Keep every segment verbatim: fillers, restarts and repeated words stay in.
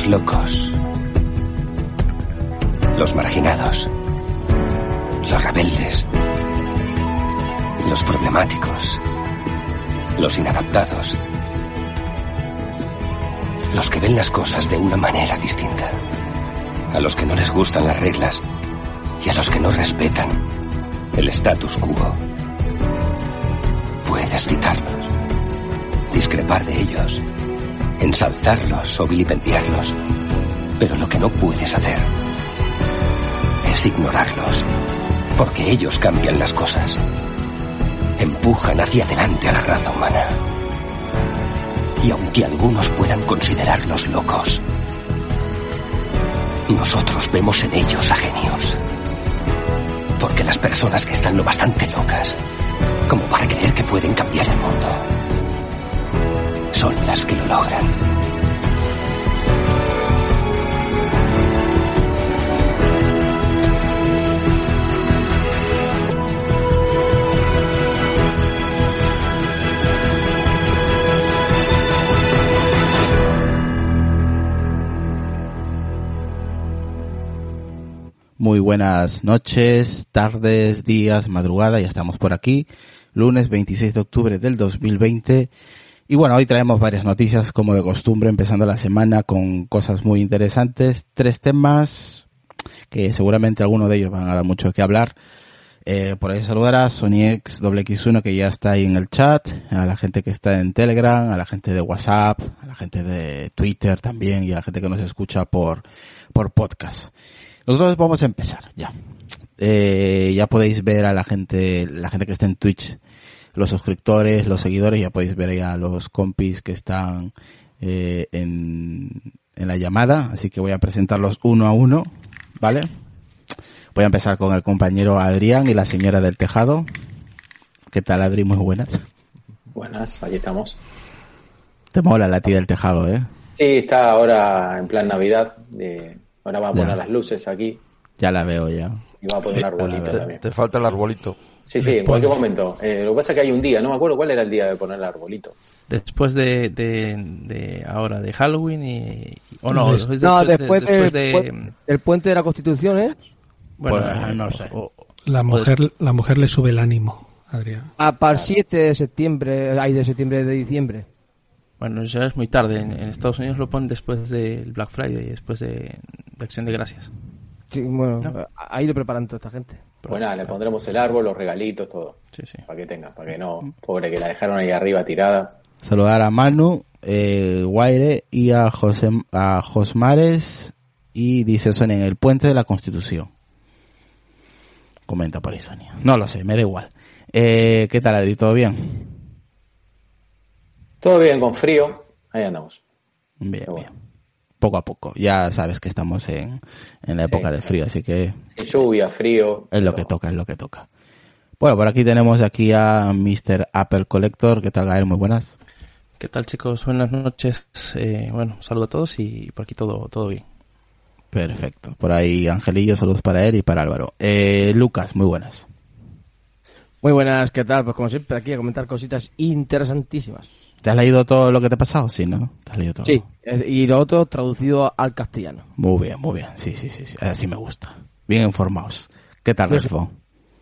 locos, los marginados, los rebeldes, los problemáticos, los inadaptados, los que ven las cosas de una manera distinta, a los que no les gustan las reglas y a los que no respetan el status quo. Puedes citarlos, discrepar de ellos, ensalzarlos o vilipendiarlos, pero lo que no puedes hacer es ignorarlos, porque ellos cambian las cosas, empujan hacia adelante a la raza humana. Y aunque algunos puedan considerarlos locos, nosotros vemos en ellos a genios, porque las personas que están lo bastante locas como para creer que pueden cambiar el mundo son las que lo logran. Muy buenas noches, tardes, días, madrugada, ya estamos por aquí, lunes veintiséis de octubre del dos mil veinte. Y bueno, hoy traemos varias noticias como de costumbre, empezando la semana con cosas muy interesantes. Tres temas que seguramente alguno de ellos van a dar mucho que hablar. Eh, por ahí saludar a SonyX doble equis uno que ya está ahí en el chat, a la gente que está en Telegram, a la gente de WhatsApp, a la gente de Twitter también y a la gente que nos escucha por, por podcast. Nosotros vamos a empezar ya. Eh, ya podéis ver a la gente, la gente que está en Twitch, los suscriptores, los seguidores, ya podéis ver ya a los compis que están eh, en, en la llamada, así que voy a presentarlos uno a uno, ¿vale? Voy a empezar con el compañero Adrián y la señora del tejado. ¿Qué tal, Adri? Muy buenas. Buenas, aquí estamos. Te mola la tía del tejado, ¿eh? Sí, está ahora en plan Navidad. De... Ahora va a poner ya las luces aquí. Ya la veo ya. Y va a poner un arbolito también. Te falta el arbolito. Sí, sí, en cualquier momento. Eh, lo que pasa es que hay un día, no me acuerdo cuál era el día de poner el arbolito. Después de, de, de ahora, de Halloween y... O no, después, después, no, de, después, después de, de... El puente de la Constitución, ¿eh? Bueno, pues, no sé. O, la mujer la mujer le sube el ánimo, Adrián. A para el siete de septiembre, hay de septiembre, de diciembre. Bueno, ya es muy tarde. En, en Estados Unidos lo ponen después del Black Friday, después de, de Acción de Gracias. Sí, bueno, no. Ahí lo preparan toda esta gente. Bueno, le pondremos el árbol, los regalitos, todo. Sí, sí. Para que tenga, para que no, pobre que la dejaron ahí arriba tirada. Saludar a Manu, eh, Guaire y a José, a Josmares, y dice Sonia, en el puente de la Constitución. Comenta por ahí Sonia. No lo sé, me da igual. Eh, ¿Qué tal, Adri? ¿Todo bien? Todo bien, con frío, ahí andamos. Bien, bueno. bien. Poco a poco. Ya sabes que estamos en, en la época sí, del frío, así que... Sin lluvia, frío... Es lo que toca, es lo que toca. Bueno, por aquí tenemos aquí a mister Apple Collector. ¿Qué tal, Gael? Muy buenas. ¿Qué tal, chicos? Buenas noches. Eh, bueno, saludo a todos y por aquí todo, todo bien. Perfecto. Por ahí Angelillo, saludos para él y para Álvaro. Eh, Lucas, muy buenas. Muy buenas, ¿qué tal? Pues como siempre aquí a comentar cositas interesantísimas. ¿Te has leído todo lo que te ha pasado? Sí, ¿no? ¿Te has leído todo? Sí, y lo otro traducido al castellano. Muy bien, muy bien. Sí, sí, sí, sí. Así me gusta. Bien informados. ¿Qué tal, Relfon?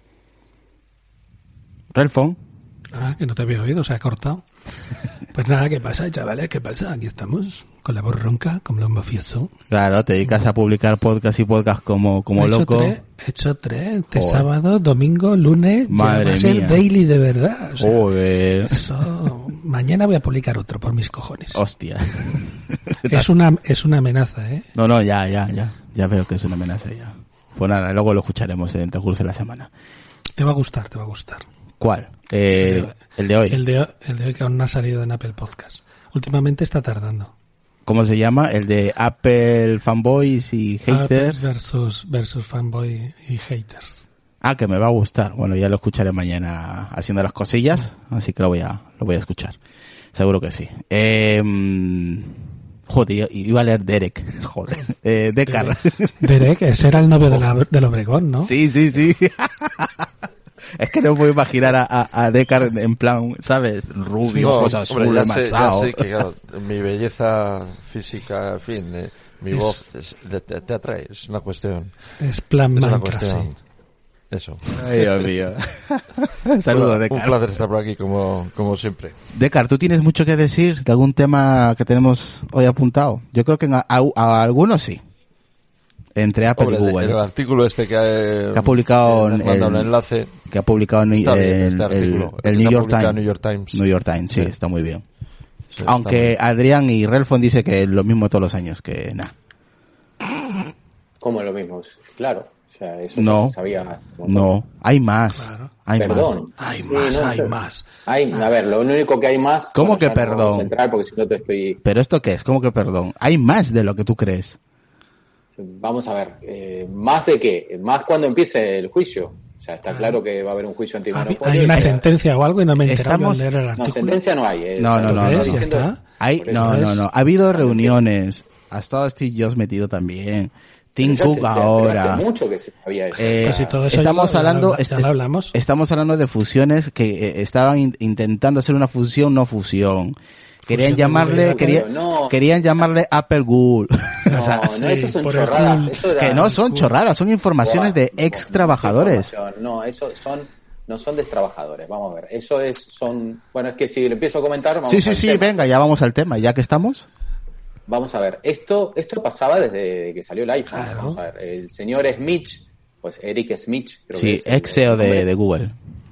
¿Relfon? Ah, que no te había oído, se ha cortado. Pues nada, ¿qué pasa, chavales? ¿Qué pasa? Aquí estamos, con la voz ronca, como los mafiosos. Claro, te dedicas a publicar podcast y podcast como, como he loco. Tres, he hecho tres, este Joder. Sábado, domingo, lunes, Madre ya va a ser mía. daily de verdad. O sea, Joder. Eso, mañana voy a publicar otro, por mis cojones. Hostia. Es una, es una amenaza, ¿eh? No, no, ya, ya, ya. Ya veo que es una amenaza ya. Pues nada, luego lo escucharemos en el transcurso de la semana. Te va a gustar, te va a gustar. ¿Cuál? Eh, el, de, el de hoy. El de, el de hoy que aún no ha salido en Apple Podcast. Últimamente está tardando. ¿Cómo se llama? El de Apple fanboys y haters. Apple versus, versus fanboy y haters. Ah, que me va a gustar. Bueno, ya lo escucharé mañana haciendo las cosillas, así que lo voy a, lo voy a escuchar. Seguro que sí. Eh, joder, iba a leer Derek. Joder. Eh, Decar. Derek, Derek, ese era el novio de la, del Obregón, ¿no? Sí, sí, sí. Es que no puedo imaginar a, a, a Decar en plan, ¿sabes? Rubio, no, cosas hombre, azul, ya sé, masao. ya sé que claro, mi belleza física, en fin, eh, Mi es, voz es, te, te atrae, es una cuestión. Es plan es una Minecraft, cuestión. sí. Eso. Ay, Dios mío. Saludos, Bueno, Decar. un placer estar por aquí, como, como siempre. Decar, ¿tú tienes mucho que decir de algún tema que tenemos hoy apuntado? Yo creo que en a, a, a algunos sí. Entre Apple Hombre, y Google. el artículo este que ha, que ha publicado eh, en manda el, un enlace. Que ha publicado en Está el, bien, el, este artículo. el, el Está New York publicado Times. en New York Times. New York Times, sí, Sí. está muy bien. Sí, Aunque está bien. Adrián y Relfon dice que lo mismo todos los años, que nada. ¿Cómo lo mismo? Claro. O sea, eso No, ya se sabía. no, hay más. Claro. Hay Perdón. más. Hay Sí, más, no, hay pero- más. Hay, a ver, lo único que hay más... ¿Cómo bueno, que ya no perdón? vamos a entrar porque si no te estoy... Pero ¿esto qué es? ¿Cómo que perdón? Hay más de lo que tú crees. Vamos a ver, eh, ¿más de qué? Más cuando empiece el juicio. O sea, está claro que va a haber un juicio antimonopolio. Hay una y- sentencia o algo y no me he enterado Estamos- al leer el No, artículo. sentencia no hay. eh, No, o sea, no, lo no, que no, estoy ya diciendo- está. Hay, Por eso no, es- no, no. Ha habido reuniones. Ha estado Steve Jobs metido también. Tim Pero ya Cook se- se- pero ahora. Hace mucho que se sabía eso. Eh, Pues si todo eso estamos ya lo- hablando, ya este- lo hablamos. estamos hablando de fusiones que eh, estaban in- intentando hacer una fusión, no fusión. Querían Fusión de llamarle, Google, quería- pero no. querían llamarle Apple Google. No, O sea, no, eso son por el chorradas. Google. Eso era- que no son chorradas, son informaciones de Buah, ex no, trabajadores. información. No, eso son, no son de trabajadores. Vamos a ver. Eso es, son, bueno, es que si lo empiezo a comentar, vamos Sí, sí, al sí, tema. venga, ya vamos al tema, ya que estamos. Vamos a ver. Esto, esto pasaba desde que salió el iPhone. Claro. Vamos a ver. El señor Smith, pues Eric Smith, creo que Sí, es el- ex C E O el de, nombre. de Google.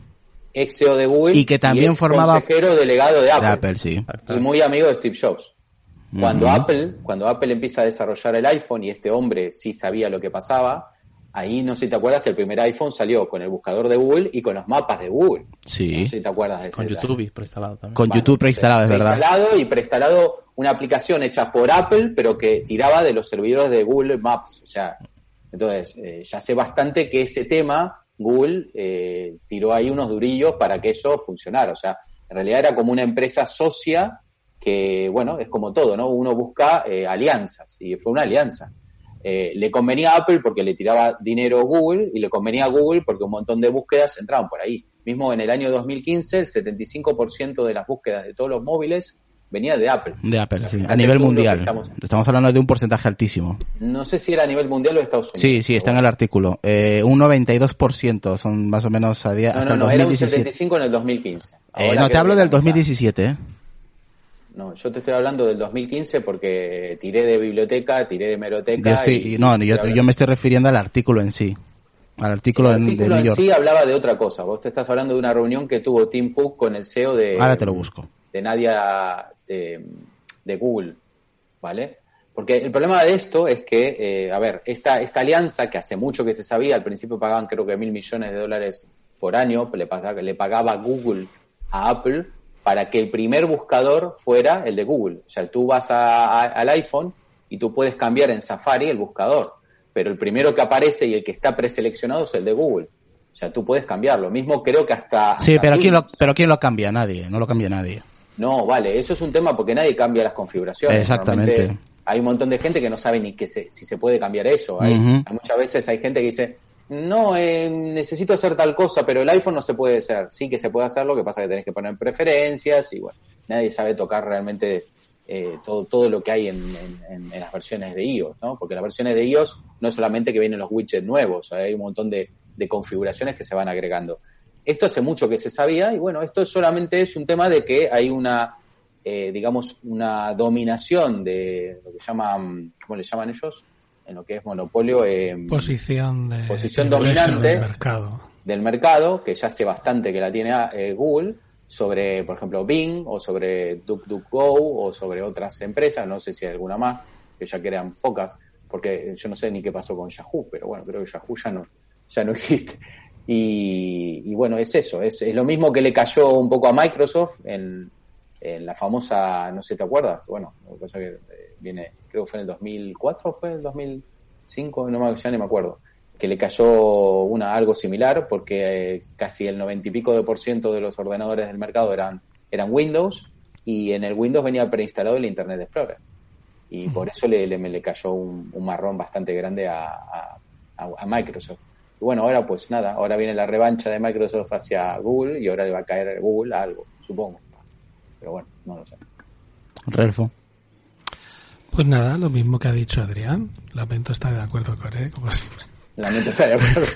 Ex C E O de Google Y que también ex formaba- consejero delegado de Apple. De Apple, sí. Y muy amigo de Steve Jobs. Cuando Ujú. Apple, cuando Apple empieza a desarrollar el iPhone y este hombre sí sabía lo que pasaba, ahí no sé si te acuerdas que el primer iPhone salió con el buscador de Google y con los mapas de Google. Sí. No sé si te acuerdas de ese Con detalle. YouTube preinstalado también. Con Vale, YouTube preinstalado, es verdad. Preinstalado y preinstalado una aplicación hecha por Apple, pero que tiraba de los servidores de Google Maps. O sea, entonces, eh, ya sé bastante que ese tema, Google eh, tiró ahí unos durillos para que eso funcionara. O sea, en realidad era como una empresa socia que, bueno, es como todo, ¿no? Uno busca eh, alianzas y fue una alianza. Eh, le convenía a Apple porque le tiraba dinero a Google y le convenía a Google porque un montón de búsquedas entraban por ahí. Mismo en el año dos mil quince, el setenta y cinco por ciento de las búsquedas de todos los móviles venía de Apple. De Apple, sí. Fíjate A nivel todo lo que mundial. estamos- Estamos hablando de un porcentaje altísimo. No sé si era a nivel mundial o de Estados Unidos. Sí, sí, está en el artículo. Eh, un noventa y dos por ciento son más o menos a día, No, hasta no, no, el era un dos mil diecisiete. setenta y cinco en el dos mil quince. Eh, Ahora no, te creo hablo que del la mitad. dos mil diecisiete, ¿eh? No, yo te estoy hablando del dos mil quince porque tiré de biblioteca, tiré de hemeroteca. Yo estoy, y- no, y yo, estoy yo me estoy refiriendo al artículo en sí. Al artículo, El en, de artículo New en York. sí hablaba de otra cosa. Vos te estás hablando de una reunión que tuvo Tim Cook con el C E O de, Ahora te lo busco. de Nadia de, de Google, ¿vale? Porque el problema de esto es que, eh, a ver, esta, esta alianza que hace mucho que se sabía, al principio pagaban creo que mil millones de dólares por año, le, pasaba, le pagaba Google a Apple para que el primer buscador fuera el de Google. O sea, tú vas a, a, al iPhone y tú puedes cambiar en Safari el buscador, pero el primero que aparece y el que está preseleccionado es el de Google. O sea, tú puedes cambiarlo. Mismo creo que hasta... Sí, hasta pero ¿quién, lo, Windows. pero ¿quién lo cambia? Nadie, no lo cambia nadie. No, vale, eso es un tema porque nadie cambia las configuraciones. Exactamente. Normalmente hay un montón de gente que no sabe ni que se, si se puede cambiar eso. Hay, Ujú. hay muchas veces hay gente que dice, no, eh, necesito hacer tal cosa, pero el iPhone no se puede hacer. Sí que se puede hacer, lo que pasa es que tenés que poner preferencias y bueno, nadie sabe tocar realmente eh, todo todo lo que hay en, en, en las versiones de iOS, ¿no? Porque las versiones de iOS no es solamente que vienen los widgets nuevos, hay un montón de, de configuraciones que se van agregando. Esto hace mucho que se sabía y bueno, esto solamente es un tema de que hay una, eh, digamos, una dominación de lo que llaman, ¿cómo le llaman ellos? En lo que es monopolio. Eh, Posición de Posición privilegio dominante. del mercado. del mercado, que ya hace bastante que la tiene eh, Google, sobre, por ejemplo, Bing, o sobre DuckDuckGo, o sobre otras empresas, no sé si hay alguna más, que ya que eran pocas, porque yo no sé ni qué pasó con Yahoo, pero bueno, creo que Yahoo ya no, ya no existe. Y, y bueno, es eso, es, es lo mismo que le cayó un poco a Microsoft en, en la famosa, no sé, ¿te acuerdas? Bueno, lo que pasa es que eh, viene, creo que fue en el dos mil cuatro, fue en el dos mil cinco, no me, ya ni me acuerdo, que le cayó una algo similar porque eh, casi el noventa y pico de por ciento de los ordenadores del mercado eran eran Windows y en el Windows venía preinstalado el Internet Explorer y por eso le, le, me le cayó un, un marrón bastante grande a, a, a Microsoft. Y bueno, ahora pues nada, ahora viene la revancha de Microsoft hacia Google y ahora le va a caer Google a algo, supongo. Pero bueno, no lo sé. Relfo. Pues nada, lo mismo que ha dicho Adrián. Lamento estar de acuerdo con él, como siempre. Lamento estar de acuerdo.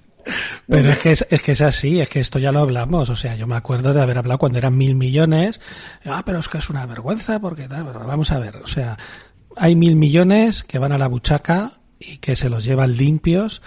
Pero es que es, es que es así, es que esto ya lo hablamos. O sea, yo me acuerdo de haber hablado cuando eran mil millones. Ah, pero es que es una vergüenza porque tal. Pero vamos a ver, o sea, hay mil millones que van a la buchaca y que se los llevan limpios.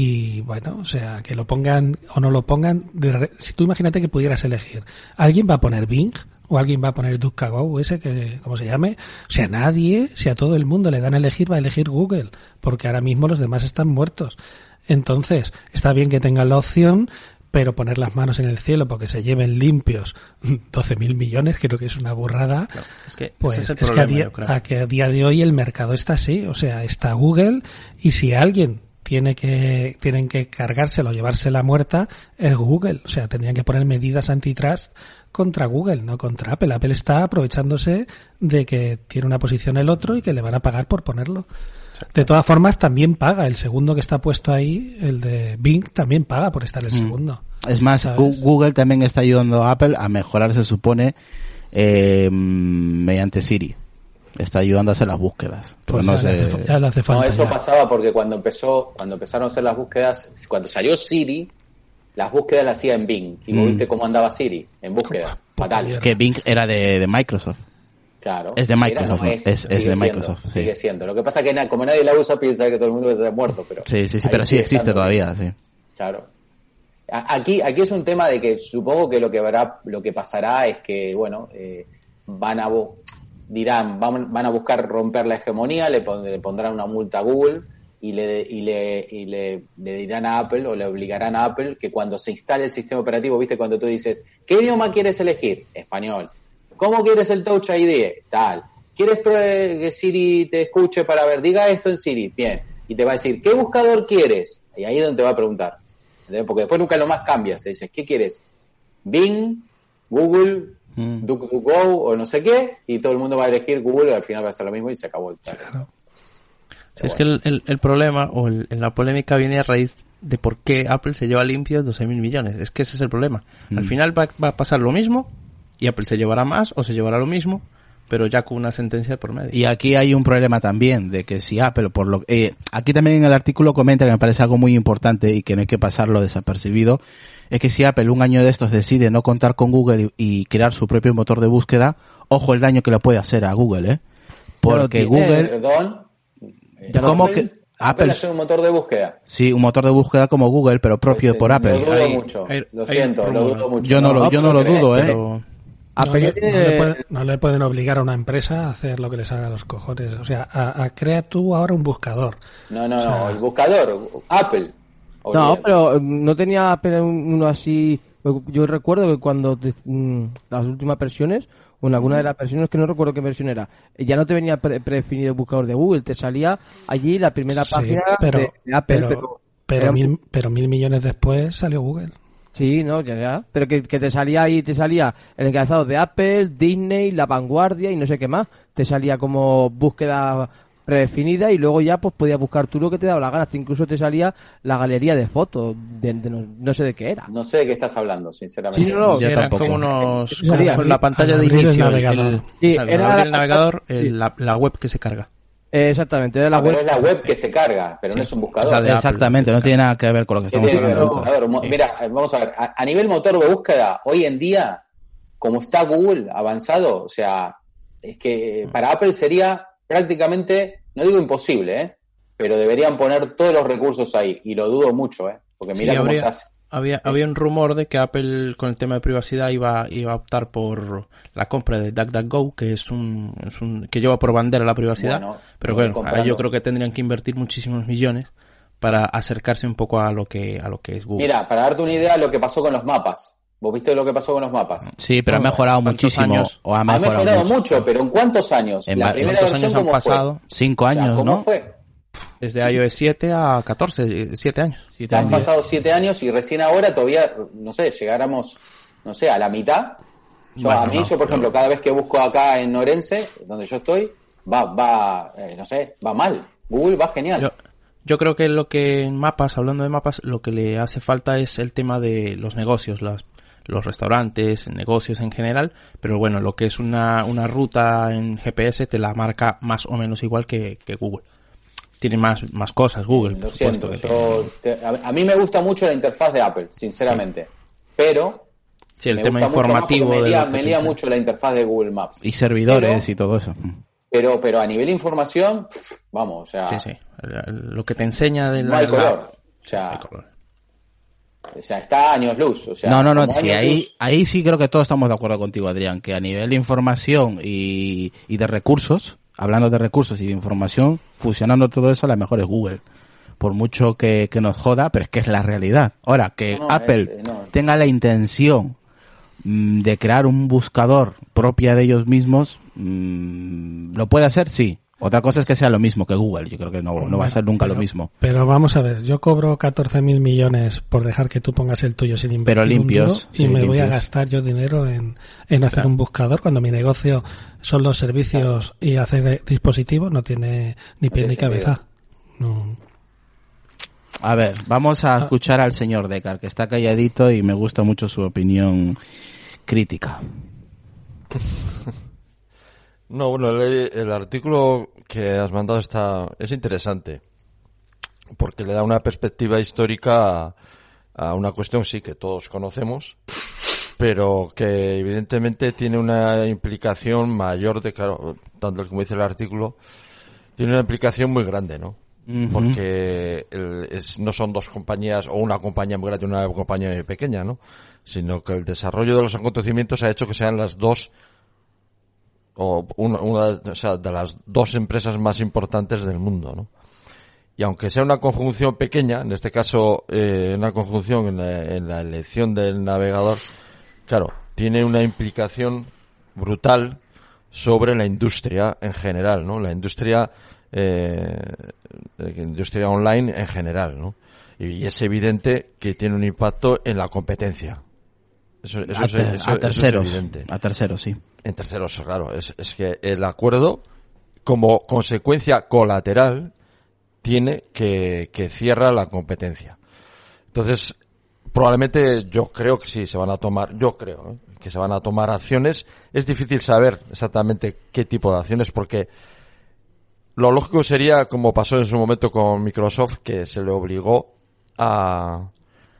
Y bueno, o sea, que lo pongan o no lo pongan. De re... Si tú imagínate que pudieras elegir, ¿alguien va a poner Bing? ¿O alguien va a poner DuckDuckGo, ese que, como se llame? O sea, nadie, si a todo el mundo le dan a elegir, va a elegir Google, porque ahora mismo los demás están muertos. Entonces, está bien que tengan la opción, pero poner las manos en el cielo porque se lleven limpios doce mil millones, creo que es una burrada. Claro, es que pues ese es, el es problema, que, a día, a que a día de hoy el mercado está así, o sea, está Google, y si alguien tiene que, tienen que cargárselo, llevársela muerta, es Google. O sea, tendrían que poner medidas antitrust contra Google, no contra Apple. Apple está aprovechándose de que tiene una posición el otro y que le van a pagar por ponerlo. De todas formas, también paga. El segundo que está puesto ahí, el de Bing, también paga por estar el segundo. Es más, ¿sabes? Google también está ayudando a Apple a mejorar, se supone, eh, mediante Siri. Está ayudando a hacer las búsquedas. Pues no, ya sé... le hace, ya le hace falta. No, eso ya. pasaba porque cuando empezó, cuando empezaron a hacer las búsquedas, cuando salió Siri, las búsquedas las hacía en Bing. Y vos mm. viste cómo andaba Siri en búsquedas. Fatal. Es que Bing era de, de Microsoft. Claro. Es de Microsoft, Era, no, es, es, es de siendo, Microsoft. Sí. Sigue siendo. Lo que pasa es que na, como nadie la usa, piensa que todo el mundo está muerto. Pero sí, sí, sí, pero sí existe estando. todavía, sí. Claro. Aquí, aquí es un tema de que supongo que lo que habrá, lo que pasará es que, bueno, eh, van a dirán, van, van a buscar romper la hegemonía, le, pon, le pondrán una multa a Google y le y le y le, le dirán a Apple o le obligarán a Apple que cuando se instale el sistema operativo, viste, cuando tú dices, ¿qué idioma quieres elegir? Español. ¿Cómo quieres el Touch I D? Tal. ¿Quieres que Siri te escuche para ver? Diga esto en Siri. Bien. Y te va a decir, ¿qué buscador quieres? Y ahí es donde te va a preguntar. ¿Entendés? Porque después nunca lo más cambias. Se dices, ¿qué quieres? Bing, Google, mm. DuckDuckGo o no sé qué. Y todo el mundo va a elegir Google y al final va a ser lo mismo y se acabó el chat. Claro. Sí, es que el, el, el problema o el, la polémica viene a raíz de por qué Apple se lleva limpios doce mil millones. Es que ese es el problema. Mm. Al final va, va a pasar lo mismo. Y Apple se llevará más o se llevará lo mismo, pero ya con una sentencia por medio. Y aquí hay un problema también, de que si Apple, por lo eh, aquí también en el artículo comenta que me parece algo muy importante y que no hay que pasarlo desapercibido, es que si Apple un año de estos decide no contar con Google y, y crear su propio motor de búsqueda, ojo el daño que le puede hacer a Google, ¿eh? Porque tiene, Google... Perdón. ¿Cómo Apple, que...? Apple, Apple hace un motor de búsqueda. Sí, un motor de búsqueda como Google, pero propio pues, por Apple. Lo dudo hay, mucho. Hay, lo hay siento, lo dudo mucho. Yo no, no lo, yo no lo dudo, ¿eh? Pero... No le, no, le pueden, no le pueden obligar a una empresa a hacer lo que les haga a los cojones. O sea, a, a crea tú ahora un buscador. No, no, o sea, no. El buscador, Apple. No, pero no tenía Apple uno así. Yo recuerdo que cuando te, las últimas versiones, o en alguna de las versiones, que no recuerdo qué versión era, ya no te venía pre- predefinido el buscador de Google. Te salía allí la primera sí, página pero, de, de Apple. Pero, pero, pero, pero, mil, pero mil millones después salió Google. Sí, no, ya, ya. Pero que, que te salía ahí, te salía el encabezado de Apple, Disney, La Vanguardia y no sé qué más. Te salía como búsqueda predefinida y luego ya pues podías buscar tú lo que te daba la gana. Hasta incluso te salía la galería de fotos, de, de no, no sé de qué era. No sé de qué estás hablando, sinceramente. Sí, no, no, sí, eran tampoco. como unos... Eso salía, con la pantalla al de abrir el inicio, el, navegador. el, Sí, o sea, era abrir la- el navegador, el- sí. la, la web que se carga. Eh, exactamente, era la Ah, web. pero es la web que se carga, pero Sí. no es un buscador. La de Exactamente, no tiene nada que ver con lo que ¿Qué estamos tiene que ver hablando con ahorita. buscador? Mira, vamos a ver, a, a nivel motor de búsqueda, hoy en día, como está Google avanzado, o sea, es que para Apple sería prácticamente, no digo imposible, ¿eh? Pero deberían poner todos los recursos ahí, y lo dudo mucho, ¿eh? Porque mira Sí, cómo habría- estás. Había, había un rumor de que Apple con el tema de privacidad iba, iba a optar por la compra de DuckDuckGo, que es un, es un que lleva por bandera la privacidad, Bueno, pero voy bueno, comprando. ahí yo creo que tendrían que invertir muchísimos millones para acercarse un poco a lo que a lo que es Google. Mira, para darte una idea de lo que pasó con los mapas. ¿Vos viste lo que pasó con los mapas? Sí, pero ha No, mejorado ¿cuántos muchísimo. años? O ha Ha mejorado, mejorado mucho. mucho, pero ¿en cuántos años? En La va- primera ¿Cuántos versión, años han ¿cómo pasado? fue? Cinco O sea, años, ¿cómo ¿no? fue? Desde iOS siete a catorce, siete años. Siete Han años. pasado siete años y recién ahora todavía, no sé, llegáramos, no sé, a la mitad. Yo, Bueno, a mí, no, yo, por ejemplo, cada vez que busco acá en Orense, donde yo estoy, va, va, eh, no sé, va mal. Google va genial. Yo, yo creo que lo que en mapas, hablando de mapas, lo que le hace falta es el tema de los negocios, las, los restaurantes, negocios en general, pero bueno, lo que es una, una ruta en G P S te la marca más o menos igual que, que Google. Tiene más, más cosas Google, Lo por supuesto. siento, Que yo te- a, a mí me gusta mucho la interfaz de Apple, sinceramente, sí. pero sí, el me tema gusta mucho más informativo porque me de lía, lo que me te lía enseña. mucho la interfaz de Google Maps. Y servidores Pero- y todo eso. Pero, pero a nivel información, pff, vamos, o sea, Sí, sí. El- el- lo que te enseña de no la... hay la- color. O sea, no hay color. o sea, está a años luz. O sea, no, no, no, como sí, años ahí, luz, ahí sí creo que todos estamos de acuerdo contigo, Adrián, que a nivel de información y, y de recursos, hablando de recursos y de información, fusionando todo eso, la mejor es Google. Por mucho que, que nos joda, pero es que es la realidad. Ahora, que No, no, Apple es- no. tenga la intención mm, de crear un buscador propia de ellos mismos, mm, ¿lo puede hacer? Sí. Otra cosa es que sea lo mismo que Google. Yo creo que no, no va a ser nunca pero, lo mismo. Pero vamos a ver, yo cobro catorce mil millones por dejar que tú pongas el tuyo sin invertir Pero un limpios, duro, y sí, me voy a limpios. gastar yo dinero en, en hacer Claro. un buscador cuando mi negocio son los servicios y hacer dispositivos, no tiene ni pie tiene ni sentido. cabeza. No. A ver, vamos a escuchar al señor Decar, que está calladito y me gusta mucho su opinión crítica. No, bueno, el, el artículo que has mandado está es interesante porque le da una perspectiva histórica a, a una cuestión sí que todos conocemos, pero que evidentemente tiene una implicación mayor de, claro, tanto como dice el artículo, tiene una implicación muy grande, ¿no? Ujú. Porque el- es, no son dos compañías o una compañía muy grande y una compañía muy pequeña, ¿no? Sino que el desarrollo de los acontecimientos ha hecho que sean las dos o una, una o sea, de las dos empresas más importantes del mundo, ¿no? Y aunque sea una conjunción pequeña, en este caso eh, una conjunción en la, en la elección del navegador, claro, tiene una implicación brutal sobre la industria en general, ¿no? La industria eh, la industria online en general, ¿no? Y es evidente que tiene un impacto en la competencia. Eso, eso, a, es, ter- eso- a eso es terceros, evidente. a terceros, sí. En terceros, claro. Es, es que el acuerdo, como consecuencia colateral, tiene que, que cierra la competencia. Entonces, probablemente yo creo que sí, se van a tomar, yo creo ¿eh? que se van a tomar acciones. Es difícil saber exactamente qué tipo de acciones, porque lo lógico sería, como pasó en su momento con Microsoft, que se le obligó a,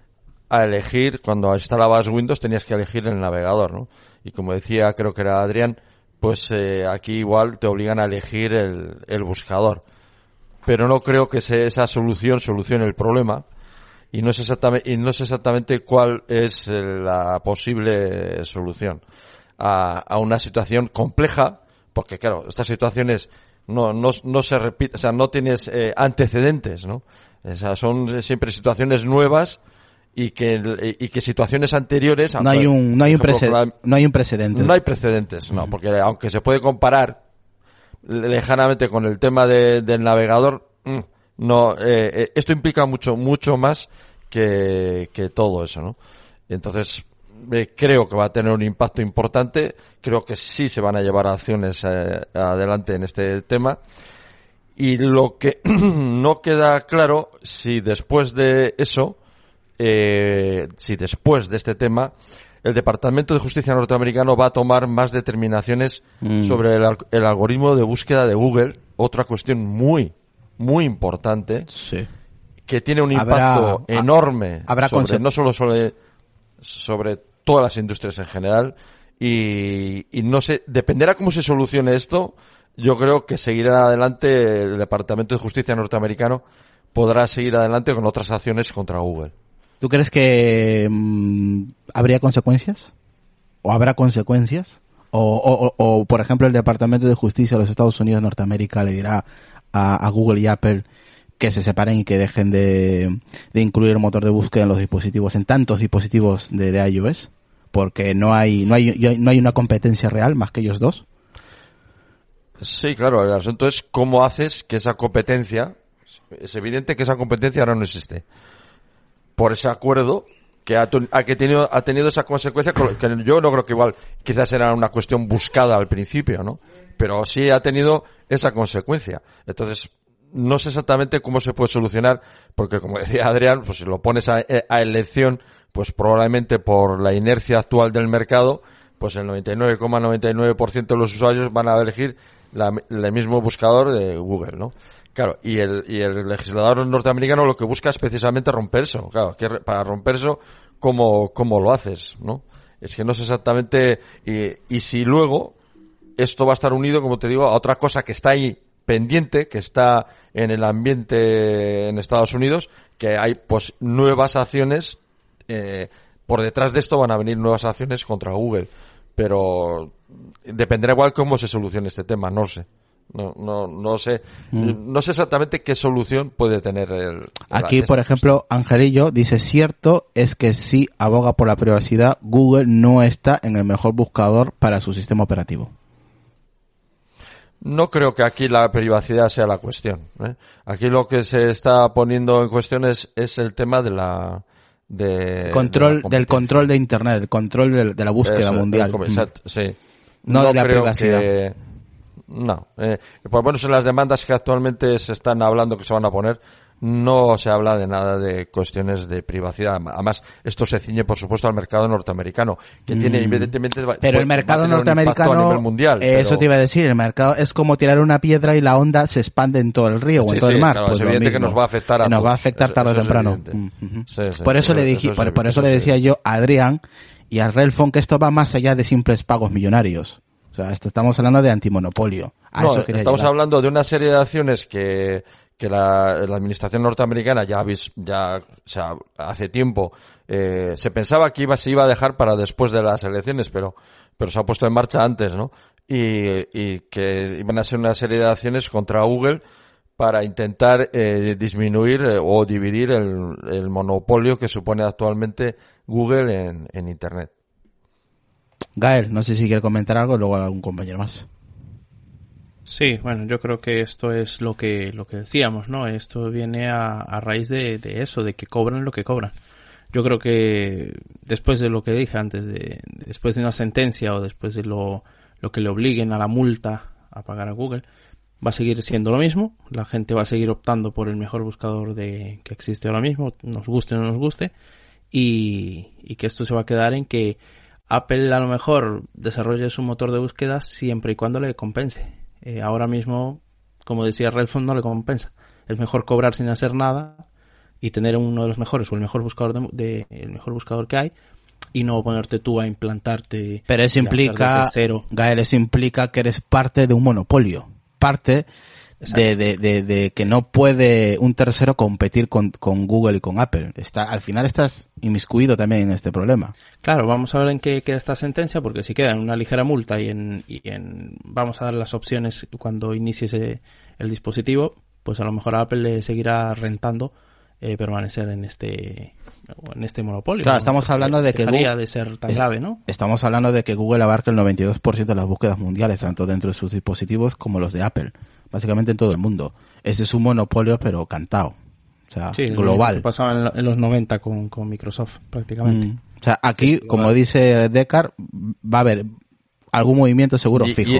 a elegir, cuando instalabas Windows tenías que elegir el navegador, ¿no? Y como decía, creo que era Adrián, pues eh, aquí igual te obligan a elegir el, el buscador. Pero no creo que se, esa solución solucione el problema, y no es exactamente, y no es exactamente cuál es eh, la posible solución a, a una situación compleja, porque claro, estas situaciones no, no, no se repiten, o sea, no tienes eh, antecedentes, ¿no? O sea, son siempre situaciones nuevas y que, y que situaciones anteriores... No hay un, no hay un, por ejemplo, prece- con la- no hay un precedente. no hay precedentes, no, porque aunque se puede comparar lejanamente con el tema de, del navegador, mm, no, eh, eh, esto implica mucho, mucho más que, que todo eso, ¿no? Entonces, eh, creo que va a tener un impacto importante, creo que sí se van a llevar acciones eh, adelante en este tema, y lo que no queda claro, si después de eso, eh, si después de este tema, el Departamento de Justicia norteamericano va a tomar más determinaciones Mm. sobre el, al- el algoritmo de búsqueda de Google, otra cuestión muy, muy importante, Sí. que tiene un Habrá- impacto ha- enorme habrá sobre, conse- no solo sobre, sobre todas las industrias en general, y, y no sé, dependerá cómo se solucione esto, yo creo que seguirá adelante el Departamento de Justicia norteamericano, podrá seguir adelante con otras acciones contra Google. ¿Tú crees que mm, habría consecuencias? ¿O habrá consecuencias? O, o, o, o, por ejemplo, el Departamento de Justicia de los Estados Unidos de Norteamérica le dirá a, a Google y Apple que se separen y que dejen de, de incluir el motor de búsqueda en los dispositivos, en tantos dispositivos de, de iOS, porque no hay, no hay, no hay una competencia real más que ellos dos. Sí, claro, el asunto es cómo haces que esa competencia, es evidente que esa competencia ahora no existe. Por ese acuerdo que ha, tu- ha, que tenido, ha tenido esa consecuencia, con lo que yo no creo que igual quizás era una cuestión buscada al principio, ¿no? Pero sí ha tenido esa consecuencia. Entonces, no sé exactamente cómo se puede solucionar, porque como decía Adrián, pues si lo pones a, a elección, pues probablemente por la inercia actual del mercado, pues el noventa y nueve coma noventa y nueve por ciento de los usuarios van a elegir la, el mismo buscador de Google, ¿no? Claro, y el, y el legislador norteamericano lo que busca es precisamente romper eso. Claro, que para romper eso, ¿cómo, cómo lo haces, no? Es que no sé exactamente, y, y si luego esto va a estar unido, como te digo, a otra cosa que está ahí pendiente, que está en el ambiente en Estados Unidos, que hay pues nuevas acciones, eh, por detrás de esto van a venir nuevas acciones contra Google, pero dependerá igual cómo se solucione este tema, no sé. No, no, no sé, mm. no sé exactamente qué solución puede tener el. Aquí, por ejemplo, Angelillo dice: cierto es que si aboga por la privacidad, Google no está en el mejor buscador para su sistema operativo. No creo que aquí la privacidad sea la cuestión, ¿eh? Aquí lo que se está poniendo en cuestión es, es el tema de la de control de la del control de Internet, el control de, de la búsqueda Eso, mundial. El, exacto, sí. No, no de la creo privacidad. Que, no, eh, por lo menos en las demandas que actualmente se están hablando que se van a poner, no se habla de nada de cuestiones de privacidad. Además, esto se ciñe, por supuesto, al mercado norteamericano, que mm. tiene, evidentemente, pero el mercado norteamericano, a nivel mundial. Eh, pero... Eso te iba a decir, el mercado es como tirar una piedra y la onda se expande en todo el río sí, o en todo sí, el mar. Claro, pues es evidente que nos va a afectar a que nos todos. va a afectar tarde o temprano. Uh-huh. Sí, sí, por eso eso, le dije, eso por, es, por eso eso le es. decía yo a Adrián y a Relfon que esto va más allá de simples pagos millonarios. O sea, esto estamos hablando de antimonopolio. A no, eso estamos llegar. hablando de una serie de acciones que, que la, la administración norteamericana ya, ya, o sea, hace tiempo, eh, se pensaba que iba, se iba a dejar para después de las elecciones, pero, pero se ha puesto en marcha antes, ¿no? Y, y que iban a ser una serie de acciones contra Google para intentar, eh, disminuir eh, o dividir el, el monopolio que supone actualmente Google en, en Internet. Gael, no sé si quiere comentar algo, luego algún compañero más. Sí, bueno, yo creo que esto es lo que lo que decíamos, ¿no? Esto viene a, a raíz de, de eso, de que cobran lo que cobran. Yo creo que después de lo que dije antes, de después de una sentencia o después de lo, lo que le obliguen a la multa a pagar a Google, va a seguir siendo lo mismo. La gente va a seguir optando por el mejor buscador de que existe ahora mismo, nos guste o no nos guste, y, y que esto se va a quedar en que Apple a lo mejor desarrolle su motor de búsqueda siempre y cuando le compense. Eh, ahora mismo, como decía Relfon, no le compensa. Es mejor cobrar sin hacer nada y tener uno de los mejores o el mejor buscador de, de el mejor buscador que hay y no ponerte tú a implantarte. Pero eso implica, Gael, eso implica que eres parte de un monopolio, parte de, de, de, de que no puede un tercero competir con, con Google y con Apple. Está, al final estás inmiscuido también en este problema. Claro, vamos a ver en qué queda esta sentencia, porque si queda en una ligera multa y en, y en vamos a dar las opciones cuando inicie ese, el dispositivo, pues a lo mejor a Apple le seguirá rentando eh, permanecer en este en este monopolio. Claro, estamos hablando de que Google, Google, de ser tan es, grave, ¿no? Estamos hablando de que Google abarca el noventa y dos por ciento de las búsquedas mundiales, tanto dentro de sus dispositivos como los de Apple. Básicamente en todo el mundo. Ese es un monopolio, pero cantado. O sea, sí, global. Pasaba en, en los noventa con, con Microsoft, prácticamente. Mm. O sea, aquí, sí, como dice Decar, va a haber algún movimiento seguro y, fijo. Y,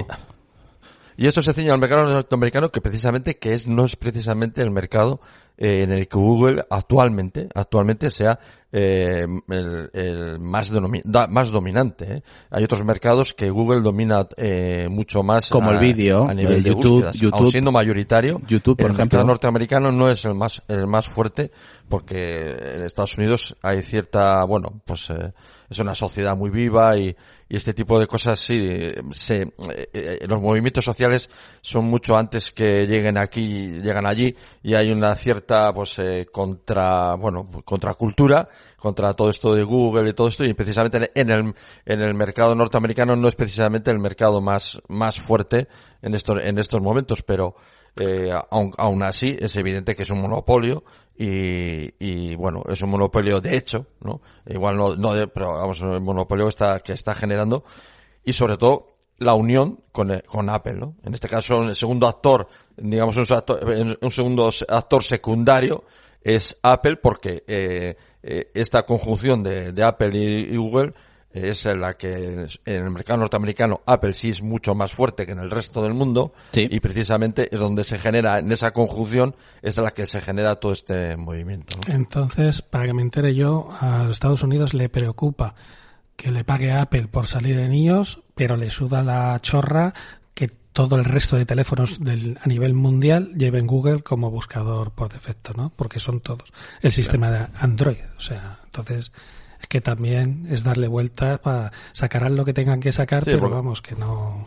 y esto se ciñe al mercado norteamericano, que precisamente, que es, no es precisamente el mercado eh, en el que Google actualmente, actualmente sea eh, el, el más, denomi- da, más dominante. ¿eh? Hay otros mercados que Google domina eh, mucho más como a, el vídeo, a nivel de YouTube, búsquedas. YouTube, aun siendo mayoritario, YouTube, por el ejemplo, mercado norteamericano no es el más el más fuerte, porque en Estados Unidos hay cierta, bueno, pues eh, es una sociedad muy viva y, y este tipo de cosas sí, se, eh, eh, los movimientos sociales son mucho antes que lleguen aquí, llegan allí, y hay una cierta, pues, eh, contra, bueno, contracultura contra todo esto de Google y todo esto, y precisamente en el, en el mercado norteamericano no es precisamente el mercado más, más fuerte en estos, en estos momentos, pero, eh, aun, aún así es evidente que es un monopolio y, y bueno, es un monopolio de hecho, ¿no? Igual no, no de, pero vamos, el monopolio que está, que está generando, y sobre todo la unión con, con Apple, ¿no? En este caso, el segundo actor, digamos, un, actor, un segundo actor secundario es Apple, porque, eh, eh, esta conjunción de, de Apple y, y Google es la que en el mercado norteamericano Apple sí es mucho más fuerte que en el resto del mundo, sí. Y precisamente es donde se genera, en esa conjunción es la que se genera todo este movimiento, ¿no? Entonces, para que me entere yo, a los Estados Unidos le preocupa que le pague a Apple por salir en iOS, pero le suda la chorra que todo el resto de teléfonos del, a nivel mundial lleven Google como buscador por defecto, ¿no? Porque son todos el sistema de Android. O sea, entonces es que también es darle vueltas para sacarán lo que tengan que sacar, Sí, pero porque... vamos, que no...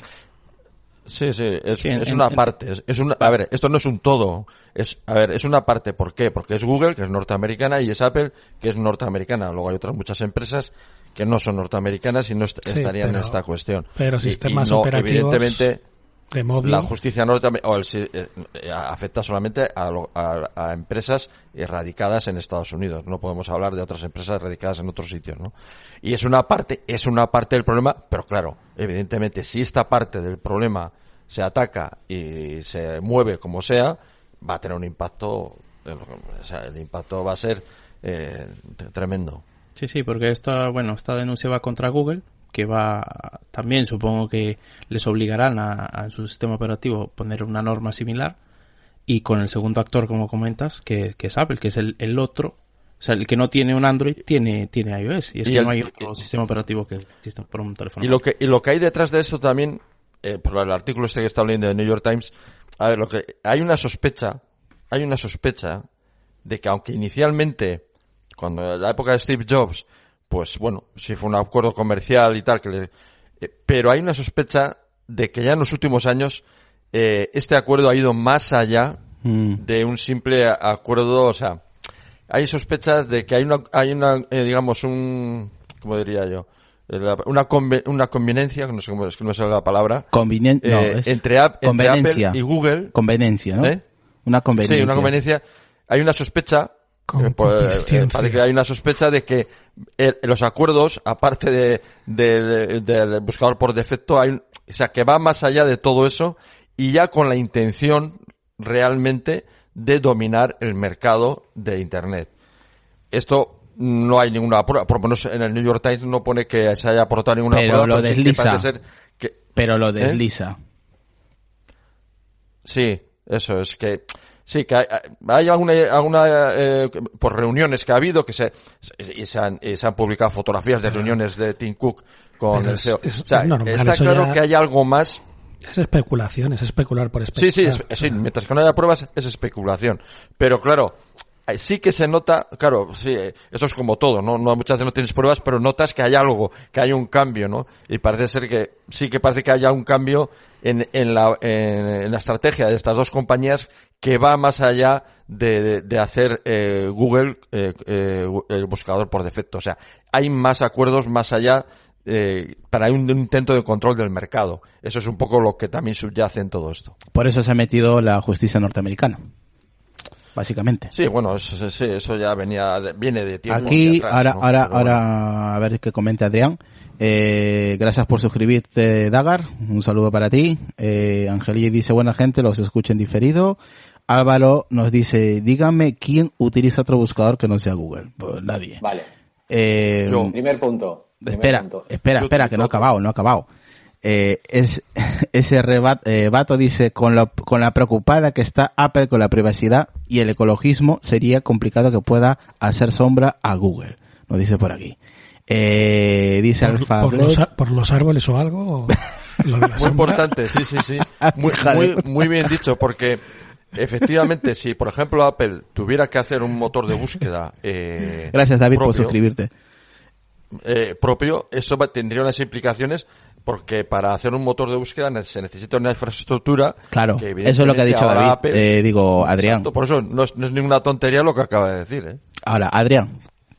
Sí, sí, es, sí, en, es una en, parte, es, es una, a ver, esto no es un todo, es, a ver, es una parte, ¿por qué? Porque es Google, que es norteamericana, y es Apple, que es norteamericana. Luego hay otras muchas empresas que no son norteamericanas y no est- Sí, estarían pero, en esta cuestión. Pero Y- sistemas y no, operativos evidentemente, de móvil... la justicia norteamericana o el, eh, eh, afecta solamente a, lo, a, a empresas radicadas en Estados Unidos. No podemos hablar de otras empresas radicadas en otros sitios, ¿no? Y es una parte, es una parte del problema, pero claro, evidentemente, si esta parte del problema se ataca y se mueve como sea, va a tener un impacto, o sea, el impacto va a ser eh, tremendo. Sí, sí, porque esta, bueno, esta denuncia va contra Google, que va, también supongo que les obligarán a, a en su sistema operativo poner una norma similar, y con el segundo actor, como comentas, que, que es Apple, que es el, el otro, o sea, el que no tiene un Android tiene, tiene iOS, y es y que el, no hay otro y, sistema operativo que exista por un teléfono. Y lo que, y lo que hay detrás de esto también, eh, por el artículo este que está leyendo de New York Times, a ver, lo que, hay una sospecha, hay una sospecha de que aunque inicialmente, cuando en la época de Steve Jobs, pues bueno, sí fue un acuerdo comercial y tal, que le, eh, pero hay una sospecha de que ya en los últimos años eh, este acuerdo ha ido más allá mm. de un simple acuerdo, o sea, hay sospechas de que hay una, hay una, eh, digamos, un, ¿cómo diría yo? Una conven, una conveniencia, no sé cómo es que no sé la palabra, Convenien eh, no, es entre, entre Apple y Google. Conveniencia, ¿no? ¿Eh? Una conveniencia. Sí, una conveniencia. Hay una sospecha, eh, pues, eh, parece que hay una sospecha de que eh, los acuerdos, aparte de, de, de, del buscador por defecto, hay, o sea, que va más allá de todo eso y ya con la intención realmente de dominar el mercado de Internet. Esto no hay ninguna prueba, por lo menos en el New York Times no pone que se haya aportado ninguna pero prueba. Lo pero desliza. Sí que parece ser que, pero lo desliza. ¿eh? Sí, eso es que sí que hay, hay alguna, alguna eh, por reuniones que ha habido que se y se han, y se han publicado fotografías de pero, reuniones de Tim Cook con el C E O. Es, es, o sea, es normal, está claro ya... que hay algo más. Es especulación, es especular por especular. Sí, sí, es, sí, mientras que no haya pruebas es especulación. Pero claro, sí que se nota, claro, sí, eso es como todo, ¿no? No muchas veces no tienes pruebas, pero notas que hay algo, que hay un cambio, ¿no? Y parece ser que, sí que parece que haya un cambio en, en la, en, en la estrategia de estas dos compañías que va más allá de, de, de hacer eh, Google eh, eh, el buscador por defecto. O sea, hay más acuerdos más allá eh, para un, un intento de control del mercado. Eso es un poco lo que también subyace en todo esto. Por eso se ha metido la justicia norteamericana. Básicamente. Sí, bueno, eso, sí, eso ya venía, viene de tiempo. Aquí, atrás, ahora, ¿no? ahora, Pero ahora, bueno. a ver qué comenta Adrián. Eh, gracias por suscribirte, Dagar. Un saludo para ti. Eh, Angelillo dice, buena gente, los escuchen diferido. Álvaro nos dice, dígame quién utiliza otro buscador que no sea Google. Pues nadie. Vale. Eh, Yo. Primer punto. Primer espera, punto. espera, espera, que no ha acabado, no ha acabado. Eh, es, ese rebat, eh, vato dice, con, lo, con la preocupada que está Apple con la privacidad y el ecologismo, sería complicado que pueda hacer sombra a Google. Nos dice por aquí. Eh, dice por, Alfa por, los, por los árboles o algo. O lo de la muy sombra. importante, sí, sí, sí. Muy, muy, muy bien dicho, porque efectivamente, si por ejemplo Apple tuviera que hacer un motor de búsqueda, eh, gracias David propio, por suscribirte. Eh, propio, eso va, tendría unas implicaciones. Porque para hacer un motor de búsqueda se necesita una infraestructura. Claro, que eso es lo que ha dicho David. Apple, eh, digo, Adrián. Exacto, por eso no es, no es ninguna tontería lo que acaba de decir. ¿eh? Ahora, Adrián.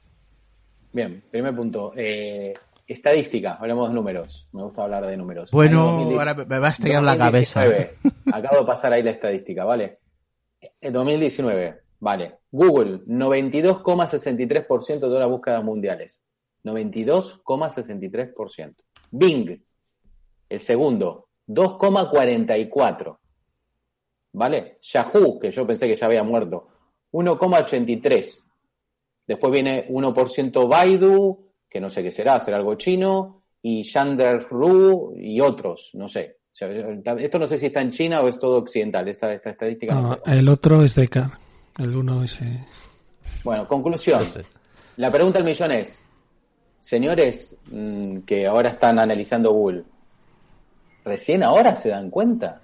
Bien, primer punto. Eh, estadística, hablemos de números. Me gusta hablar de números. Bueno, ahora me va a estallar la cabeza. Acabo de pasar ahí la estadística, ¿vale? En dos mil diecinueve, vale. Google, noventa y dos coma sesenta y tres por ciento de todas las búsquedas mundiales. noventa y dos coma sesenta y tres por ciento. Bing, el segundo, dos coma cuarenta y cuatro. ¿Vale? Yahoo, que yo pensé que ya había muerto, uno coma ochenta y tres. Después viene uno por ciento Baidu, que no sé qué será, será algo chino, y Yander Ru y otros, no sé. O sea, esto no sé si está en China o es todo occidental, esta, esta estadística. No, no sé. el otro es Decar, el uno es... Eh... Bueno, conclusión. La pregunta del millón es, señores mmm, que ahora están analizando Google, ¿recién ahora se dan cuenta?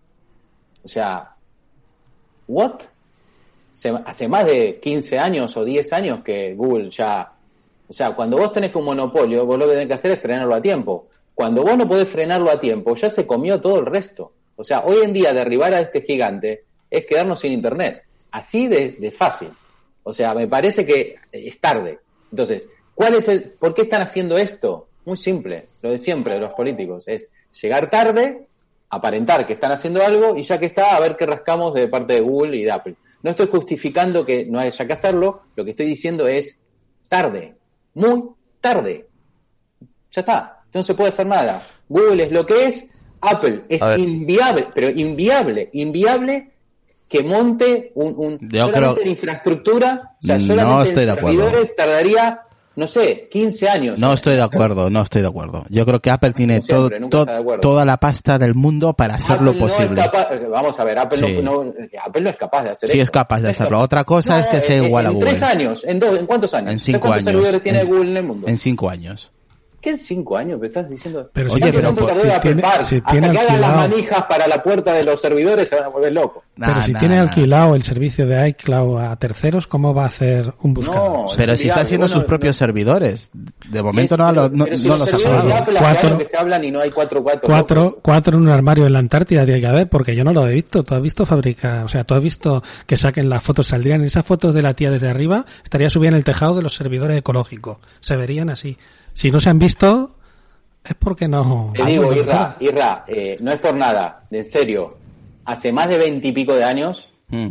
O sea, ¿what? Se, hace más de quince años o diez años que Google ya... O sea, cuando vos tenés un monopolio, vos lo que tenés que hacer es frenarlo a tiempo. Cuando vos no podés frenarlo a tiempo, ya se comió todo el resto. O sea, hoy en día derribar a este gigante es quedarnos sin internet. Así de, de fácil. O sea, me parece que es tarde. Entonces, ¿cuál es el, por qué están haciendo esto? Muy simple, lo de siempre de los políticos. Es llegar tarde, aparentar que están haciendo algo y ya que está, a ver qué rascamos de parte de Google y de Apple. No estoy justificando que no haya que hacerlo, lo que estoy diciendo es tarde. Muy tarde. Ya está. No se puede hacer nada. Google es lo que es. Apple es inviable, pero inviable, inviable que monte un, un Yo solamente creo... en infraestructura, o sea, no solamente estoy en de acuerdo. servidores tardaría, no sé, quince años. No ¿eh? estoy de acuerdo, no estoy de acuerdo. Yo creo que Apple tiene Como siempre, todo, nunca to- está de acuerdo. toda la pasta del mundo para hacer Apple lo no posible. es capaz, vamos a ver, Apple, Sí. no, no, Apple no es capaz de hacer Sí eso. es capaz de No hacerlo. capaz. Otra cosa No, es que sea en, igual en a Google. tres años, en dos, ¿en cuántos años? En cinco ¿Cuántos años. servidores tiene En- Google en el mundo? En cinco años. ¿Qué en cinco años me estás diciendo? Pero Oye, Ya que pero compren por- la rueda si Apple tiene- Park, si hasta tiene que hagan las alquilado- manijas para la puerta de los servidores se van a volver locos. Pero Nah, si nah, tiene nah. alquilado el servicio de iCloud a terceros, ¿cómo va a hacer un buscador? No, Pero es si está inviable. haciendo Bueno, sus propios no- servidores. De momento es- no, pero- lo- no, pero si no los los ha servidores de probado. Apple, hace Cuatro- años que se hablan y no hay cuatro cuatro Cuatro, locos. cuatro en un armario en la Antártida tiene que haber, porque yo no lo he visto. Tú has visto fabricar, o sea, tú has visto que saquen las fotos, saldrían esas fotos de la tía desde arriba, estaría subida en el tejado de los servidores ecológicos. Se verían así. Si no se han visto, es porque no... Te digo, vamos, no Irra, jodas. Irra, eh, no es por nada, en serio, hace más de veintipico de años, Mm.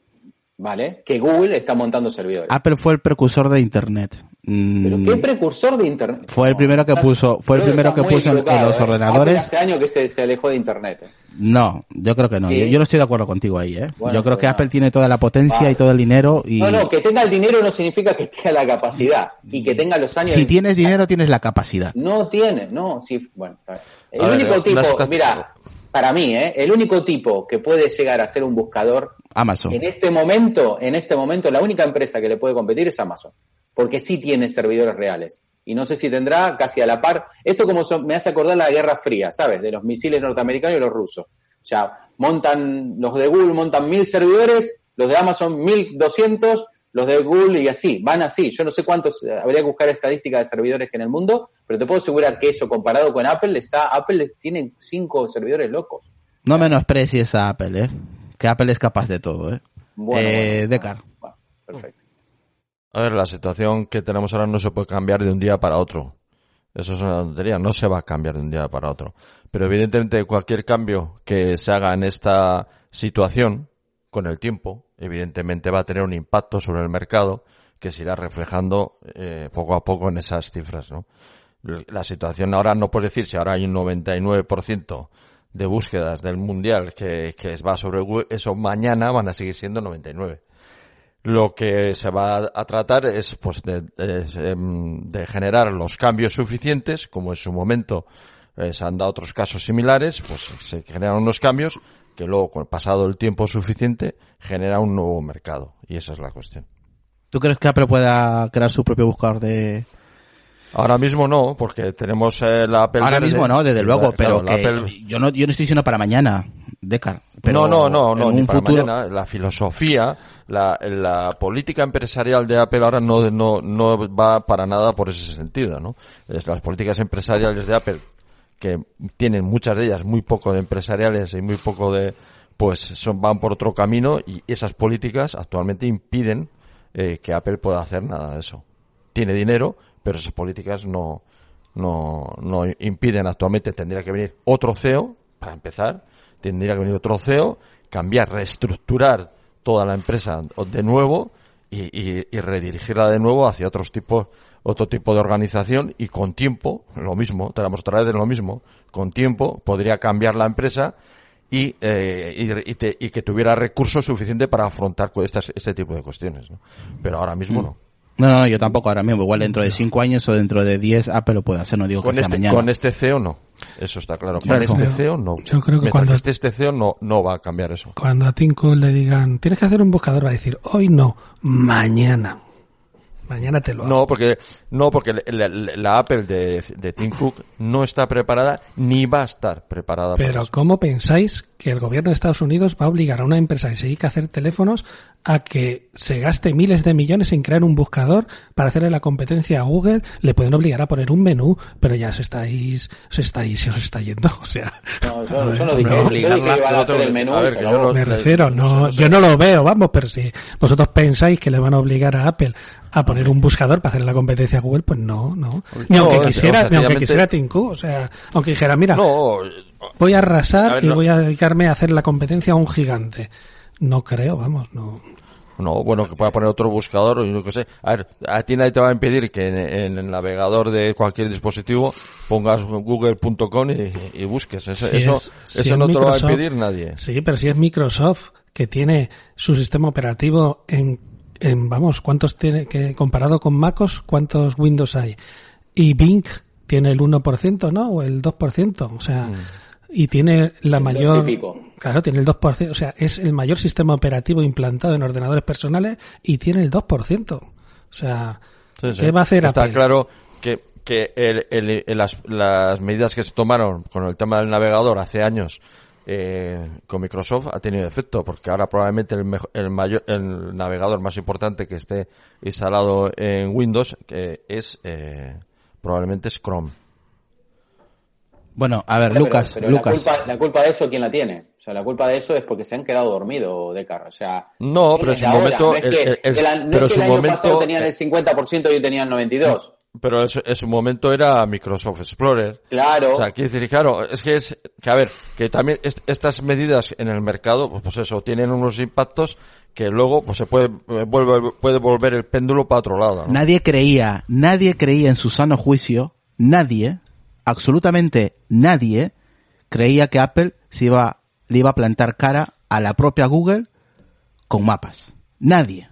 ¿vale? Que Google está montando servidores. Apple fue el precursor de Internet. Mm, Pero qué precursor de Internet. Fue el primero que estás- puso- fue el creo primero estás que muy puso en- en equivocado, los ¿eh? ordenadores. Apple hace años que se, se alejó de Internet. ¿eh? No, yo creo que no. Sí. Yo, yo no estoy de acuerdo contigo ahí, ¿eh? Bueno, yo creo pues que nada. Apple tiene toda la potencia Vale. y todo el dinero y... No, no, que tenga el dinero no significa que tenga la capacidad y que tenga los años. Si de- tienes dinero, tienes la capacidad. No tiene, no, sí, bueno. está bien. El A ver, único eh, tipo, una situación- mira, para mí, ¿eh? El único tipo que puede llegar a ser un buscador Amazon. en este momento, en este momento, la única empresa que le puede competir es Amazon, porque sí tiene servidores reales. Y no sé si tendrá casi a la par. Esto como son- me hace acordar la Guerra Fría, ¿sabes? De los misiles norteamericanos y los rusos. O sea, montan, los de Google montan mil servidores, los de Amazon mil doscientos, los de Google y así, van así. Yo no sé cuántos, eh, habría que buscar estadísticas de servidores que en el mundo, pero te puedo asegurar que eso comparado con Apple, está, Apple tiene cinco servidores locos. No menosprecies a Apple, ¿eh? Que Apple es capaz de todo, ¿eh? Bueno, eh bueno, Decar. bueno, perfecto. A ver, la situación que tenemos ahora no se puede cambiar de un día para otro. Eso es una tontería, no se va a cambiar de un día para otro. Pero evidentemente cualquier cambio que se haga en esta situación, con el tiempo, evidentemente va a tener un impacto sobre el mercado que se irá reflejando eh, poco a poco en esas cifras, ¿no? La situación ahora no puedes decir si ahora hay un noventa y nueve por ciento de búsquedas del mundial que, que va sobre Google, eso mañana van a seguir siendo noventa y nueve. Lo que se va a tratar es pues de, de, de generar los cambios suficientes, como en su momento eh, se han dado otros casos similares, pues se generan unos cambios que luego, con pasado el tiempo suficiente, genera un nuevo mercado. Y esa es la cuestión. ¿Tú crees que Apple pueda crear su propio buscador de...? Ahora mismo no, porque tenemos eh, la Apple Ahora Verde. mismo no, desde luego, Claro, pero la que Apple- yo no yo no estoy diciendo para mañana, Decar. Pero no, no, no, no, en ni un para futuro... mañana. La filosofía, la, la política empresarial de Apple ahora no, no, no va para nada por ese sentido, ¿no? Es las políticas empresariales de Apple, que tienen muchas de ellas muy poco de empresariales y muy poco de, pues son, van por otro camino, y esas políticas actualmente impiden eh, que Apple pueda hacer nada de eso. Tiene dinero, pero esas políticas no, no, no impiden actualmente. Tendría que venir otro C E O, para empezar, tendría que venir otro C E O, cambiar, reestructurar toda la empresa de nuevo y, y, y redirigirla de nuevo hacia otros tipos, otro tipo de organización, y con tiempo, lo mismo, tenemos otra vez de lo mismo, con tiempo podría cambiar la empresa y, eh, y, y, te, y que tuviera recursos suficientes para afrontar estas, este tipo de cuestiones, ¿no? Pero ahora mismo no. No, no, yo tampoco ahora mismo. Igual dentro de cinco años o dentro de diez Apple lo puede hacer, no digo con que sea este, mañana. Con este C E O no. Eso está claro. Con Claro, este yo- C E O no. yo creo que Mientras cuando- esté este C E O no, no va a cambiar eso. Cuando a Tim Cook le digan, tienes que hacer un buscador, va a decir, hoy no, mañana. Mañana te lo hago. No, porque no porque la, la- la Apple de, de Tim Cook no está preparada ni va a estar preparada para Pero eso. ¿cómo pensáis que el gobierno de Estados Unidos va a obligar a una empresa que se dedica a hacer teléfonos a que se gaste miles de millones en crear un buscador para hacerle la competencia a Google? Le pueden obligar a poner un menú, pero ya os estáis, os estáis, se os está yendo. O sea, No, yo, yo no dije, no, yo dije que iban a yo no hacer tengo- el menú. a ver, y se que yo acabó. no- me le- refiero, no sé, no, no sé. yo no lo veo, vamos, pero si vosotros pensáis que le van a obligar a Apple a poner un buscador para hacerle la competencia a Google, pues no, no. Ni No, aunque o sea, quisiera, ni aunque sencillamente- quisiera Tim Cook, o sea, aunque dijera, mira, No, voy a arrasar A ver, y no- voy a dedicarme a hacer la competencia a un gigante. No creo, vamos, no. no, bueno, que pueda poner otro buscador o yo no que sé. A ver, a ti nadie te va a impedir que en, en el navegador de cualquier dispositivo pongas google punto com y, y busques. Eso, Si eso, es- si eso es no te lo va a Microsoft- impedir nadie. Sí, pero si es Microsoft que tiene su sistema operativo en, en vamos, ¿cuántos tiene que comparado con MacOS, cuántos Windows hay? Y Bing tiene el uno por ciento, ¿no? O el dos por ciento, o sea, y tiene la El mayor dos y pico. Claro, tiene el dos por ciento, o sea, es el mayor sistema operativo implantado en ordenadores personales y tiene el dos por ciento. O sea, Sí, sí. ¿qué va a hacer Está Apple? claro que, que el, el- el- las, las medidas que se tomaron con el tema del navegador hace años eh, con Microsoft ha tenido efecto, porque ahora probablemente el, mejo- el, mayor, el navegador más importante que esté instalado en Windows eh, es eh, probablemente es Chrome. Bueno, a ver, Pero- Lucas, pero Lucas. La culpa, la culpa de eso, ¿quién la tiene? O sea, la culpa de eso es porque se han quedado dormidos, Decar. O sea, No, pero en es su de ahora, momento, no es el- que, el- el- que la- no pero es que su el año momento- pasado tenían el cincuenta por ciento y hoy tenían el noventa y dos por ciento. Pero eso, en su momento era Microsoft Explorer. Claro. O sea, quiere decir, claro, es que es, que a ver, que también est- estas medidas en el mercado, pues, pues eso, tienen unos impactos que luego, pues se puede, eh, vuelve, puede volver el péndulo para otro lado, ¿no? Nadie creía, nadie creía en su sano juicio, nadie, absolutamente nadie, creía que Apple se iba, le iba a plantar cara a la propia Google con mapas. Nadie.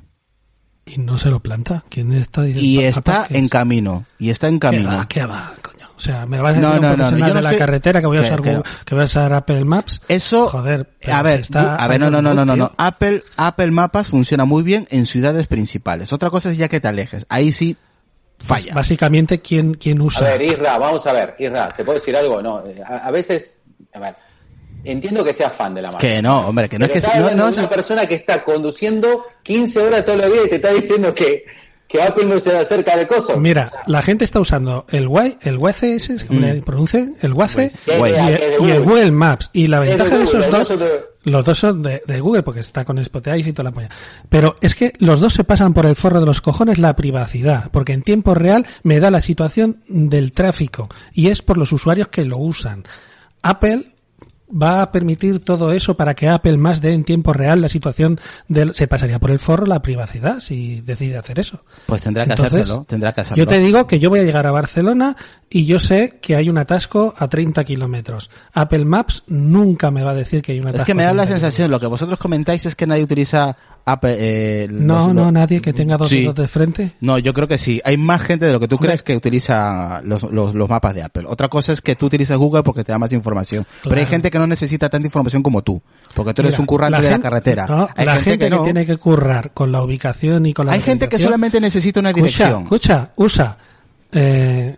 Y no se lo planta. ¿Quién está diciendo? Y Papá, está ¿qué en es? camino. Y está en ¿Qué camino. va? ¿Qué va, coño? O sea, me vas a decir No, un no, no, no, profesional yo no de la estoy- carretera que voy a que- usar que- Google- que voy a usar Apple Maps. Eso, Joder, pero a ver, si está a ver, no, no, no, no, no, no. tío. Apple, Apple Mapas funciona muy bien en ciudades principales. Otra cosa es ya que te alejes. Ahí sí falla. Básicamente, ¿quién, quién A usa? ver, Isra, vamos a ver, Isra, ¿te puedo decir algo? No, a, a veces, a ver, entiendo que seas fan de la marca. Que no, hombre, que no Pero es que... estás No, hablando no, de una persona que está conduciendo quince horas todos los días y te está diciendo que, que Apple no se acerca del coso. Mira, la gente está usando el Wi- el Waze ese, ¿cómo Mm. le pronuncian? El Waze Que- Waze. y, que- que el, de y el Google. Google Maps. Y la Es de ventaja de Google, esos los dos, dos son de- los dos son de, de Google porque está con Spotify y toda la polla. Pero es que los dos se pasan por el forro de los cojones la privacidad, porque en tiempo real me da la situación del tráfico y es por los usuarios que lo usan. Apple va a permitir todo eso para que Apple más dé en tiempo real la situación del, se pasaría por el forro la privacidad si decide hacer eso. Pues tendrá que Entonces, hacérselo, tendrá que hacerlo. Yo te digo que yo voy a llegar a Barcelona y yo sé que hay un atasco a treinta kilómetros. Apple Maps nunca me va a decir que hay un atasco. Es que me a da la treinta sensación, lo que vosotros comentáis es que nadie utiliza Apple... Eh, kilómetros. No, los- no, los- nadie que tenga dos Sí. dedos de frente. No, yo creo que sí. Hay más gente de lo que tú Hombre. crees que utiliza los, los, los mapas de Apple. Otra cosa es que tú utilizas Google porque te da más información. Pero hay Claro. gente que no necesita tanta información como tú. Porque tú eres Mira, un currante de la gente- carretera. no, hay la gente, que, no. tiene que currar con la ubicación y con la Hay gente que localización. solamente necesita una Escucha, dirección. escucha, usa, eh,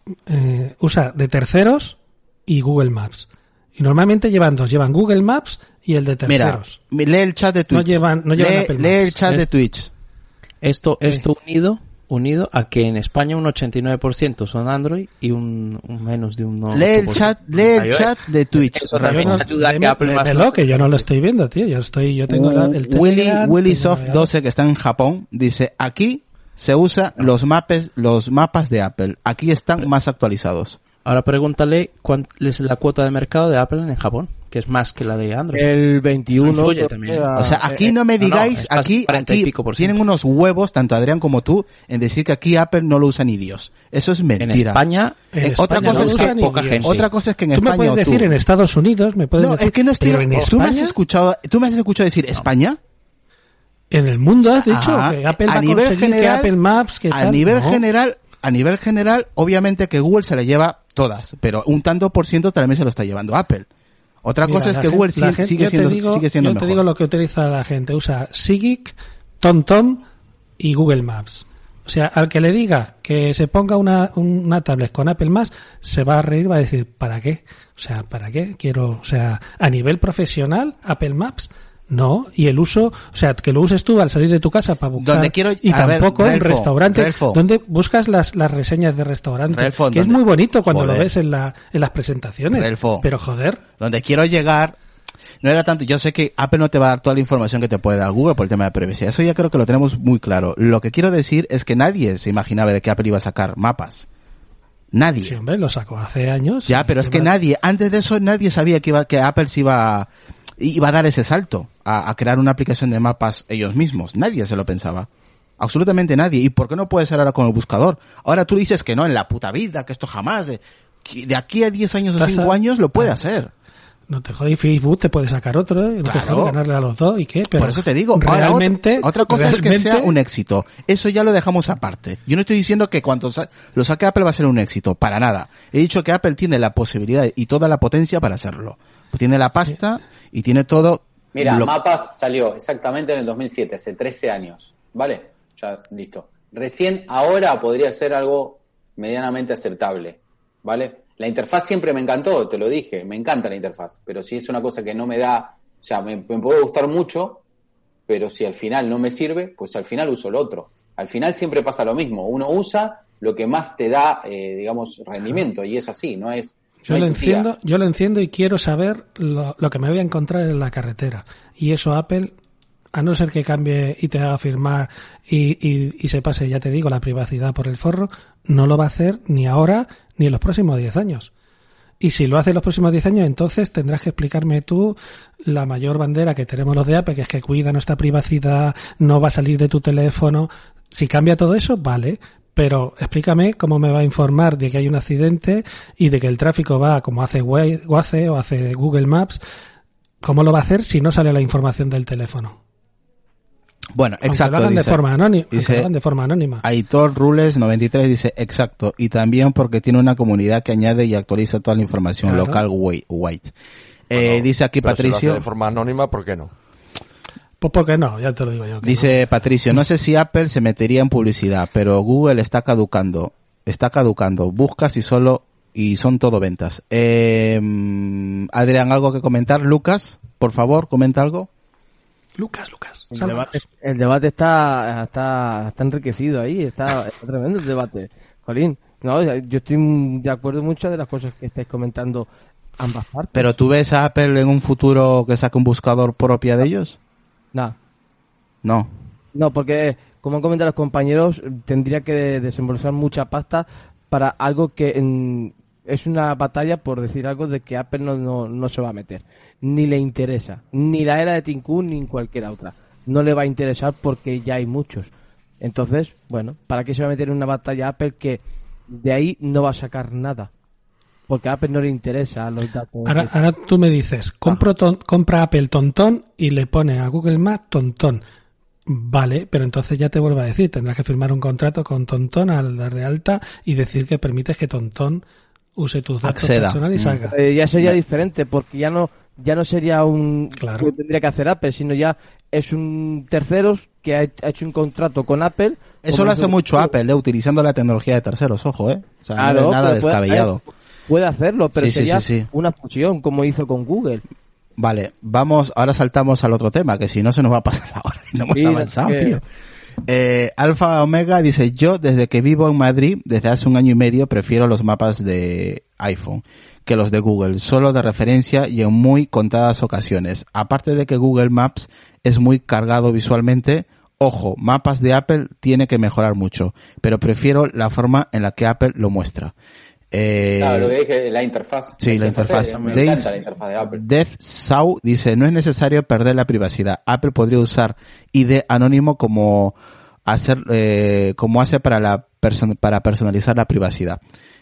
eh, usa de terceros y Google Maps. Y normalmente llevan dos, llevan Google Maps y el de Mira, terceros. lee el chat de Twitch. No llevan- no llevan lee, Apple lee el Maps. chat de Es- Twitch. Esto, Sí. esto unido, unido a que en España un ochenta y nueve por ciento son Android y un, un menos de un ocho por ciento Lee el chat, lee el iOS. chat de Twitch. Eso Yo también no- ayuda a que léeme- Apple más léemelo, no- que yo no lo estoy viendo, tío. Yo estoy, yo tengo la- el Willy, Telegram, Willy tengo Soft navegador. doce, que está en Japón, dice, aquí se usan los mapes, los mapas de Apple. Aquí están más actualizados. Ahora pregúntale cuál es la cuota de mercado de Apple en Japón, que es más que la de Android. El veintiuno. Eso influye también. era- O sea, aquí eh, no me no, no, digáis, es más aquí, cuarenta y aquí pico por ciento. tienen unos huevos, tanto Adrián como tú, en decir que aquí Apple no lo usa ni Dios. Eso es En mentira. España, En Eh, otra España cosa no es usa que ni poca Dios. gente. Otra cosa es que en Tú España me puedes o decir tú- en Estados Unidos, me puedes No, decir. es que no estoy, pero en tú me has España, escuchado, tú me has escuchado decir España. En el mundo has dicho Ajá. que Apple a va a nivel conseguir general, que Apple Maps, que a tal. nivel No. general, a nivel general, obviamente que Google se le lleva todas, pero un tanto por ciento también se lo está llevando Apple. Otra Mira, cosa es la que gente- Google la sigue, gente- sigue yo te siendo, digo- sigue siendo yo mejor. te digo lo que utiliza la gente. Usa Sigic, TomTom y Google Maps. O sea, al que le diga que se ponga una, una tablet con Apple Maps, se va a reír, va a decir, ¿para qué? O sea, ¿para qué? Quiero, o sea, a nivel profesional, Apple Maps, no. Y el uso, o sea, que lo uses tú al salir de tu casa para buscar. Donde quiero- y a ver, tampoco en Relfo, restaurantes, Relfo. donde buscas las, las reseñas de restaurantes. Relfo, que es donde- muy bonito cuando Joder. lo ves en, la, en las presentaciones. Relfo. Pero joder. Donde quiero llegar, no era tanto, yo sé que Apple no te va a dar toda la información que te puede dar Google por el tema de privacidad, eso ya creo que lo tenemos muy claro. Lo que quiero decir es que nadie se imaginaba de que Apple iba a sacar mapas. Nadie. Sí, hombre, lo sacó hace años. Ya, pero es que nadie, antes de eso nadie sabía que iba, que Apple se iba, a- iba a dar ese salto a, a crear una aplicación de mapas ellos mismos. Nadie se lo pensaba. Absolutamente nadie. ¿Y por qué no puede ser ahora con el buscador? Ahora tú dices que no, en la puta vida, que esto jamás, de, que de aquí a diez años o Pasa- cinco años lo puede Ah. hacer. No te jodas, y Facebook te puede sacar otro, ¿eh? No te Claro. jodas ganarle a los dos, ¿y qué? Pero Por eso te digo, ahora, realmente, otra, otra cosa realmente, es que sea un éxito. Eso ya lo dejamos aparte. Yo no estoy diciendo que cuando sa- lo saque Apple va a ser un éxito, para nada. He dicho que Apple tiene la posibilidad y toda la potencia para hacerlo. Pues tiene la pasta y tiene todo. Mira, lo- Mapas salió exactamente en el dos mil siete, hace trece años, ¿vale? Ya, listo. Recién ahora podría ser algo medianamente aceptable, ¿vale? La interfaz siempre me encantó, te lo dije, me encanta la interfaz, pero si es una cosa que no me da, o sea, me, me puede gustar mucho, pero si al final no me sirve, pues al final uso lo otro. Al final siempre pasa lo mismo, uno usa lo que más te da, eh, digamos, rendimiento, y es así, no es... Yo no lo hay tutía. enciendo, yo lo enciendo y quiero saber lo, lo que me voy a encontrar en la carretera. Y eso Apple, a no ser que cambie y te haga firmar y, y, y se pase, ya te digo, la privacidad por el forro, no lo va a hacer ni ahora ni en los próximos diez años. Y si lo hace en los próximos diez años, entonces tendrás que explicarme tú la mayor bandera que tenemos los de Apple, que es que cuida nuestra privacidad, no va a salir de tu teléfono. Si cambia todo eso, vale. Pero explícame cómo me va a informar de que hay un accidente y de que el tráfico va como hace Waze o hace Google Maps. ¿Cómo lo va a hacer si no sale la información del teléfono? Bueno, Aunque exacto. lo hagan de dice- forma anónima. dice- Aunque lo hagan de forma anónima. Aitor Rules noventa y tres dice, exacto, y también porque tiene una comunidad que añade y actualiza toda la información Claro. local white. white. Eh, Bueno, dice aquí pero si lo hace Patricio, de forma anónima, ¿por qué no? Pues porque no, ya te lo digo yo. que dice Patricio, no sé si Apple se metería en publicidad, pero Google está caducando, está caducando, buscas y solo, y son todo ventas. Eh, Adrián, ¿algo que comentar? Lucas, por favor, comenta algo. no. Lucas, Lucas. El sálvanos. debate, el debate está, está, está enriquecido ahí, está, está tremendo el debate. Jolín, no, yo estoy de acuerdo en muchas de las cosas que estáis comentando ambas partes. Pero ¿tú ves a Apple en un futuro que saque un buscador propia de ellos? Nada. No. No, porque, como han comentado los compañeros, tendría que desembolsar mucha pasta para algo que mm, es una batalla, por decir algo, de que Apple no, no, no se va a meter. Ni le interesa. Ni la era de Tim Cook, ni cualquier otra. No le va a interesar porque ya hay muchos. Entonces, bueno, ¿para qué se va a meter en una batalla Apple que de ahí no va a sacar nada? Porque a Apple no le interesa los datos. Ahora, ahora tú me dices, compro ton- compra Apple Tontón y le pone a Google Maps Tontón. Vale, pero entonces ya te vuelvo a decir, tendrás que firmar un contrato con Tontón al dar de alta y decir que permites que Tontón use tus datos Acceda. personales y Mm. salga. Eh, ya sería diferente, porque ya no ya no sería un Claro. que tendría que hacer Apple, sino ya es un terceros que ha, ha hecho un contrato con Apple. Eso como lo hace hizo- mucho Apple, eh, utilizando la tecnología de terceros, ojo, eh. O sea, Claro, no es nada pero puede- descabellado. eh, Puede hacerlo, pero Sí, sí, sería sí, sí. una fusión, como hizo con Google. Vale, vamos, ahora saltamos al otro tema, que si no se nos va a pasar la hora y no hemos Sí, avanzado, es que- tío. Eh, Alfa Omega dice, yo desde que vivo en Madrid, desde hace un año y medio, prefiero los mapas de iPhone que los de Google, solo de referencia y en muy contadas ocasiones. Aparte de que Google Maps es muy cargado visualmente, ojo, mapas de Apple tiene que mejorar mucho, pero prefiero la forma en la que Apple lo muestra. Eh, Claro, lo que dije, la interfaz. Sí, la interfaz. Me Days- encanta la interfaz de Apple. Death Sau dice, no es necesario perder la privacidad. Apple podría usar I D anónimo como hacer, eh, como hace para la person- para personalizar la privacidad.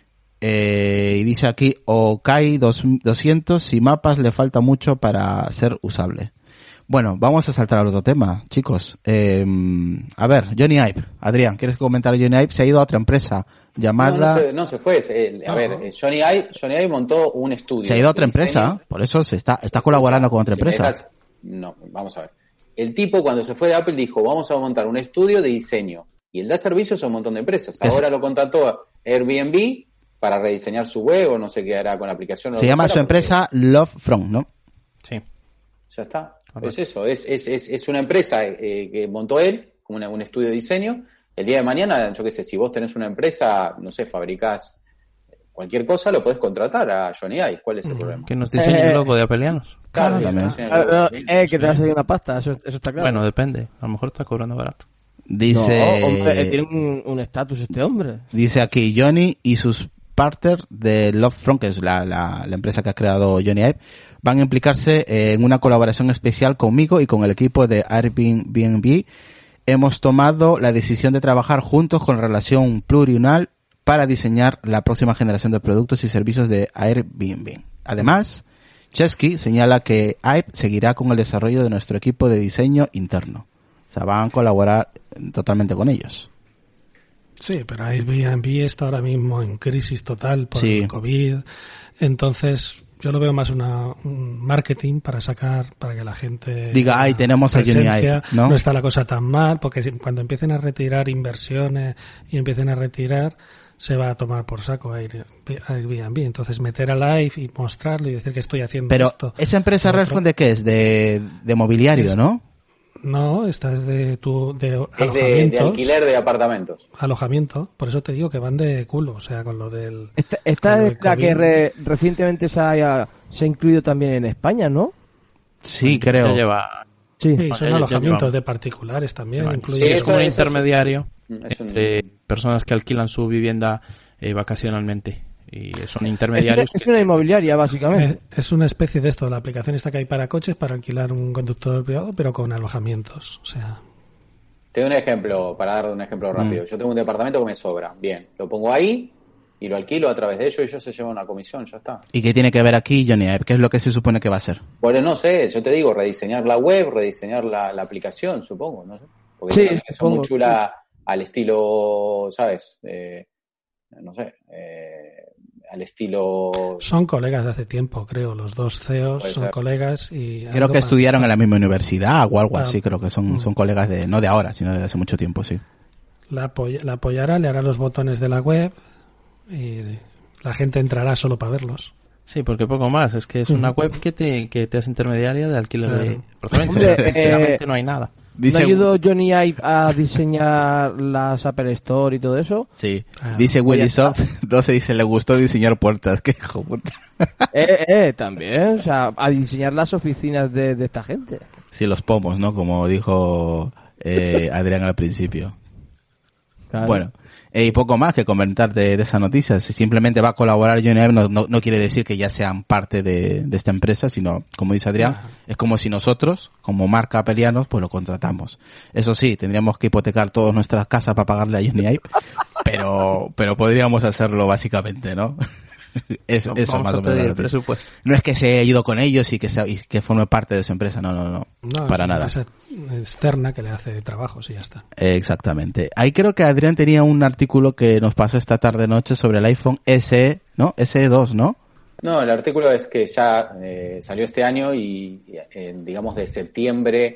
Eh, y dice aquí, Okai doscientos, si mapas le falta mucho para ser usable. Bueno, vamos a saltar al otro tema, chicos. Eh, a ver, Johnny Ive. Adrián, ¿quieres comentar a Johnny Ive? Se ha ido a otra empresa llamada... No, no, se, no se fue. Se, a no. ver, Johnny Ive, Johnny Ive montó un estudio. Se ha ido a otra empresa, por eso se está, está colaborando con otra si empresa. Dejas, no, vamos a ver. El tipo cuando se fue de Apple dijo, vamos a montar un estudio de diseño. Y él da servicios a un montón de empresas. Ahora es... lo contrató a Airbnb para rediseñar su web o no sé qué hará con la aplicación. Se llama su empresa Love From, ¿no? Sí. Ya está. Es eso, es, es, es, es una empresa eh, que montó él, como una, un estudio de diseño. El día de mañana, yo qué sé, si vos tenés una empresa, no sé, fabricás cualquier cosa, lo podés contratar a Johnny Ive. ¿Cuál es el mm, problema? Que nos diseñe eh, el logo de Apelianos. Claro, claro, también. Claro, eh, que te va a salir una pasta, eso, eso está claro. Bueno, depende. A lo mejor está cobrando barato. Dice... No, hombre, tiene un estatus este hombre. Dice aquí, Johnny y sus partners de Love From, que es la, la, la empresa que ha creado Johnny Ive, van a implicarse en una colaboración especial conmigo y con el equipo de Airbnb. Hemos tomado la decisión de trabajar juntos con relación plurianual para diseñar la próxima generación de productos y servicios de Airbnb. Además, Chesky señala que Ive seguirá con el desarrollo de nuestro equipo de diseño interno. O sea, van a colaborar totalmente con ellos. Sí, pero Airbnb está ahora mismo en crisis total por sí. el COVID. Entonces, yo lo veo más una, un marketing para sacar, para que la gente diga, ay, tenemos a Johnny Ive, ¿no? No está la cosa tan mal, porque cuando empiecen a retirar inversiones y empiecen a retirar, se va a tomar por saco Airbnb. Entonces, meter a Live y mostrarlo y decir que estoy haciendo pero esto. Pero, ¿esa empresa Redfone de qué es? De, de mobiliario, es, ¿no? No, esta es de tu de es alojamientos. De, de alquiler de apartamentos. Alojamiento, por eso te digo que van de culo, o sea, con lo del... Esta, esta es la que re, recientemente se ha, se ha incluido también en España, ¿no? Sí, creo. Ya lleva... Sí, sí son ya, alojamientos ya de particulares también. Vale. Incluye sí, es como un intermediario es un... entre personas que alquilan su vivienda eh, vacacionalmente. Y son intermediarios. Es, es una inmobiliaria, básicamente. Es, es una especie de esto, la aplicación esta que hay para coches, para alquilar un conductor privado, pero con alojamientos. O sea. Te doy un ejemplo, para dar un ejemplo rápido. Mm. Yo tengo un departamento que me sobra. Bien, lo pongo ahí y lo alquilo a través de ellos y ellos se llevan una comisión, ya está. ¿Y qué tiene que ver aquí, Johnny Ive? ¿Qué es lo que se supone que va a hacer? Bueno, no sé, yo te digo, rediseñar la web, rediseñar la, la aplicación, supongo, no sé. Porque sí, es supongo. muy chula al estilo, ¿sabes? Eh, no sé, eh, al estilo... Son colegas de hace tiempo, creo. Los dos C E Os son ser. colegas y... Creo que estudiaron en la misma universidad o algo ah, así, creo que son, son colegas de, no de ahora, sino de hace mucho tiempo, sí. La, apoy- la apoyará, le hará los botones de la web y la gente entrará solo para verlos. Sí, porque poco más. Es que es una web que te, que te hace intermediaria de alquiler claro. de apartamentos. Hombre, o sea, eh, no hay nada. Dice, ¿no ayudó Johnny Ive a diseñar las Apple Store y todo eso? Sí. Ah, dice Willysoft, doce dice, le gustó diseñar puertas. Qué hijo puta. Eh, eh, también. O sea, a diseñar las oficinas de, de esta gente. Sí, los pomos, ¿no? Como dijo eh, Adrián al principio. Claro. Bueno, eh, y poco más que comentar de, de esa noticia. Si simplemente va a colaborar Johnny Ive, no, no, no quiere decir que ya sean parte de, de esta empresa, sino, como dice Adrián, uh-huh. es como si nosotros, como marca apelianos, pues lo contratamos. Eso sí, tendríamos que hipotecar todas nuestras casas para pagarle a Johnny Ive, pero, pero podríamos hacerlo básicamente, ¿no? Es, no, eso más o menos el presupuesto. No es que se haya ido con ellos y que sea, y que forme parte de su empresa, no, no, no, no para nada. Es una empresa externa que le hace trabajos y ya está. Exactamente. Ahí creo que Adrián tenía un artículo que nos pasó esta tarde noche sobre el iPhone S E, ¿no? S E dos, ¿no? No, el artículo es que ya eh, salió este año y eh, digamos de septiembre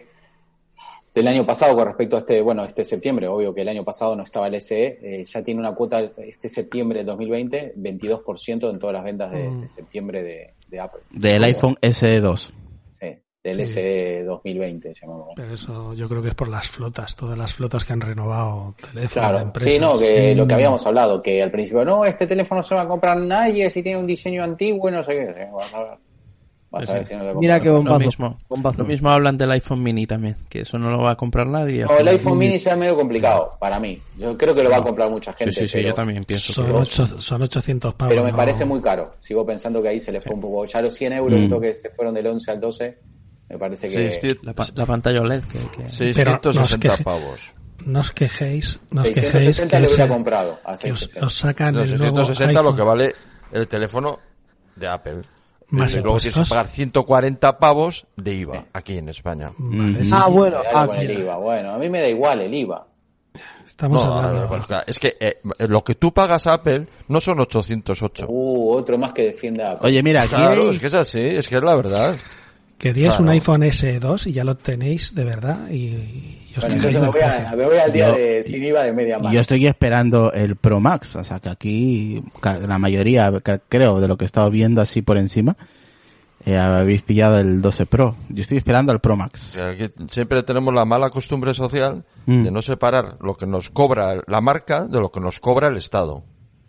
del año pasado con respecto a este, bueno, este septiembre, obvio que el año pasado no estaba el S E, eh, ya tiene una cuota este septiembre de dos mil veinte, veintidós por ciento en todas las ventas de, de septiembre de, de Apple. Del oh, iPhone S E dos. Sí, del sí. S E dos mil veinte, llamamos. Pero eso yo creo que es por las flotas, todas las flotas que han renovado teléfonos, claro, empresas. Sí, no, que mm. lo que habíamos hablado, que al principio, no, este teléfono se va a comprar nadie si tiene un diseño antiguo y no sé qué, ¿sí? Vas a ver. Vas a ver si no lo Mira que bombazo. Lo mismo, bombazo. Lo mismo hablan del iPhone mini también, que eso no lo va a comprar nadie. No, el iPhone mini ya es medio complicado para mí. Yo creo que lo va a comprar mucha gente. Sí, sí, sí, pero yo también pienso. Son, que ocho, son ochocientos pavos. Pero me no. parece muy caro. Sigo pensando que ahí se le fue un poco. Ya los cien euros mm. que se fueron del once al doce, me parece que... Sí, la, la pantalla O L E D. Que, que... seiscientos sesenta no pavos. No os quejéis, no os quejéis que, lo hubiera comprado que os, os sacan los el seiscientos sesenta lo que vale el teléfono de Apple. Más y luego tienes impuestos. que pagar ciento cuarenta pavos de I V A aquí en España. Vale, sí. Ah, bueno, Ahora ah, con el I V A. Bueno, a mí me da igual el I V A. Estamos No, hablando. bueno, claro, es que eh, lo que tú pagas a Apple no son ochocientos ocho. Uh, otro más que defienda a Apple. Oye, mira, aquí Claro, hay- es que es así, es que es la verdad. Queríais Claro. un iPhone ese dos y ya lo tenéis de verdad y, y os Bueno, quejáis entonces me del voy, a, precio. me voy al día Yo- de sin I V A de media Y yo estoy esperando el Pro Max, o sea que aquí ca- la mayoría, ca- creo, de lo que he estado viendo así por encima, eh, habéis pillado el doce Pro. Yo estoy esperando el Pro Max. Aquí siempre tenemos la mala costumbre social Mm. de no separar lo que nos cobra la marca de lo que nos cobra el Estado.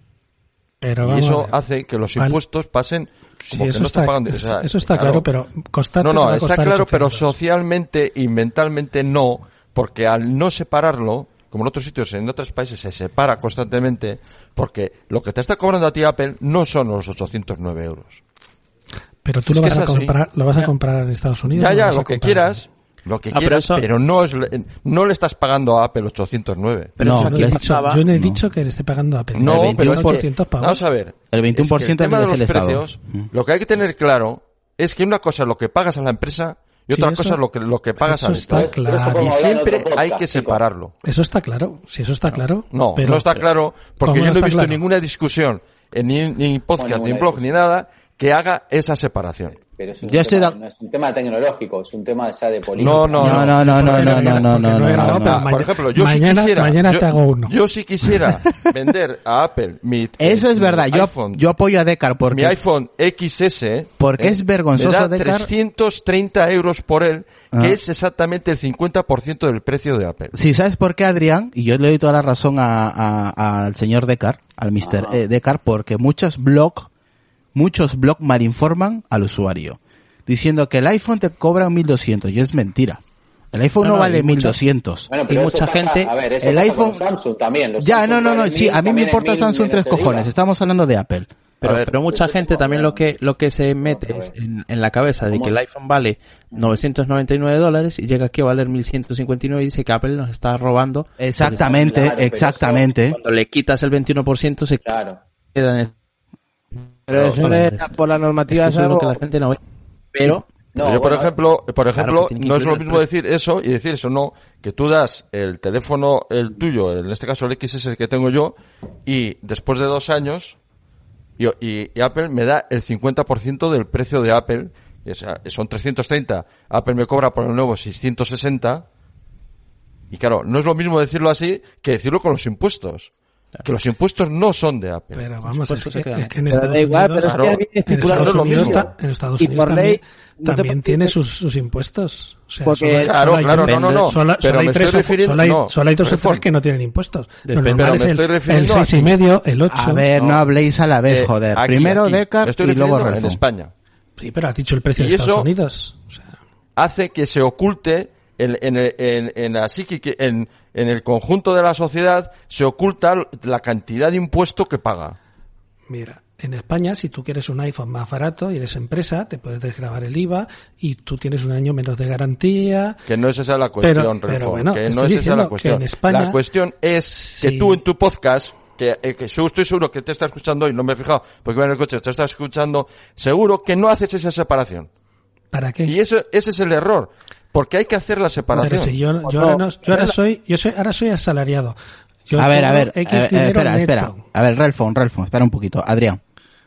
Pero Y vamos a eso ver. hace que los Vale. impuestos pasen Sí, como que eso, no está, estás pagando. o eso, sea, eso está claro, pero constante No, te no, va a está costar claro, pero ochocientos. socialmente y mentalmente no, porque al no separarlo, como en otros sitios, en otros países se separa constantemente, porque lo que te está cobrando a ti Apple no son los ochocientos nueve euros. Pero tú Es lo que vas, a es así. comprar, lo vas a comprar en Estados Unidos. Ya, ¿o ya, vas a lo que comprar? quieras, lo que Ah, pero quieras, eso- pero no es, no le estás pagando a Apple ochocientos nueve. Pero No, eso Yo no aquí he dicho, pasaba- yo no he no. dicho que le esté pagando a Apple. No, El pero es que, ochocientos pavos. vamos a ver. El veintiuno por ciento es que el tema de es los el Estado. precios, Mm. lo que hay que tener claro es que una cosa es lo que pagas a la empresa y Sí, otra eso- cosa es lo que, lo que pagas eso al está Estado. claro. Eso Y podemos hablar en siempre otro hay podcast, que chicos. separarlo. Eso está claro, si eso está claro. No, pero, no está claro, porque ¿Cómo yo no no he está visto claro? ninguna discusión en ni, ni podcast, Bueno, ni en ninguna blog, ni discusión. nada que haga esa separación. Pero es un, Yo estoy tema, de- no es un tema tecnológico, es un tema ya de política. No, no, No, no, no, no, Porque no, era- no, no, porque no, no era no, Apple, no. Ah, mañana- por ejemplo, yo mañana- si quisiera, mañana yo, te hago uno. yo si quisiera vender a Apple mi Eso es mi verdad. Yo, iPhone, yo apoyo a Decar mi porque iPhone X S, Porque es vergonzoso, me da Decar. trescientos treinta euros por él, Ah. que es exactamente el cincuenta por ciento del precio de Apple. si sabes por qué, Adrián, y yo le doy toda la razón a, a- al señor Decar, al mister Ajá. eh, Decar, porque muchos blogs, muchos blogs malinforman al usuario, diciendo que el iPhone te cobra mil doscientos, y es mentira. El iPhone No, no, no, vale y mucha- mil doscientos. Bueno, Y pero eso mucha pasa- gente- a ver, eso el pasa iPhone- con Samsung también. Los Ya, Samsung no, no, no, valen sí, mil, a mí me también es importa mil Samsung tres menos el I V A. cojones, estamos hablando de Apple. Pero, A ver. pero mucha Eso gente es también como- lo que lo que se mete Vamos a es ver. en, en la cabeza de ¿Cómo que el es? iPhone vale novecientos noventa y nueve dólares y llega aquí a valer mil ciento cincuenta y nueve y dice que Apple nos está robando. Exactamente, Claro, pero exactamente. Cuando le quitas el veintiuno por ciento se Claro. queda en el... Pero eso Claro, es es- por la Es normativa. que eso es lo algo- que la gente no ve. Pero No, yo, por bueno, ejemplo, por ejemplo, que tiene que no es lo incluir el mismo decir eso y decir eso, no, que tú das el teléfono, el tuyo, en este caso el X S que tengo yo, y después de dos años, y, y- y Apple me da el cincuenta por ciento del precio de Apple, o sea, son trescientos treinta, Apple me cobra por el nuevo seiscientos sesenta, y claro, no es lo mismo decirlo así que decirlo con los impuestos. Que los impuestos no son de Apple. Pero vamos, es Supuesto que, se queda. es que en Pero Estados da igual, Unidos, pero es que claro, viene en estipulado Estados lo Unidos, mismo. ta- en Estados Y Unidos por también, ley, no te también puedes- tiene sus, sus impuestos. O sea, Porque- solo hay- Claro, solo hay claro, uno- no, no, no. Solo, Pero solo hay me tres, estoy o- refiriendo- solo hay, no, solo hay dos o Refon. tres que no tienen impuestos. Lo Depende. normal Pero es me el, estoy el refiriendo seis y aquí. medio, el ocho. A ver, no, No. habléis a la vez, Eh, joder. aquí, Primero aquí. Decar Me estoy y luego refiriendo en Relfon. España. Sí, pero has dicho el precio Y de Estados eso- Unidos. O sea, Hace que se oculte en, en, en, en la psiqui- en, en el conjunto de la sociedad se oculta la cantidad de impuesto que paga. mira, en España, si tú quieres un iPhone más barato y eres empresa, te puedes desgravar el I V A y tú tienes un año menos de garantía. Que no es esa la cuestión, Pero- pero Relfon, bueno, que te no estoy es esa la diciendo cuestión. que en España- la cuestión es que Sí. tú en tu podcast, que, eh, que yo estoy seguro que te está escuchando y no me he fijado porque iba en el coche, te está escuchando, seguro que no haces esa separación. ¿Para qué? Y eso, ese es el error, porque hay que hacer la separación. Pero si yo, O yo no, ahora no, yo ahora ¿verdad? soy, yo soy, ahora soy asalariado. Yo A ver, a cobro ver, X eh, eh, dinero espera, neto. espera. A ver, Relfon, Relfon, espera un poquito. Adrián.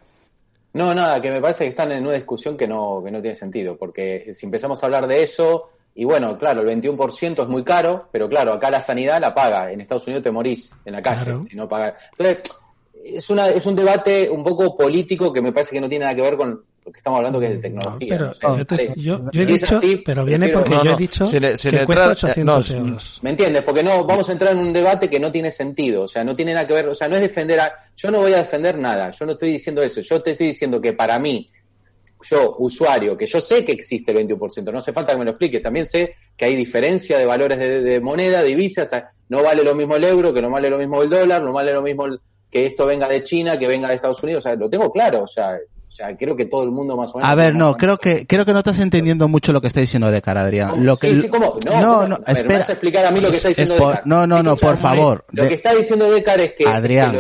No, nada, que me parece que están en una discusión que no, que no tiene sentido, porque si empezamos a hablar de eso, y bueno, claro, el veintiuno por ciento es muy caro, pero claro, acá la sanidad la paga, en Estados Unidos te morís en la calle Claro. si no pagas. Entonces, es una es un debate un poco político que me parece que no tiene nada que ver con lo que estamos hablando, que es de tecnología. Pero no sé, yo, te- no sé. yo- yo he Si es dicho, así, pero viene prefiero- porque No, yo no, he dicho sin- sin que entrar- cuesta eh, ochocientos no, euros. ¿Me entiendes? Porque no vamos a entrar en un debate que no tiene sentido, o sea, no tiene nada que ver, o sea, no es defender a... Yo no voy a defender nada, yo no estoy diciendo eso, yo te estoy diciendo que para mí, yo, usuario, que yo sé que existe el veintiuno por ciento, no hace falta que me lo expliques, también sé que hay diferencia de valores de, de moneda, divisas, o sea, no vale lo mismo el euro, que no vale lo mismo el dólar, no vale lo mismo el- que esto venga de China, que venga de Estados Unidos, o sea, lo tengo claro, o sea, o sea, creo que todo el mundo más o menos... A ver, más no, o creo menos- que creo que no estás entendiendo mucho lo que está diciendo Decar, Adrián. ¿Cómo? Lo que Sí, sí, ¿cómo? No, no, ¿cómo? no, A ver, ¿me espera. vas a explicar a mí lo que está Es diciendo por- Decar? no, no, no, por Escúchame, favor. Lo De- que está diciendo Decar es que... Adrián. que lo- lo-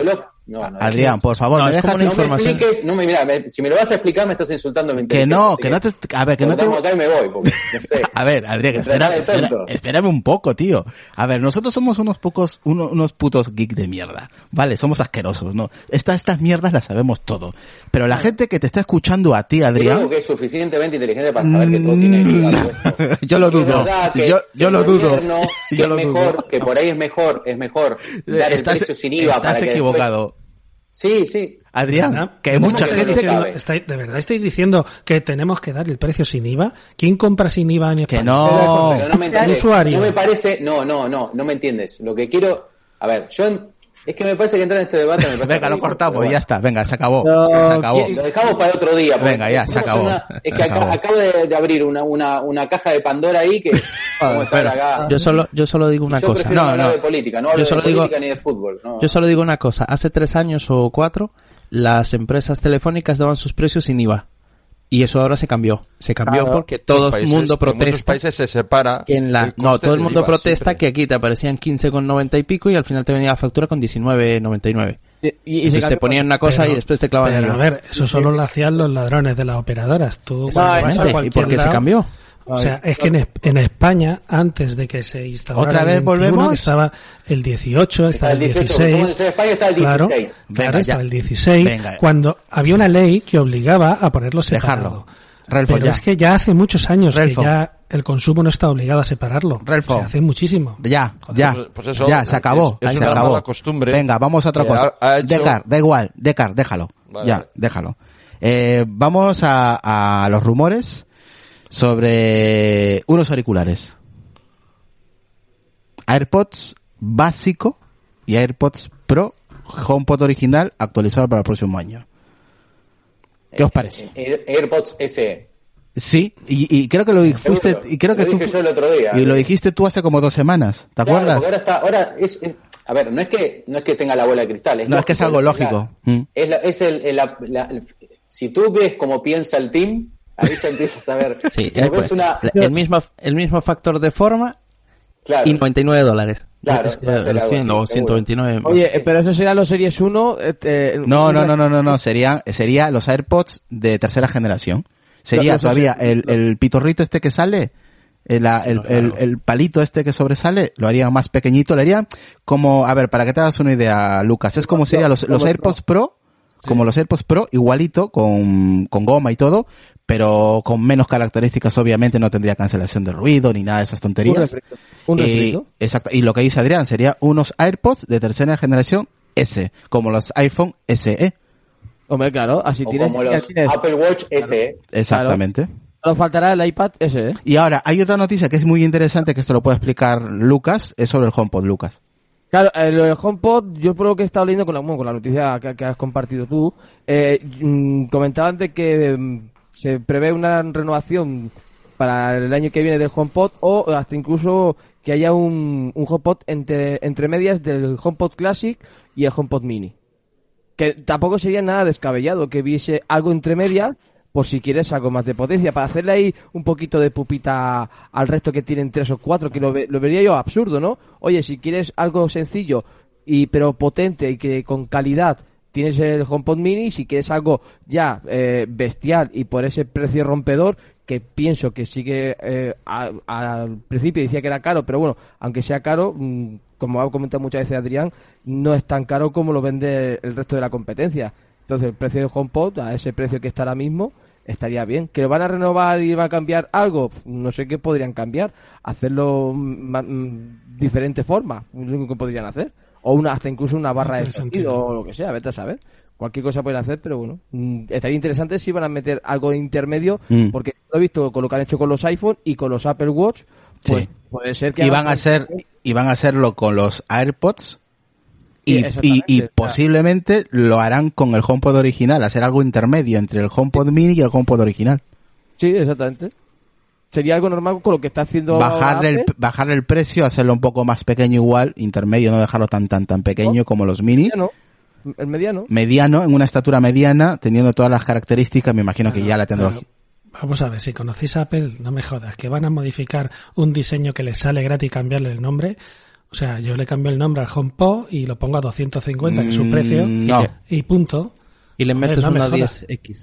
No, no, Adrián, no. por favor, No, me es dejas como una No me información. expliques, no me, mira, me- si me lo vas a explicar me estás insultando mi que inteligencia. no, así que no te, a ver, que no te, cortamos acá y me voy, porque, no sé. a ver, Adrián, Me espera, tratás de espera, tonto. espérame un poco, tío. A ver, nosotros somos unos pocos, uno- unos putos geek de mierda, ¿vale? Somos asquerosos, ¿no? Estas, estas mierdas las sabemos todo. Pero la gente que te está escuchando a ti, Yo Adrián, creo que es suficientemente inteligente para saber que todo tiene el I V A puesto. yo lo Es dudo, verdad que- yo, que yo el lo dudo, gobierno, que yo es lo mejor, dudo. que por ahí es mejor, es mejor dar Estás, el precio sin I V A estás para que equivocado. después- Sí, sí. Adrián, ¿Verdad? que hay ¿Cómo mucha que estáis no lo gente diciendo- sabe? estáis- ¿De verdad estáis diciendo que tenemos que dar el precio sin I V A? ¿Quién compra sin I V A en que España? no. Pero no me entiendes. Usuario. No me parece, no, no, no, no me entiendes. Lo que quiero, a ver, yo en- es que me parece que entrar en este debate me parece Venga, lo ridículo, cortamos, pero ya bueno. está, venga, se acabó, No, se acabó. ¿quién- Lo dejamos para otro día. porque Venga, ya, se estamos acabó, en una- es se que acá- acabó. acabo de, de abrir una, una, una caja de Pandora ahí que vamos a estar acá. Yo solo, yo solo digo una yo cosa. prefiero No, no hablar no. de política, no hablo Yo de solo política digo- ni de fútbol. No. Yo solo digo una cosa. Hace tres años o cuatro, las empresas telefónicas daban sus precios sin I V A. Y eso ahora se cambió. Se cambió Claro. porque todo el Países- mundo En muchos protesta. países se separa. Que en la, el no, coste todo el del mundo I V A protesta siempre. que aquí te aparecían quince con noventa y pico y al final te venía la factura con diecinueve noventa y nueve. Y, y- y se Entonces te cambió- ponían una cosa Pero- y después te clavaban el Pero I a V A. ver, eso solo lo hacían los ladrones de las operadoras. Tú cuando vas a Exactamente. ¿Y cualquier por qué se lado- cambió? O sea, es que en, Es- en España, antes de que se instaurara ¿Otra el vez veintiuno, volvemos? que estaba el dieciocho, estaba el el dieciocho, dieciséis, como en España está el claro, dieciséis. claro, Venga, estaba ya. el dieciséis, Venga. cuando había una ley que obligaba a ponerlo separado. Dejarlo. Relfo, Pero ya. es que ya hace muchos años Relfo. que ya el consumo no está obligado a separarlo. Relfo. O sea, hace muchísimo. Ya, ya, pues- pues eso, ya, se acabó, es- es se una acabó. mala costumbre Venga, vamos a otra que cosa. ha- ha hecho- Decar, da igual, Decar, déjalo. Vale, ya, vale. déjalo. Eh, vamos a, a los rumores sobre unos auriculares. AirPods básico y AirPods Pro HomePod original actualizado para el próximo año. ¿Qué os parece? Air- AirPods S E. Sí, y, y creo que lo di- fuiste, Seguro. y creo que Lo tú dije fu- yo el otro día. y lo dijiste tú hace como dos semanas, ¿te Claro, acuerdas? porque ahora está, ahora es, es- a ver, no es que no es que tenga la bola de cristal, es No, es que es algo lógico. Mm. Es, la- es el, el- la- la- el- si tú ves cómo piensa el team, ahí ya empiezas a ver. Sí, Como eh, ves pues, una, el mismo el mismo factor de forma claro, y noventa y nueve dólares. Claro, Es que va a ser algo cien así, o ciento veintinueve. Oye, eh, pero eso será los Series uno. eh, eh, No, no, no, no, no, no, sería, sería los AirPods de tercera generación. Sería Lo- lo- todavía lo- el, el pitorrito este que sale, el, la- el, el, el palito este que sobresale, lo harían más pequeñito, lo harían como, a ver, para que te hagas una idea, Lucas, es como serían los, los AirPods Pro, como los AirPods Pro, igualito, con, con goma y todo, pero con menos características, obviamente no tendría cancelación de ruido ni nada de esas Un tonterías. refrito. Un Y, refrito. exacto, y lo que dice Adrián, sería unos AirPods de tercera generación S, como los iPhone S E. Hombre, claro, así o tienes. como ya los tienes. Apple Watch S E. Exactamente. Nos faltará el iPad ese, ¿eh? Y ahora, hay otra noticia que es muy interesante, que esto lo puede explicar Lucas, es sobre el HomePod, Lucas. Claro, el, el HomePod, yo por lo que he estado leyendo con la, bueno, con la noticia que, que has compartido tú, eh, mm, comentaban de que mm, se prevé una renovación para el año que viene del HomePod o hasta incluso que haya un, un HomePod entre, entre medias del HomePod Classic y el HomePod Mini. Que tampoco sería nada descabellado que viese algo entre medias por si quieres algo más de potencia, para hacerle ahí un poquito de pupita al resto que tienen tres o cuatro, que lo, ve- lo vería yo absurdo, ¿no? Oye, si quieres algo sencillo y pero potente y que con calidad tienes el HomePod Mini, si quieres algo ya eh, bestial y por ese precio rompedor, que pienso que sigue eh, a- al principio decía que era caro, pero bueno, aunque sea caro, mm, como ha comentado muchas veces Adrián, no es tan caro como lo vende el resto de la competencia. Entonces el precio del HomePod, a ese precio que está ahora mismo, estaría bien. ¿Que lo van a renovar y van a cambiar algo? No sé qué podrían cambiar. Hacerlo ma- mm, diferente forma, lo único que podrían hacer. O una hasta incluso una barra de tiene sonido sentido. o lo que sea, vete a saber. Cualquier cosa pueden hacer, pero bueno, mm, estaría interesante si van a meter algo intermedio, Mm. porque lo he visto con lo que han hecho con los iPhone y con los Apple Watch, pues Sí. puede ser que Y hagan van a hacer, y van a hacerlo con los AirPods Sí, y, y, exactamente, y o sea. posiblemente lo harán con el HomePod original, hacer algo intermedio entre el HomePod Mini y el HomePod original. Sí, exactamente. Sería algo normal con lo que está haciendo Bajarle el, Apple. bajarle el precio, hacerlo un poco más pequeño igual, intermedio, no dejarlo tan tan tan pequeño como los Mini. Mediano. El mediano. Mediano, en una estatura mediana, teniendo todas las características, me imagino que ya la tecnología. Pero, vamos a ver, si conocéis a Apple, no me jodas, que van a modificar un diseño que les sale gratis y cambiarle el nombre. O sea, yo le cambio el nombre al HomePod y lo pongo a doscientos cincuenta, que es su precio, Mm, no. y punto. Y le Joder, metes no me una jodas. diez equis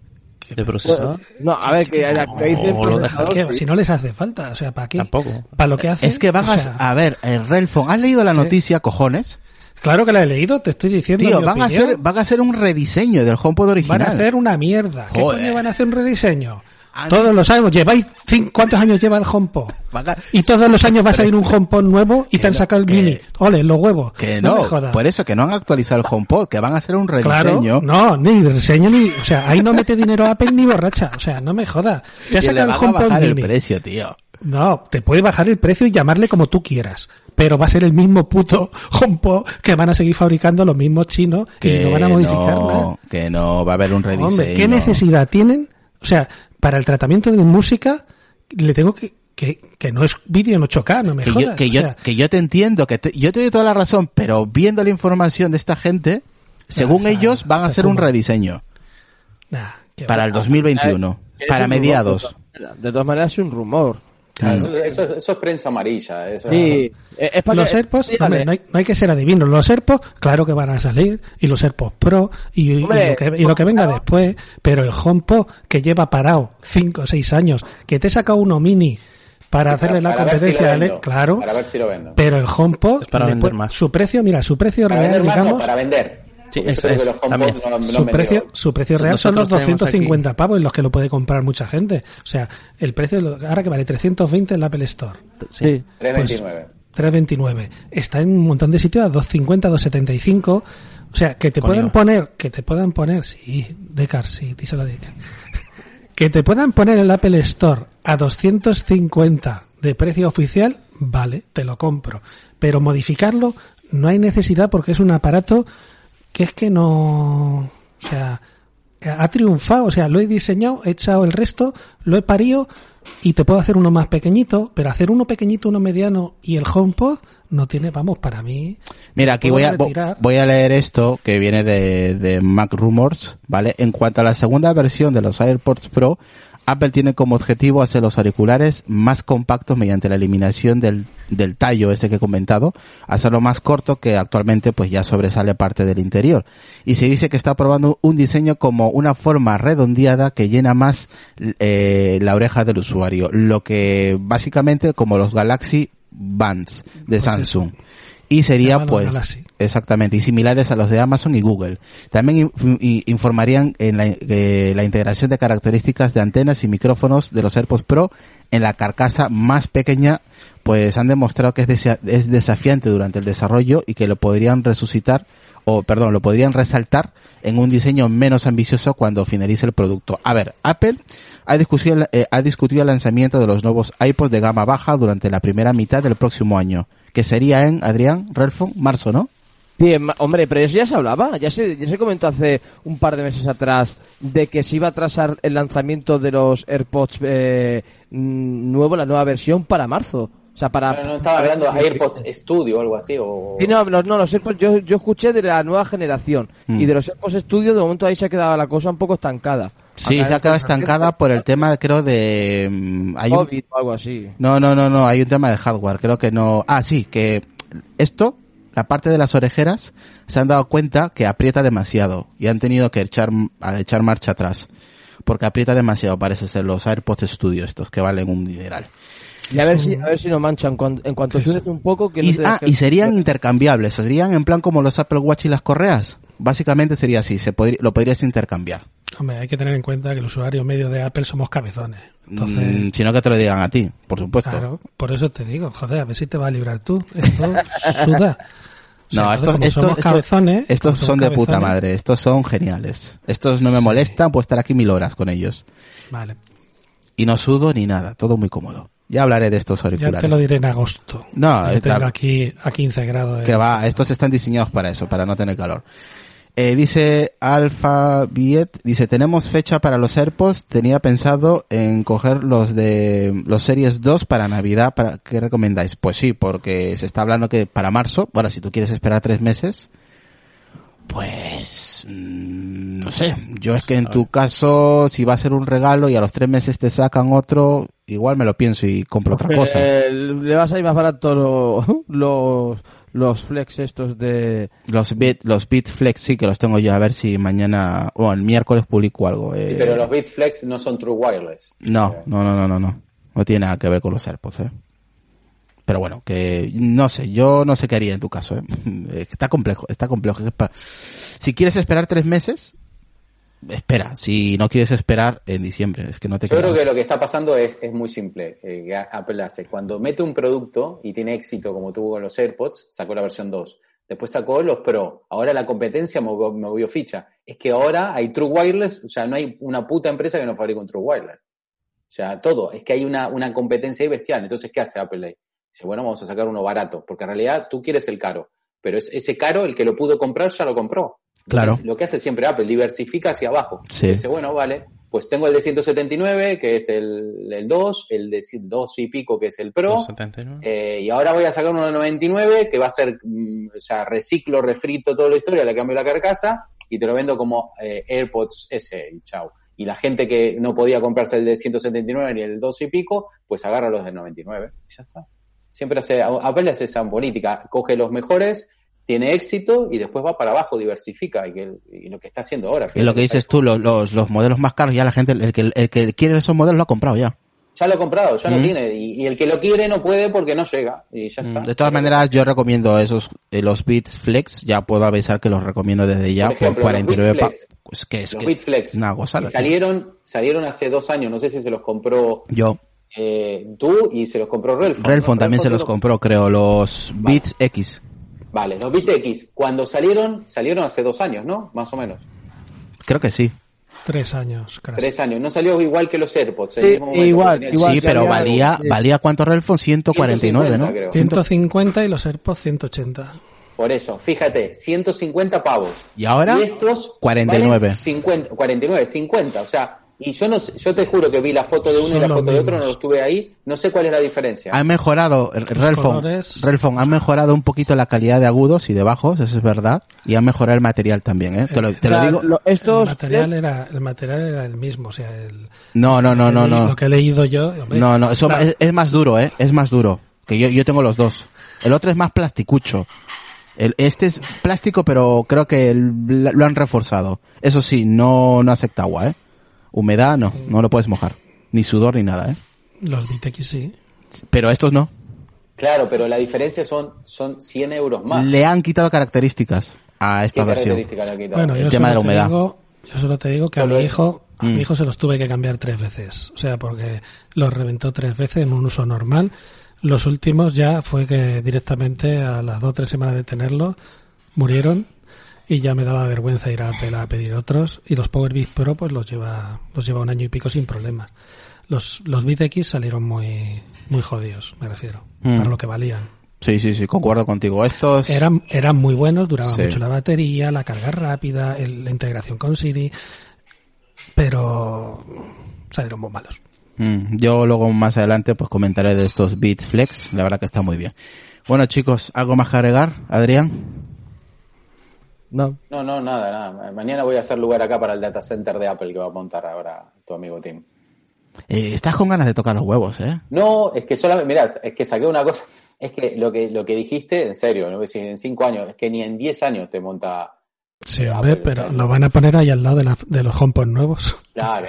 de procesador. No, a ver, que actualicen O lo el dejas procesador, ¿Qué? sí. Si no les hace falta, o sea, ¿para qué? Tampoco. Para lo que hacen. Es que van o a, sea, a ver, el Relfon, ¿has leído la Sí. noticia, cojones? Claro que la he leído, te estoy diciendo. Tío, mi van a opinión. hacer, van a hacer un rediseño del HomePod original. Van a hacer una mierda. ¿Qué Joder. coño van a hacer un rediseño? Ah, Todos los años, lleváis cinco, ¿cuántos años lleva el HomePod? Van a- Y todos los años va a salir un HomePod nuevo y Que te han no, sacado el que- mini. Ole, los huevos. Que no, no, me jodas. por eso que no han actualizado el HomePod, que van a hacer un Claro, rediseño. no, ni diseño ni, o sea, ahí no mete dinero Apple ni borracha, o sea, no me jodas. Te ha Y le sacado el van a HomePod bajar el mini. precio, tío. No, te puede bajar el precio y llamarle como tú quieras, pero va a ser el mismo puto HomePod que van a seguir fabricando los mismos chinos y no van a modificar no, nada. que no va a haber un rediseño. Hombre, ¿qué necesidad tienen? O sea, para el tratamiento de música le tengo que que, que no es vídeo en ocho K, no me que jodas. yo, que, o yo, sea, que yo te entiendo, que te- yo te doy toda la razón, pero viendo la información de esta gente, según esa- ellos van a esa hacer un fuma. rediseño nah, que para va. el dos mil veintiuno, Es para un rumor, mediados. de todas maneras. De todas maneras es un rumor. Eso, eso, eso es prensa amarilla. Eso Sí, es, es para Los que- AirPods, dígame. hombre, no hay, no hay que ser adivinos. Los AirPods, claro que van a salir, y los AirPods Pro, y, y Hombre, lo, que, y lo que venga claro. después, pero el HomePod, que lleva parado cinco o seis años, que te saca uno mini para hacerle la para ver si competencia, lo a Ale- vendo, claro, Para ver si lo vendo. pero el HomePod, Es para le vender pu- más. su precio, mira, su precio Para real, vender más, no, digamos, para vender. Sí, Porque eso yo creo es, que los HomePod también. no, no su han precio, vendido. su precio real son los Nosotros tenemos doscientos cincuenta pavos en los que lo puede comprar mucha gente. O sea, el precio, de lo- ahora que vale trescientos veinte en la Apple Store. Sí. tres Pues, veintinueve. tres veintinueve. Está en un montón de sitios a dos cincuenta, dos setenta y cinco. O sea, que te Con puedan I V A. poner, que te puedan poner, sí, Decar, sí, díselo a Decar. Que te puedan poner el Apple Store a doscientos cincuenta de precio oficial, vale, te lo compro. Pero modificarlo no hay necesidad porque es un aparato que es que no, o sea, ha triunfado, o sea, lo he diseñado, he echado el resto, lo he parido y te puedo hacer uno más pequeñito, pero hacer uno pequeñito, uno mediano y el HomePod no tiene, vamos, para mí. Mira, aquí puedo voy a, vo- retirar. voy a leer esto que viene de, de Mac Rumors, ¿vale? En cuanto a la segunda versión de los AirPods Pro, Apple tiene como objetivo hacer los auriculares más compactos mediante la eliminación del, del tallo este que he comentado, hacerlo más corto que actualmente pues ya sobresale parte del interior. Y se dice que está probando un diseño como una forma redondeada que llena más eh, la oreja del usuario, lo que básicamente como los Galaxy Bands de Pues Samsung. Y sería Llámalo pues Galaxy. exactamente y similares a los de Amazon y Google. También in- in- informarían en la, eh, la integración de características de antenas y micrófonos de los AirPods Pro en la carcasa más pequeña, pues han demostrado que es, desa- es desafiante durante el desarrollo y que lo podrían resucitar o perdón, lo podrían resaltar en un diseño menos ambicioso cuando finalice el producto. A ver, Apple ha discutido, eh, ha discutido el lanzamiento de los nuevos iPods de gama baja durante la primera mitad del próximo año, que sería en, Adrián, Relfon, marzo, ¿no? Sí, ma- hombre, pero eso ya se hablaba, ya se, ya se comentó hace un par de meses atrás de que se iba a atrasar el lanzamiento de los AirPods eh, mm, nuevo, la nueva versión para marzo. O sea, para... Pero no estaba hablando de AirPods Studio o algo así. O... Sí, no, no, no, los AirPods, yo, yo escuché de la nueva generación Mm. y de los AirPods Studio de momento ahí se ha quedado la cosa un poco estancada. Sí, Acá se ha en- quedado estancada por el tema, creo, de... mm, Hay un, COVID o algo así. no, no, no, no, hay un tema de hardware, creo que no... Ah, sí, que esto, la parte de las orejeras, se han dado cuenta que aprieta demasiado y han tenido que echar, a echar marcha atrás. Porque aprieta demasiado, parece ser los AirPods Studio estos, que valen un dineral. Y a ver si, a ver si no manchan cuando, en cuanto sudes un poco que no Y, te ah, dejes- y serían intercambiables, serían en plan como los Apple Watch y las correas. Básicamente sería así, se podría, lo podrías intercambiar. Hombre, hay que tener en cuenta que el usuario medio de Apple somos cabezones. Entonces, Mm, sino que te lo digan a ti, por supuesto. claro, por eso te digo, joder, a ver si te va a librar tú. Esto suda. O sea, No, entonces, estos, como estos, somos estos, cabezones, estos como son de somos puta cabezones, madre, estos son geniales. Estos no me molestan, puedo estar aquí mil horas con ellos. Vale, Y no sudo ni nada, todo muy cómodo. Ya hablaré de estos ya auriculares. te lo diré en agosto. No, Yo está- tengo aquí a quince grados. de- Que va, estos están diseñados para eso, para no tener calor. Eh, dice Alpha Viet, dice, tenemos fecha para los AirPods, tenía pensado en coger los de los Series dos para Navidad, para ¿qué recomendáis? Pues sí, porque se está hablando que para marzo, bueno, si tú quieres esperar tres meses, pues mmm, no sé, yo es que en tu caso, si va a ser un regalo y a los tres meses te sacan otro, igual me lo pienso y compro otra cosa. Eh, le vas a ir más barato los, los, los flex estos de... Los Beat, los Beat Flex sí que los tengo yo, a ver si mañana o el miércoles publico algo. Eh. Sí, pero los Beat Flex no son True Wireless. No, no, no, no, no, no. No tiene nada que ver con los AirPods, ¿eh? Pero bueno, que no sé, yo no sé qué haría en tu caso, ¿eh? Está complejo, está complejo. Si quieres esperar tres meses, espera. Si no quieres esperar, en diciembre, es que no te Yo queda. creo que lo que está pasando es, es muy simple. Eh, que Apple hace, cuando mete un producto y tiene éxito como tuvo con los AirPods, sacó la versión dos. Después sacó los Pro. Ahora la competencia movió, movió ficha. Es que ahora hay True Wireless, o sea, no hay una puta empresa que no fabrique un True Wireless. O sea, todo. Es que hay una, una competencia ahí bestial. Entonces, ¿qué hace Apple ahí? Dice, bueno, vamos a sacar uno barato, porque en realidad tú quieres el caro, pero es ese caro, el que lo pudo comprar ya lo compró. Claro. Entonces, lo que hace siempre Apple, diversifica hacia abajo. Sí. Dice, bueno, vale, pues tengo el de ciento setenta y nueve, que es el, el dos, el de dos y pico, que es el Pro, setenta y nueve. eh, y ahora voy a sacar uno de noventa y nueve, que va a ser, mm, o sea, reciclo, refrito toda la historia, le cambio la carcasa, y te lo vendo como eh, AirPods S, y chao. Y la gente que no podía comprarse el de ciento setenta y nueve ni el dos y pico, pues agarra los de noventa y nueve, y ya está. Siempre hace, Apple hace esa política, coge los mejores, tiene éxito y después va para abajo, diversifica, y, que, y lo que está haciendo ahora. Y lo que dices tú, los, los, los modelos más caros, ya la gente, el que, el que quiere esos modelos lo ha comprado ya. Ya lo ha comprado, ya Mm. lo tiene, y, y el que lo quiere no puede porque no llega, y ya está. De todas maneras, yo recomiendo esos, eh, los Beats Flex, ya puedo avisar que los recomiendo desde ya Por ejemplo, por cuarenta y nueve los Beats pa- Flex. Pues que es Los que Beat Flex una gozada. salieron, salieron hace dos años, no sé si se los compró Yo, eh, tú y se los compró Relfon. Relfon ¿no? también se Relfon los lo- compró, creo, los Beats X. Vale, los Beat X, cuando salieron, salieron hace dos años, ¿no? Más o menos. Creo que sí. Tres años, casi. Tres años. No salió igual que los AirPods. en Sí, el mismo momento igual, que tenían. igual. Sí, que pero había- valía, sí. valía ¿cuánto Relfon? ciento cuarenta y nueve, ¿no? ciento cincuenta, creo. ciento cincuenta y los AirPods ciento ochenta. Por eso, fíjate, ciento cincuenta pavos. Y ahora, Y estos cuarenta y nueve. valen cincuenta, cuarenta y nueve, cincuenta, o sea, y yo no sé- yo te juro que vi la foto de uno Son y la los foto de otro, no mismos. lo estuve ahí, no sé cuál es la diferencia. han mejorado, Relfon, colores- Relfon, han mejorado un poquito la calidad de agudos y de bajos, eso es verdad, y han mejorado el material también, ¿eh? Te lo, te lo O sea, digo. lo- El estos material era, el material era el mismo, o sea, el, No, no, no, no, no. lo que he leído yo. hombre, No, no, eso la- es, es más duro, ¿eh? Es más duro. Que yo, yo tengo los dos. El otro es más plasticucho. El, este es plástico, pero creo que el- lo han reforzado. Eso sí, no, no acepta agua, ¿eh? Humedad, no. No lo puedes mojar. Ni sudor ni nada, ¿eh? Los Beat X sí. Pero estos no. Claro, pero la diferencia son, son cien euros más. Le han quitado características a ¿Qué esta versión. característica le ha quitado? Bueno, El yo tema de la solo, te humedad. digo, yo solo te digo que a Solo mi eso. hijo, a Mm. mi hijo se los tuve que cambiar tres veces. O sea, porque los reventó tres veces en un uso normal. Los últimos ya fue que directamente a las dos o tres semanas de tenerlo murieron y ya me daba vergüenza ir a Apple a pedir otros. Y los Power Beat Pro pues los lleva, los lleva un año y pico sin problemas. Los, los Beat X salieron muy, muy jodidos, me refiero, Mm. para lo que valían. Sí, sí, sí, concuerdo contigo. Estos... Eran, eran muy buenos, duraba Sí. mucho la batería, la carga rápida, el- la integración con Siri, pero salieron muy malos. Mm, yo luego más adelante pues comentaré de estos Beats Flex. La verdad que está muy bien. Bueno, chicos, ¿algo más que agregar, Adrián? No. No, no, nada, nada. Mañana voy a hacer lugar acá para el data center de Apple que va a montar ahora tu amigo Tim. Eh, estás con ganas de tocar los huevos, ¿eh? No, es que solamente, mirá, es que saqué una cosa, es que lo que lo que dijiste, en serio, no en cinco años, es que ni en diez años te monta. Sí, eh, hombre, Apple, pero ¿sabes? lo van a poner ahí al lado de, la, de los HomePod nuevos. Claro.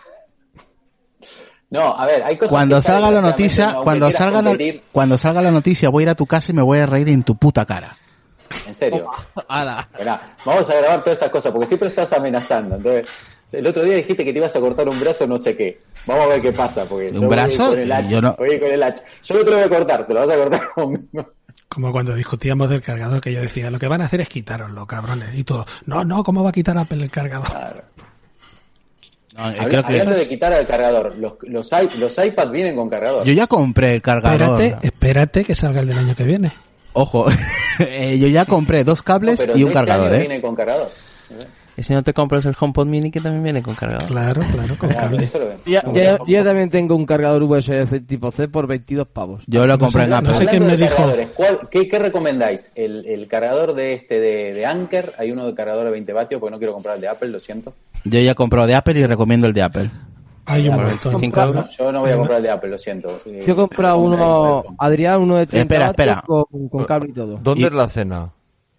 No, a ver, hay cosas Cuando que salga la realmente, noticia, aunque cuando quieras salga la, competir, cuando salga la noticia voy a ir a tu casa y me voy a reír en tu puta cara. en serio. Ala. Mirá, vamos a grabar todas estas cosas porque siempre estás amenazando. Entonces, el otro día dijiste que te ibas a cortar un brazo, no sé qué. Vamos a ver qué pasa. Porque ¿Un yo voy brazo? con el hacha, Yo no- voy con el hacha. Yo no te lo voy a cortar, te lo vas a cortar conmigo. Como cuando discutíamos del cargador, que yo decía, lo que van a hacer es quitároslo, cabrones. Y todo, no, no, ¿cómo va a quitar Apple el cargador? No, eh, Habla- creo que- Hablando de quitar al cargador, los, los, i- los iPads vienen con cargador. Yo ya compré el cargador. Espérate, espérate que salga el del año que viene. Ojo, eh, yo ya compré dos No, cables pero y un este cargador, año ¿eh? viene con cargador. Y si no te compras el HomePod Mini que también viene con cargador. Claro, claro, con Claro, cable. eso lo veo. Ya, ya- yo también tengo un cargador U S B tipo C por veintidós pavos. Yo lo compré en no Apple. sé quién Hablando me de dijo. cargadores, ¿cuál- qué, ¿Qué recomendáis? ¿El, el cargador de este de, de Anker? Hay uno de cargador de veinte vatios porque no quiero comprar el de Apple, lo siento. Yo ya compré de Apple y recomiendo el de Apple. Hay un Por montón. veinticinco euros. Yo no voy a comprar el de Apple, lo siento. Yo he comprado uno, Adrián, uno de treinta Espera, espera. vatios con, con cable y todo. ¿Dónde Y- es la cena?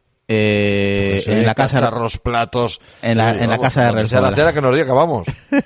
Eh, Pues, en eh, la casa cacharros, platos. en la- Sí, en la vamos, casa de donde sea la Resbola. cena que nos diga que vamos.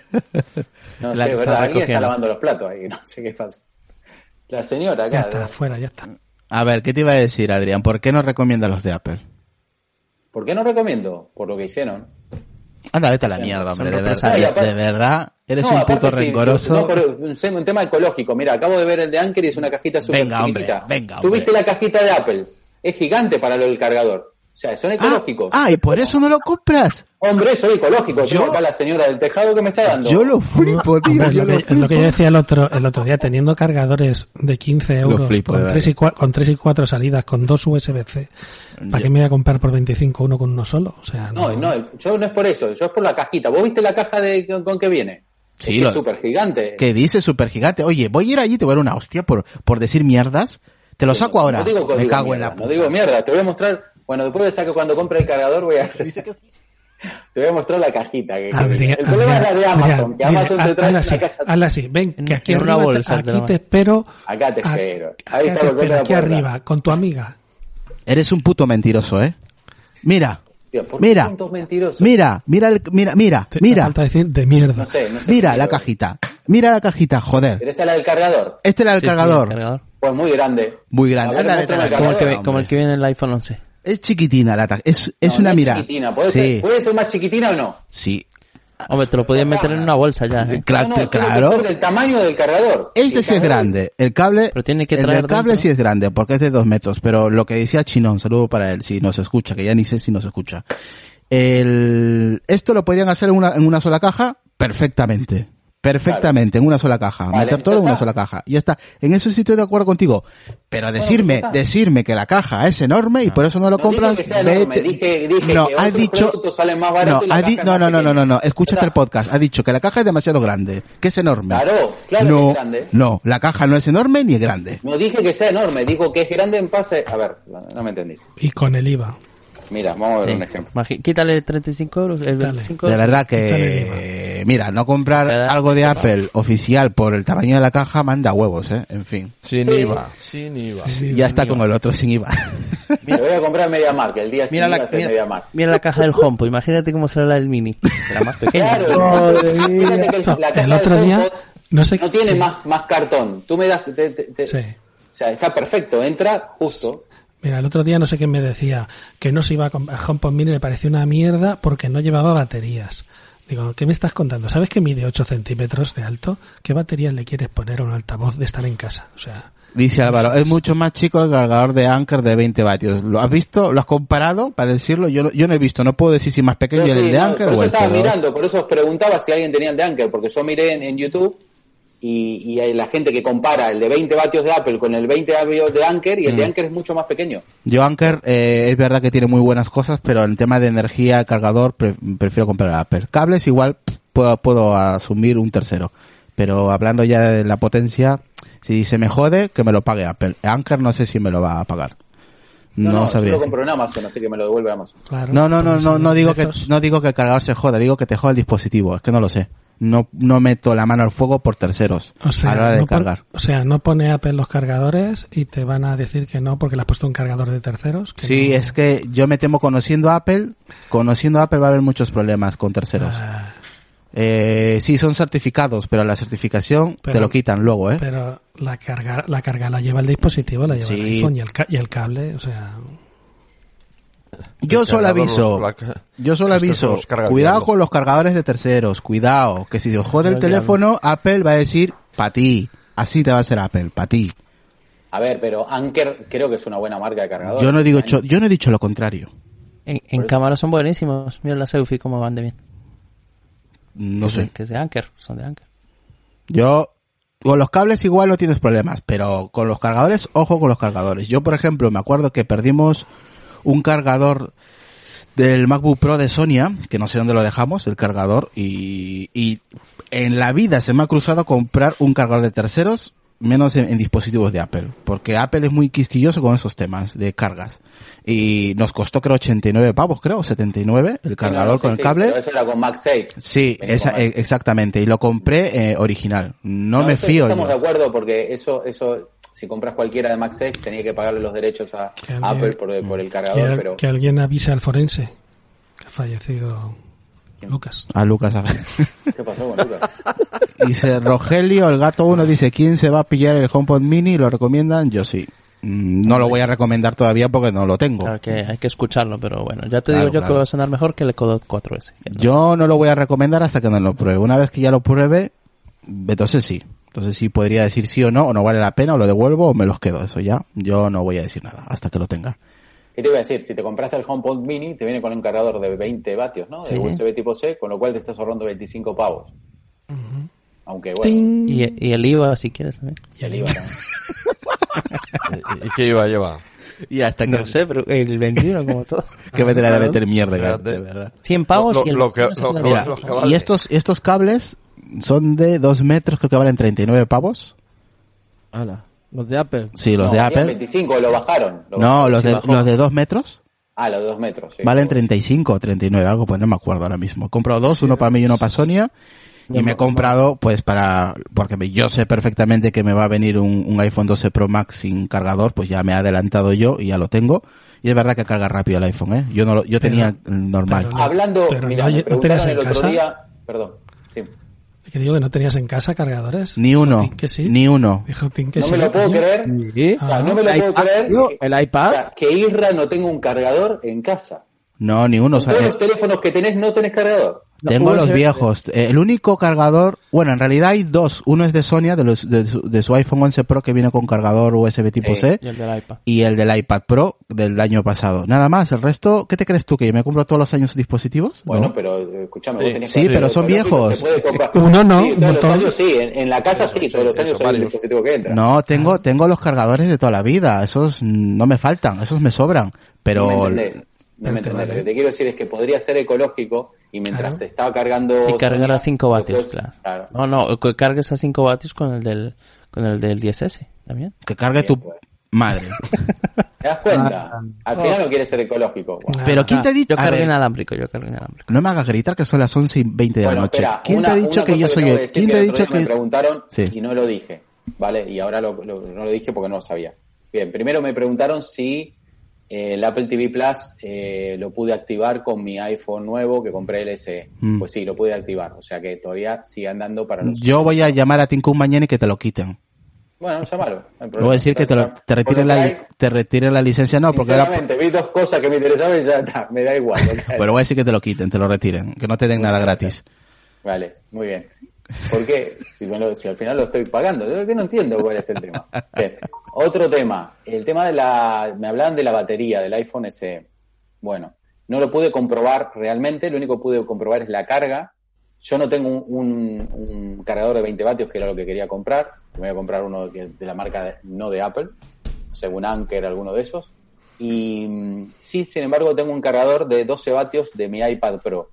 No La sé, que ¿verdad? está Alguien está recogiendo. lavando los platos ahí, no sé qué pasa. La señora Ya acá. está, fuera, ya está. A ver, ¿qué te iba a decir, Adrián? ¿Por qué no recomiendas los de Apple? ¿Por qué no recomiendo? Por lo que hicieron. Anda, vete a la mierda, hombre. De verdad, represalias. de, de verdad, eres No, un aparte, puto sí, rencoroso. no, pero un, sem- un tema ecológico. Mira, acabo de ver el de Anker y es una cajita súper Venga, hombre, chiquitita. venga, ¿Tú hombre. viste la cajita de Apple? Es gigante para lo del cargador. O sea, son ah, ecológicos. ah, y por eso no lo compras. Hombre, soy ecológico. Yo- Tengo acá la señora del tejado que me está dando. Yo lo flipo, tío. Hombre, es, Yo lo lo que, es lo que yo flipo. decía el otro, el otro día, teniendo cargadores de quince euros flipo, de con, tres y cua- con tres y cuatro salidas, con dos U S B C, ¿para Ya. qué me voy a comprar por veinticinco uno con uno solo? O sea, No, no, yo no es por eso. Yo es por la cajita. ¿Vos viste la caja de con, con que viene? Sí, es que lo- es súper gigante. Que dice super gigante. Oye, voy a ir allí y te voy a dar una hostia por, por decir mierdas. Te lo saco ahora. No digo que Me digo cago mierda, en la No puta. digo mierda, te voy a mostrar. Bueno, después de sacar cuando compre el cargador voy a. Te voy a mostrar la cajita. Que, que Adrián, viene. El problema es la de Amazon, Adrián, que Amazon mira, te trae hazla una así, caja. hazla así, ven, En- que aquí en una arriba, te- bolsa, aquí te lo te espero. Acá te a- espero. Acá Ahí te está, golpea espero, la aquí puerta. arriba, con tu amiga. Eres un puto mentiroso, ¿eh? Mira, Tío, ¿por qué mira, tantos mentirosos? mira, mira, el, mira, mira, Te, te mira, falta decir de mierda. No sé, no sé. mira qué la digo. cajita. Mira la cajita, joder. ¿Pero esa es la del cargador? Este era el Sí, sí, cargador. el cargador. Pues muy grande. Muy grande. A ver, Anda, vete a la muéstrame el Como el, que, mierda, ve- como el hombre. que viene en el iPhone once. Es chiquitina la ta- Es, es No, una no mira. chiquitina. ¿Puede, Sí, ser, ¿Puede ser más chiquitina o no? sí. Hombre, te lo podías meter en una bolsa ya, ¿eh? Cla- No, no, tiene que claro. ser del tamaño del cargador. Este El sí es cargador- grande. El cable, Pero tiene que el traer del cable dentro. sí es grande porque es de dos metros. Pero lo que decía Chinón, saludo para él, si nos escucha, que ya ni sé si nos escucha. El, esto lo podrían hacer en una, en una sola caja perfectamente. Perfectamente, en una sola caja. Vale, Meter todo ya en una está. sola caja. Y ya está. En eso sí estoy de acuerdo contigo. Pero decirme, pues ya está. decirme que la caja es enorme y por eso no lo No compras. dije que sea enorme, vete- dije- dije no, que has otros dicho, productos salen más baratos no, y la has di- caja es no, más no, no, no, no, no, pequeña. escúchate Ya el está. podcast. Ha dicho que la caja es demasiado grande, que es enorme. Claro, claro no, que es grande. no, la caja no es enorme ni es grande. No dije que sea enorme, digo que es grande en pase. A ver, no me entendí. Y con el IVA. Mira, vamos a ver Sí. un ejemplo. Imagi- Quítale treinta y cinco euros, el Dale. veinticinco De euros. verdad Quítale que, mira, no comprar Queda- algo de Apple oficial por el tamaño de la caja manda huevos, eh. En fin. Sin Sí. I V A, sin I V A. Sí, Ya está amigo. con el otro sin I V A. Me voy a comprar MediaMarkt, el día Mira siguiente la, va a ser mira, MediaMarkt. mira la caja del HomePod, imagínate cómo será la del Mini. Será más pequeña. Claro, fíjate que el, la caja El otro del día, HomePod no sé no tiene sí. más, más cartón. Tú me das... te- te- te- Sí. O sea, está perfecto, entra justo. Mira, el otro día no sé quién me decía que no se iba a comprar HomePod Mini, le pareció una mierda porque no llevaba baterías. Digo, ¿qué me estás contando? ¿Sabes que mide ocho centímetros de alto? ¿Qué baterías le quieres poner a un altavoz de estar en casa? O sea, Dice Álvaro, es mucho más chico el cargador de Anker de veinte vatios. ¿Lo has visto? ¿Lo has comparado? Para decirlo, yo, no- yo no he visto. No puedo decir si más pequeño Pero el sí, de no, Anker por o eso el estaba T dos. mirando, por eso os preguntaba si alguien tenía el de Anker, porque yo miré en, en YouTube y, y hay la gente que compara el de veinte vatios de Apple con el veinte vatios de Anker y el Mm. de Anker es mucho más pequeño. Yo Anker, eh, es verdad que tiene muy buenas cosas, pero en tema de energía, cargador, pre- prefiero comprar el Apple. Cables igual pff, puedo, puedo asumir un tercero. Pero hablando ya de la potencia, si se me jode, que me lo pague Apple. Anker no sé si me lo va a pagar. No, No, no, sabría yo lo decir. compro en Amazon, así que me lo devuelve Amazon. claro. No, no, no, porque no, son no digo que, estos- no digo que el cargador se joda, digo que te joda el dispositivo. Es que no lo sé. No, no meto la mano al fuego por terceros O sea, a la hora de no pon- cargar. o sea, no pone Apple los cargadores y te van a decir que no porque le has puesto un cargador de terceros. que Sí, no- es que yo me temo conociendo a Apple, conociendo a Apple va a haber muchos problemas con terceros. Ah, Eh, sí, son certificados, pero la certificación Pero- te lo quitan luego, ¿eh? pero la carga, la carga la lleva el dispositivo, la lleva el Sí. iPhone y el, ca- y el cable, o sea... Yo El solo cargador, aviso, los placa- yo solo Estos son aviso, los carga el cuidado diablo. con los cargadores de terceros, cuidado, que si se os jode el El diablo. teléfono, Apple va a decir, pa' ti, así te va a ser Apple, pa' ti. A ver, pero Anker creo que es una buena marca de cargador. Yo no digo, cho- yo no he dicho lo contrario. En, en cámara son buenísimos. Mira la selfie cómo van de bien. No Que es de- sé. Que es de Anker, son de Anker. Yo, con los cables igual no tienes problemas, pero con los cargadores, ojo con los cargadores. Yo, por ejemplo, me acuerdo que perdimos un cargador del MacBook Pro de Sonia, que no sé dónde lo dejamos, el cargador, y, y en la vida se me ha cruzado comprar un cargador de terceros menos en, en dispositivos de Apple, porque Apple es muy quisquilloso con esos temas de cargas. Y nos costó creo ochenta y nueve pavos, creo, setenta y nueve, el cargador no, no, sí, con sí, el cable. Pero eso era con MagSafe. Sí, esa, eh, exactamente, y lo compré eh, original. No, no me fío estamos yo. de acuerdo, porque eso, eso, si compras cualquiera de MagSafe, tenía que pagarle los derechos a alguien, Apple por, por el cargador. Que, pero que alguien avise al forense que ha fallecido Lucas. A Lucas, a ver. ¿Qué pasó con Lucas? Dice Rogelio, el gato uno, dice, ¿quién se va a pillar el HomePod Mini? ¿Lo recomiendan? Yo sí. No lo voy a recomendar todavía porque no lo tengo. Claro que hay que escucharlo, pero bueno, ya te Claro, digo yo claro. que va a sonar mejor que el Echo Dot cuatro ese. Yo no lo voy a recomendar hasta que no lo pruebe. Una vez que ya lo pruebe, entonces sí. Entonces sí podría decir sí o no, o no vale la pena, o lo devuelvo, o me los quedo. Eso ya, yo no voy a decir nada hasta que lo tenga. ¿Qué te iba a decir? Si te compras el HomePod Mini, te viene con un cargador de veinte vatios, ¿no? De Sí. U S B tipo C, con lo cual te estás ahorrando veinticinco pavos. Uh-huh. Aunque bueno, Ting. Y, y el I V A si quieres también. y el I V A también. ¿Y, y qué iba a llevar? Y hasta que, No sé, pero el veintiuno como todo. que me tendrá de meter mierda, Espérate. de verdad. cien pavos Lo- y el lo que- veintiuno lo- se Mira, los queda- cabales. y estos, estos cables son de dos metros, creo que valen treinta y nueve pavos. Ala, los de Apple. Sí, los No, de valían Apple. veinticinco, lo bajaron. Lo No, bajaron. los Sí, de, bajó. los de dos metros Ah, los de dos metros, sí. valen treinta y cinco o treinta y nueve, algo, pues no me acuerdo ahora mismo. He comprado dos, uno para mí y uno para Sonia. Y me he comprado, pues para, porque me- yo sé perfectamente que me va a venir un, un iPhone doce Pro Max sin cargador, pues ya me he adelantado yo y ya lo tengo. Y es verdad que carga rápido el iPhone, ¿eh? Yo no lo, yo Pero- tenía el normal. pero- Hablando, Pero mira, no- me ¿no preguntaron tenías en el otro casa? día... Perdón, sí. Que digo que no tenías en casa cargadores. Ni uno, Dijo Tim que sí. ni uno. Dijo Tim que No sí, me lo puedo coño. creer. Sí. O sea, no me lo El puedo iPad, creer. tío, que- el iPad. o sea, que Isra no tenga un cargador en casa. No, ni uno. O Con sea, todos eh, los teléfonos que tenés no tenés cargador. tengo U S B. los viejos. Eh, El único cargador, bueno, en realidad hay dos. Uno es de Sonia, de, los, de, su, de su iPhone once Pro que viene con cargador U S B tipo Sí. C. Y el del iPad. Y el del iPad Pro del año pasado. Nada más, el resto, ¿qué te crees tú? ¿Que yo me compro todos los años dispositivos? Bueno, No. pero eh, escúchame, Sí. vos tenés Sí, que pero son viejos. Se puede comprar. Uno no, Sí, un todos los montón. años sí, en, en la casa sí, todos los eso, años hay un varios. dispositivo que entra. No, tengo, tengo los cargadores de toda la vida. Esos mm, no me faltan, esos me sobran. Pero, No me entendés. No me Pero te entendés. Lo vale. que te quiero decir es que podría ser ecológico y mientras Claro. se estaba cargando... Y cargar Sonia, a cinco vatios, después- claro. claro. No, no, que cargues a cinco vatios con el del, con el del diez ese también. que cargue tu Bien, pues. madre. ¿Te das cuenta? Al final no quiere ser ecológico. Bueno, Pero ¿quién te ha dicho? Yo A cargo ver, inalámbrico, yo cargo inalámbrico. no me hagas gritar que son las once y veinte de la Bueno, noche. espera, ¿Quién una- te ha dicho una que cosa yo soy tengo el? que decir, ¿Quién que te ha el otro dicho día me que...? preguntaron Sí. y no lo dije, ¿vale? Y ahora lo, lo- no lo dije porque no lo sabía. Bien, primero me preguntaron si eh, el Apple T V Plus eh, lo pude activar con mi iPhone nuevo que compré el S E. Mm. Pues sí, lo pude activar. O sea que todavía sigue andando para los... Yo voy a llamar a Tim Cook mañana y que te lo quiten. Bueno, llámalo. no hay Le voy a decir que te, lo- te retiren Porque la, hay- li- te retiren la licencia. No, porque ahora... Sinceramente, vi dos cosas que me interesaban y ya está, me da igual. ¿no? Pero voy a decir que te lo quiten, te lo retiren. Que no te den nada gratis. Vale, muy bien. ¿Por qué? Si, me lo- si al final lo estoy pagando. Yo que no entiendo cuál es el tema. Bien. Otro tema. El tema de la... Me hablaban de la batería del iPhone S E. Bueno, no lo pude comprobar realmente. Lo único que pude comprobar es la carga. Yo no tengo un, un, un cargador de veinte vatios, que era lo que quería comprar. Me voy a comprar uno de, de la marca de- no de Apple, según Anker, alguno de esos. Y mm, sí, sin embargo, tengo un cargador de doce vatios de mi iPad Pro.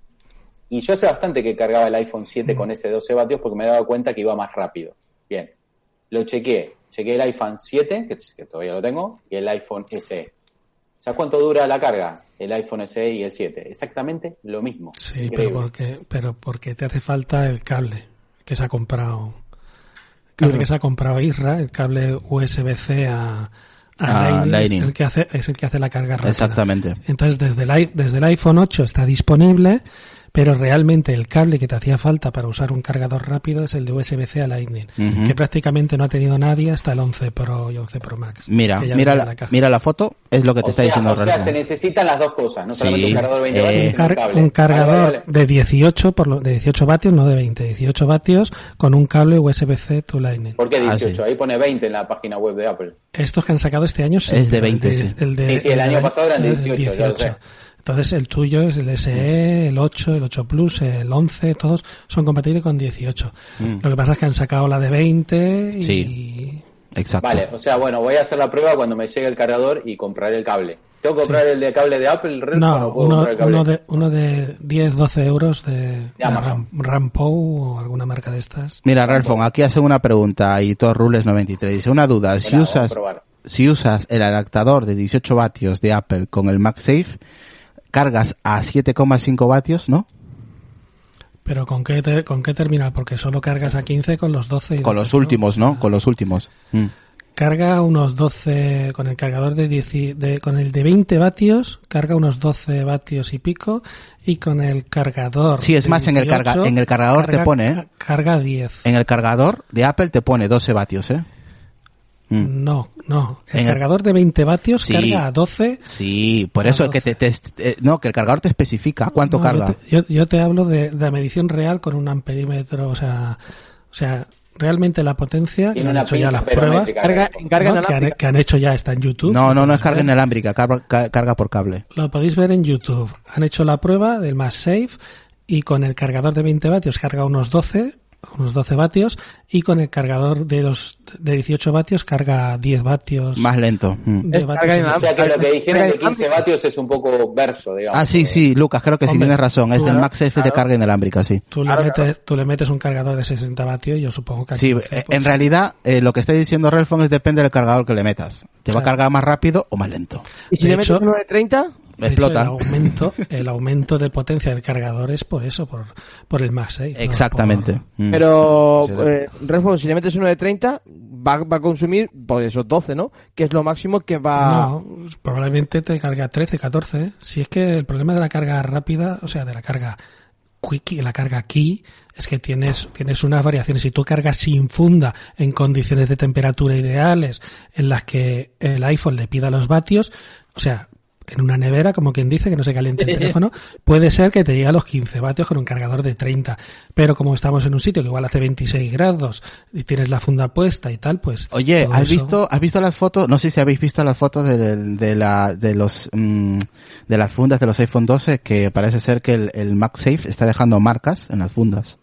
Y yo hace bastante que cargaba el iPhone siete con ese doce vatios porque me he dado cuenta que iba más rápido. Bien, lo chequeé. Chequeé el iPhone siete, que, que todavía lo tengo, y el iPhone S E. ¿Sabes cuánto dura la carga? El iPhone S E y el siete. Exactamente lo mismo. Sí, Increíble. pero porque, pero porque te hace falta el cable que se ha comprado. El cable que se ha comprado Isra, el cable U S B C a, a Ah, Lightning, Lightning. Es, el que hace, es el que hace la carga rápida. Exactamente. Entonces, desde el, i- desde el iPhone ocho está disponible, pero realmente el cable que te hacía falta para usar un cargador rápido es el de U S B C a Lightning, Ujú. que prácticamente no ha tenido nadie hasta el once Pro y once Pro Max. Mira, que ya mira venía en la, caja. mira la foto, es lo que te O está sea, diciendo o sea, Ralph. se necesitan las dos cosas, no solamente Sí, un cargador de veinte eh, vatios, un, sino car- cable. un cargador Vale, vale, vale. de dieciocho por lo, de dieciocho vatios, no de veinte, dieciocho vatios con un cable U S B C to Lightning. ¿Por qué Ah, dieciocho? sí. Ahí pone veinte en la página web de Apple. Estos que han sacado este año sí, Es de pero el veinte, sí. el de- Sí, sí, el de año la- pasado eran es dieciocho, ya lo sé. Entonces el tuyo es el S E, el ocho, el ocho Plus, el once, todos son compatibles con dieciocho. Mm. Lo que pasa es que han sacado la de veinte y... Sí. Exacto. Vale, o sea, bueno, voy a hacer la prueba cuando me llegue el cargador y compraré el cable. ¿Tengo que comprar sí. el de cable de Apple? Red, no, ¿o puedo uno, comprar el cable? uno, de, uno de diez, doce euros de, de, de Ram, Rampou o alguna marca de estas. Mira, Ralfon, aquí hacen una pregunta y todo Rules noventa y tres dice, una duda, si Mira, usas si usas el adaptador de dieciocho vatios de Apple con el MagSafe, cargas a siete coma cinco vatios, ¿no? Pero ¿con qué, te, ¿con qué terminal? Porque solo cargas a quince con los doce. Y con doce, los últimos, ¿no? ¿no? Con los últimos. Mm. Carga unos doce, con el cargador de, diez, de con el de veinte vatios, carga unos doce vatios y pico, y con el cargador sí, es más, en el, carga, en el cargador carga, te pone, ¿eh? Carga diez. En el cargador de Apple te pone doce vatios, ¿eh? Mm. No, no. El en cargador el... de veinte vatios sí, carga a doce. Sí, por eso doce. que te, te, te, no, que el cargador te especifica cuánto no, carga. Yo te, yo, yo te hablo de, de la medición real con un amperímetro, o sea, o sea, realmente la potencia que han hecho ya las pruebas carga, carga no, que, han, que han hecho ya está en YouTube. No, no, no es carga inalámbrica, carga, carga por cable. Lo podéis ver en YouTube. Han hecho la prueba del MagSafe y con el cargador de veinte vatios carga unos doce, unos doce vatios, y con el cargador de los de dieciocho vatios carga diez vatios. Más lento. Mm. Vatios o sea que lo que dijeron de quince vatios es un poco verso, digamos. Ah, sí, sí, Lucas, creo que Hombre, sí tienes razón. Es del MagSafe claro. de carga inalámbrica, sí. Tú le, claro, metes, claro. tú le metes un cargador de sesenta vatios y yo supongo que... Sí, quince, en pues, realidad eh, lo que está diciendo Relfon es depende del cargador que le metas. Te claro. va a cargar más rápido o más lento. ¿Y si de le hecho, metes uno de treinta? Explota. El aumento, el aumento de potencia del cargador es por eso, por, por el MagSafe. Exactamente. ¿no? Por... Pero, sí, eh, Relfon, si le metes uno de treinta, va, va a consumir, pues esos doce, ¿no? Que es lo máximo que va... No, probablemente te carga trece, catorce. ¿eh? Si es que el problema de la carga rápida, o sea, de la carga quick y la carga key, es que tienes, tienes unas variaciones. Si tú cargas sin funda en condiciones de temperatura ideales, en las que el iPhone le pida los vatios, o sea, en una nevera, como quien dice, que no se caliente el teléfono, puede ser que te llegue a los quince vatios con un cargador de treinta. Pero como estamos en un sitio que igual hace veintiséis grados y tienes la funda puesta y tal, pues... Oye, ¿has eso... visto has visto las fotos? No sé si habéis visto las fotos de, de, la, de, los, mmm, de las fundas de los iPhone doce, que parece ser que el, el MagSafe está dejando marcas en las fundas.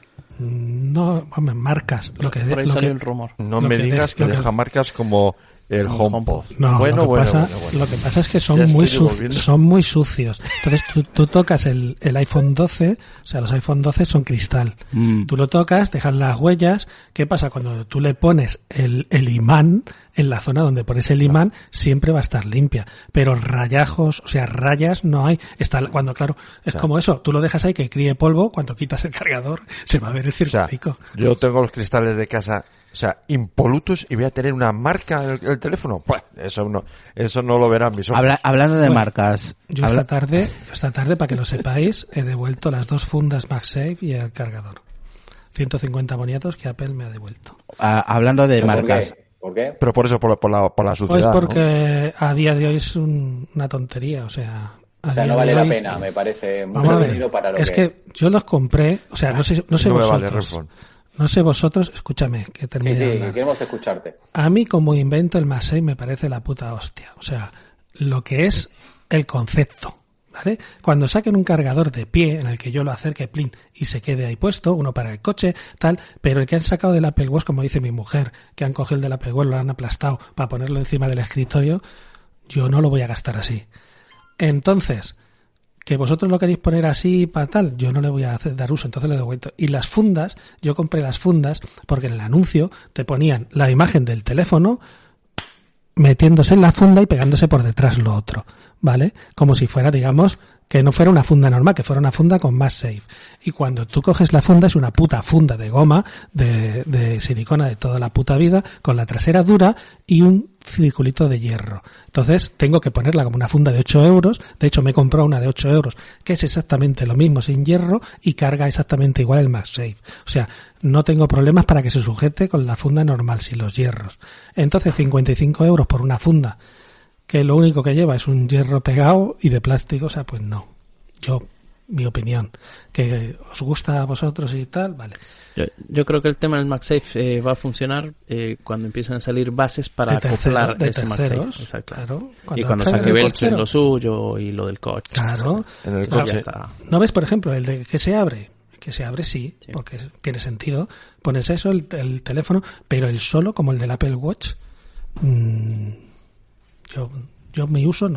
No, hombre, marcas. Lo que, Por ahí lo salió que, el rumor. No me que digas de, que que deja marcas como... El HomePod. No, bueno, lo, que bueno, pasa, bueno, bueno. lo que pasa es que son muy sucios, son muy sucios. Entonces tú, tú tocas el, el iPhone doce, o sea, los iPhone doce son cristal. Mm. Tú lo tocas, dejas las huellas. ¿Qué pasa? Cuando tú le pones el, el imán, en la zona donde pones el imán, siempre va a estar limpia. Pero rayajos, o sea, rayas no hay. Está, cuando, claro, es o sea, como eso. Tú lo dejas ahí que críe polvo, cuando quitas el cargador, se va a ver el circuito. O sea, yo tengo los cristales de casa, o sea, impolutos, y voy a tener una marca en el, el teléfono. Pues eso no, eso no lo verán mis ojos. Habla, hablando de bueno, marcas. Yo habla... esta tarde, esta tarde, para que lo sepáis, he devuelto las dos fundas MagSafe y el cargador. ciento cincuenta boniatos que Apple me ha devuelto. Ah, hablando de marcas. ¿Por qué? ¿Por qué? Pero por eso, por, por la, por la suciedad. Pues porque ¿no? a día de hoy es un, una tontería, o sea... O sea, no vale la pena, me parece mucho dinero para lo es que... Es que yo los compré, o sea, no sé, no sé no vosotros... Vale, No sé vosotros, escúchame, que termine. Sí, sí, queremos escucharte. A mí como invento el MagSafe me parece la puta hostia. O sea, lo que es el concepto, ¿vale? Cuando saquen un cargador de pie en el que yo lo acerque, plin, y se quede ahí puesto, uno para el coche, tal, pero el que han sacado del Apple Watch, como dice mi mujer, que han cogido el del Apple Watch, lo han aplastado para ponerlo encima del escritorio, yo no lo voy a gastar así. Entonces... que vosotros lo queréis poner así para tal, yo no le voy a hacer, dar uso, entonces le doy vuelto. Y las fundas, yo compré las fundas porque en el anuncio te ponían la imagen del teléfono metiéndose en la funda y pegándose por detrás lo otro, ¿vale? Como si fuera, digamos, que no fuera una funda normal, que fuera una funda con MagSafe. Y cuando tú coges la funda es una puta funda de goma, de, de silicona de toda la puta vida, con la trasera dura y un circulito de hierro. Entonces tengo que ponerla como una funda de ocho euros. De hecho me he comprado una de ocho euros que es exactamente lo mismo sin hierro y carga exactamente igual el MagSafe. O sea, no tengo problemas para que se sujete con la funda normal sin los hierros. Entonces cincuenta y cinco euros por una funda que lo único que lleva es un hierro pegado y de plástico, o sea, pues no. Yo, mi opinión, que os gusta a vosotros y tal, vale. Yo, yo creo que el tema del MagSafe eh, va a funcionar eh, cuando empiecen a salir bases para de tercero, acoplar de ese terceros, MagSafe. Exacto. Claro, cuando y cuando saque Belkin lo suyo y lo del coche. Claro. En el coche. coche. Está. ¿No ves, por ejemplo, el de que se abre? Que se abre sí, sí. porque tiene sentido. Pones eso, el, el teléfono, pero el solo, como el del Apple Watch, mmm, yo, yo mi uso no.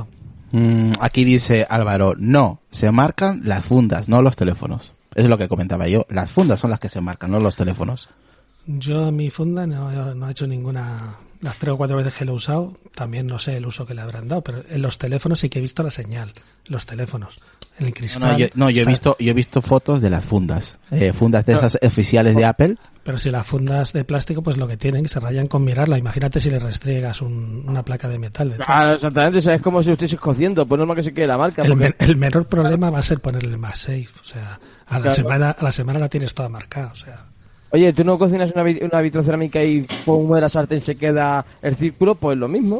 Mm, aquí dice Álvaro, no, se marcan las fundas, no los teléfonos. Es lo que comentaba yo. Las fundas son las que se marcan, no los teléfonos. Yo mi funda no, no he hecho ninguna... Las tres o cuatro veces que lo he usado, también no sé el uso que le habrán dado, pero en los teléfonos sí que he visto la señal. Los teléfonos. En el cristal. No, no, yo, no, yo he visto yo he visto fotos de las fundas. Eh, fundas de esas no, oficiales de Apple. Pero si las fundas de plástico, pues lo que tienen, que se rayan con mirarla. Imagínate si le restriegas un, una placa de metal. De ah, exactamente. O sea, es como si usted se cociendo. Pues normal que se quede la marca. El, porque... me, el menor problema va a ser ponerle el MagSafe. O sea, a la, claro. semana, a la semana la tienes toda marcada. O sea... Oye, ¿tú no cocinas una, una vitrocerámica y por mueve la sartén se queda el círculo? Pues lo mismo.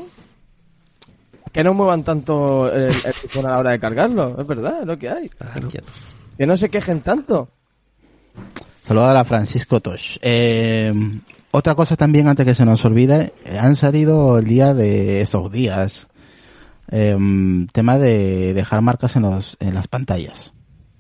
Que no muevan tanto el, el sifón a la hora de cargarlo. Es verdad, es lo que hay. Claro. Que no se quejen tanto. Saludos a Francisco Tosh. Eh, otra cosa también, antes que se nos olvide, han salido el día de estos días eh, tema de dejar marcas en los en las pantallas.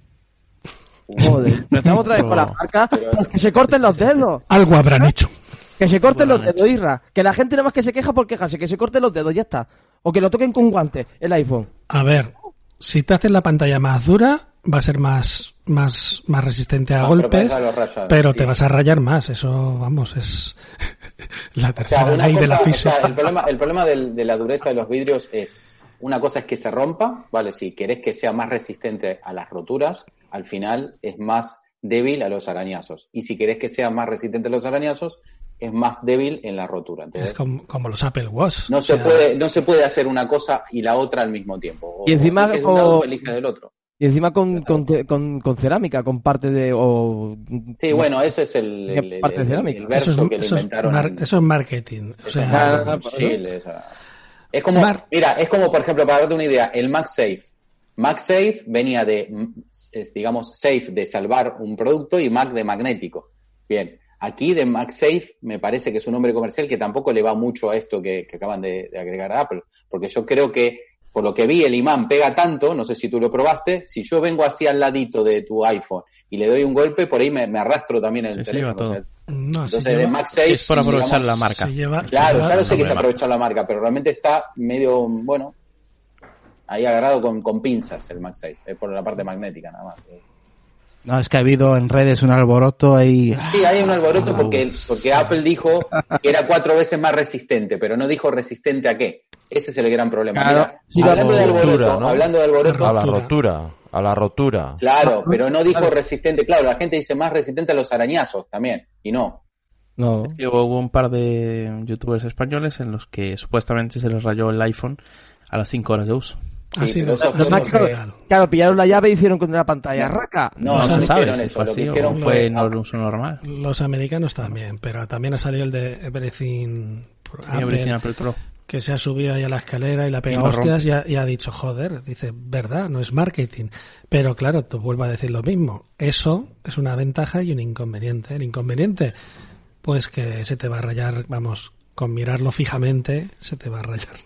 Joder, pero estamos otra vez con las marcas, pues que se corten los dedos. Algo habrán hecho. Que se corten los dedos, Isra. Que la gente nada más que se queja por quejarse, que se corten los dedos, ya está. O que lo toquen con guante, el iPhone. A ver, si te haces la pantalla más dura, va a ser más más más resistente a más golpes, a pero sí. te vas a rayar más. Eso, vamos, es la tercera o sea, ley cosa, de la física. O sea, el problema, el problema de, de la dureza de los vidrios es, una cosa es que se rompa, vale, si querés que sea más resistente a las roturas, al final es más débil a los arañazos. Y si querés que sea más resistente a los arañazos, es más débil en la rotura. Entonces, es como, como los Apple Watch. No se sea... puede, no se puede hacer una cosa y la otra al mismo tiempo. O, y encima o de un lado, o elijas del otro. Y encima con, con, con, con cerámica, con parte de... O, sí, bueno, eso es el, el, el, el, el verso eso es, que le eso inventaron. Es mar, eso es marketing. O sea, es, mar- Chile, esa. es como, Mar- mira, es como, por ejemplo, para darte una idea, el MagSafe. MagSafe venía de, digamos, safe de salvar un producto y Mag de magnético. Bien, aquí de MagSafe me parece que es un nombre comercial que tampoco le va mucho a esto que, que acaban de, de agregar a Apple, porque yo creo que, por lo que vi, el imán pega tanto, no sé si tú lo probaste, si yo vengo así al ladito de tu iPhone y le doy un golpe, por ahí me, me arrastro también el sí, teléfono. Todo. O sea, no, entonces, lleva, de MagSafe... Es por aprovechar digamos, la marca. Lleva, claro, lleva, ya lo sé que es problema. aprovechar la marca, pero realmente está medio, bueno, ahí agarrado con, con pinzas el MagSafe, es por la parte magnética nada más. No, es que ha habido en redes un alboroto ahí. Sí, hay un alboroto porque, porque Apple dijo que era cuatro veces más resistente, pero no dijo resistente a qué. Ese es el gran problema. Claro, Mira, sí, hablando, de alboroto, rotura, ¿no? hablando de alboroto, a la rotura, a la rotura. Claro, pero no dijo resistente. Claro, la gente dice más resistente a los arañazos también, y no. No. Sí, hubo un par de youtubers españoles en los que supuestamente se les rayó el iPhone a las cinco horas de uso. Ha Sí, sido pero eso Los fue más lo que- claro, claro, pillaron la llave y hicieron contra la pantalla. ¡Raca! No, No, no, se no sabe hicieron si eso. fue Lo así que o hicieron fue fue... no uso normal. Los americanos también, pero también ha salido el de Everything Sí, Everything Apple Pro. que se ha subido ahí a la escalera y la pega Y lo hostias y ha, y ha dicho, joder, dice, verdad, no es marketing. Pero claro, te vuelvo a decir lo mismo. Eso es una ventaja y un inconveniente. El inconveniente, pues que se te va a rayar, vamos, con mirarlo fijamente, se te va a rayar.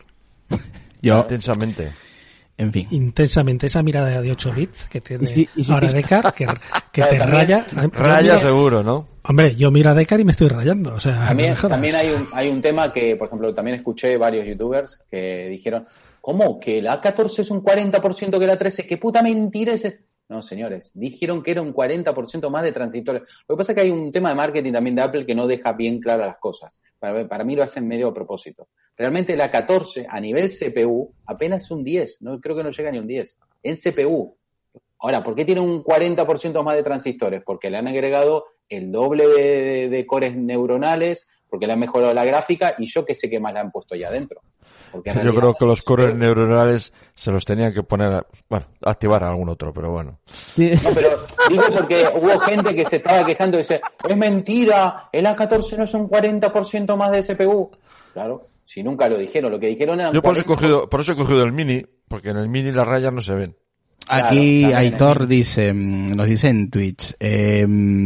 Yo, Intensamente. en fin. Intensamente, esa mirada de ocho bits que tiene Y si- y si- ahora Decar, que, que Claro, te también- raya. Yo Raya miro- seguro, ¿no? Hombre, yo miro a Decar y me estoy rayando. O sea, También, no me jodas. también hay un, hay un tema que, por ejemplo, también escuché varios youtubers que dijeron, ¿cómo? ¿Que la A catorce es un cuarenta por ciento que la trece? ¿Qué puta mentira es esa? No, señores, dijeron que era un cuarenta por ciento más de transistores. Lo que pasa es que hay un tema de marketing también de Apple que no deja bien claras las cosas. Para, para mí lo hacen medio a propósito. Realmente la A catorce a nivel C P U apenas es un diez, no creo que no llega ni a un diez. En C P U. Ahora, ¿por qué tiene un cuarenta por ciento más de transistores? Porque le han agregado el doble de, de, de cores neuronales, porque le han mejorado la gráfica y yo que sé qué más le han puesto ya adentro. Porque en Yo realidad- creo que los cores neuronales se los tenían que poner, a- bueno, activar a algún otro, pero bueno. Sí. No, pero digo porque hubo gente que se estaba quejando y dice, es mentira, el A catorce no es un cuarenta por ciento más de C P U. Claro, si nunca lo dijeron, lo que dijeron era... Yo por eso he cogido, por eso he cogido el mini, porque en el mini las rayas no se ven. Aquí Claro, también Aitor es- dice, mm, nos dice en Twitch, eh,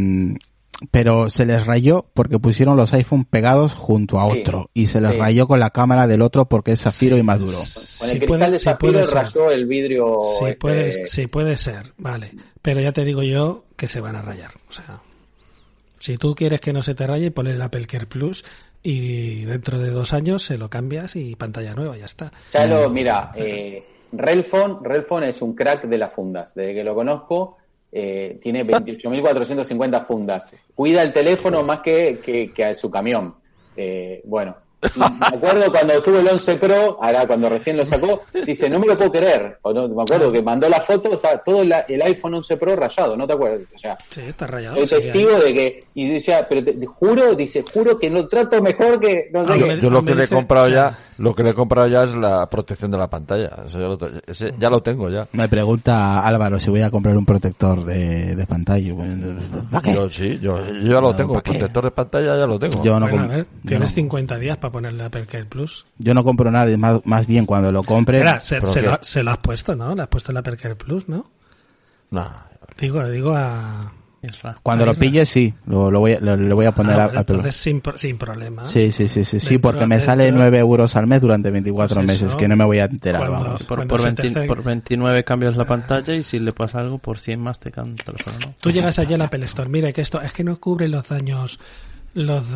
pero se les rayó porque pusieron los iPhone pegados junto a Sí, otro y se les sí. rayó con la cámara del otro porque es zafiro y más duro. Con Sí el cristal puede- de sí zafiro puede ser. rayó el vidrio... Sí, este, puede, sí puede ser, vale. Pero ya te digo yo que se van a rayar. O sea, si tú quieres que no se te raye, ponle el Apple Care Plus y dentro de dos años se lo cambias y pantalla nueva, ya está. Ya lo, mira, eh, Relfon, Relfon es un crack de las fundas. Desde que lo conozco, eh, tiene veintiocho mil cuatrocientas cincuenta fundas. Cuida el teléfono más que, que, que a su camión. Eh, bueno, y me acuerdo cuando tuvo el once Pro, ahora cuando recién lo sacó, dice, no me lo puedo creer. O no, me acuerdo que mandó la foto, está todo la, el iPhone once Pro rayado, ¿no te acuerdas? O sea, Sí, está rayado. soy sí, testigo ahí. de que, y decía, pero te, te juro, dice, juro que lo trato mejor que, no sé Ah, qué. me- Yo lo me que le he dice- comprado o sea, ya, lo que le he comprado ya es la protección de la pantalla. Eso ya lo, te- ese ya lo tengo ya. Me pregunta Álvaro si voy a comprar un protector de, de pantalla. Bueno, ¿para qué? Yo sí, yo, yo ya lo No, tengo. ¿para El qué? protector de pantalla ya lo tengo. Yo no, Bueno, a com- ver, yo tienes no- cincuenta días para ponerle Apple Care Plus. yo no compro nada, y más, más bien cuando lo compre. Espera, se, ¿pero se qué? lo, se lo has puesto, ¿no? Le has puesto el Apple Care Plus, ¿no? No. Digo, digo a... Es raro. Cuando lo pille, sí, lo, lo voy, a- lo- le voy a poner Ah, a, bueno, a pelo. entonces sin, pro- sin problema. Sí, sí, sí, sí, sí, Dentro- porque me dentro- sale nueve euros al mes durante veinticuatro Pues meses, eso, que no me voy a enterar, cuando- vamos. Por, Cuando por, se te veinte hace- por veintinueve cambias la pantalla y si le pasa algo, por cien más te cambia el teléfono, ¿no? Tú llegas allí al Apple Store, mira que esto es que no cubre los daños, los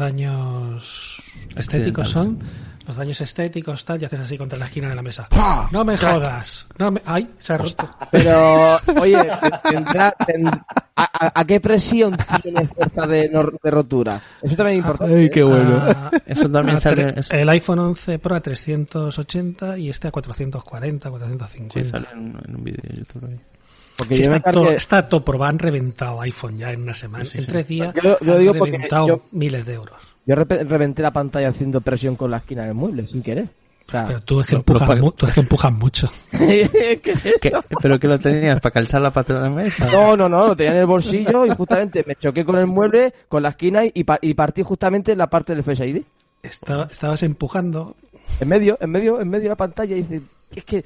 daños estéticos son, los daños estéticos tal, y haces así contra la esquina de la mesa. No me jodas, no me, ay, se ha roto. Pero, oye, tendrá, tend- a, a- ¿a qué presión tiene fuerza de, nor- de rotura? Eso también es importante. Ay, qué bueno. A- Eso también a sale- tre- es- El iPhone once Pro a trescientos ochenta y este a cuatrocientos cuarenta, cuatrocientos Sí, cincuenta. sale en, en un vídeo de YouTube ahí. Porque Sí, yo me está, todo, cargué- está todo probado, han reventado iPhone ya en una semana. en tres días Yo- yo han digo porque reventado yo- miles de euros. Yo repe- reventé la pantalla haciendo presión con la esquina del mueble, sin querer. O sea, Pero tú es que, lo- empujas, lo- mu- tú es que empujas mucho. ¿qué es eso? ¿Qué? ¿Pero qué lo tenías? ¿Para calzar la pata de la mesa? No, no, no, lo tenía en el bolsillo y justamente me choqué con el mueble, con la esquina y, pa- y partí justamente la parte del Face I D. Estaba- estabas empujando. En medio, en medio, en medio de la pantalla y dice, es que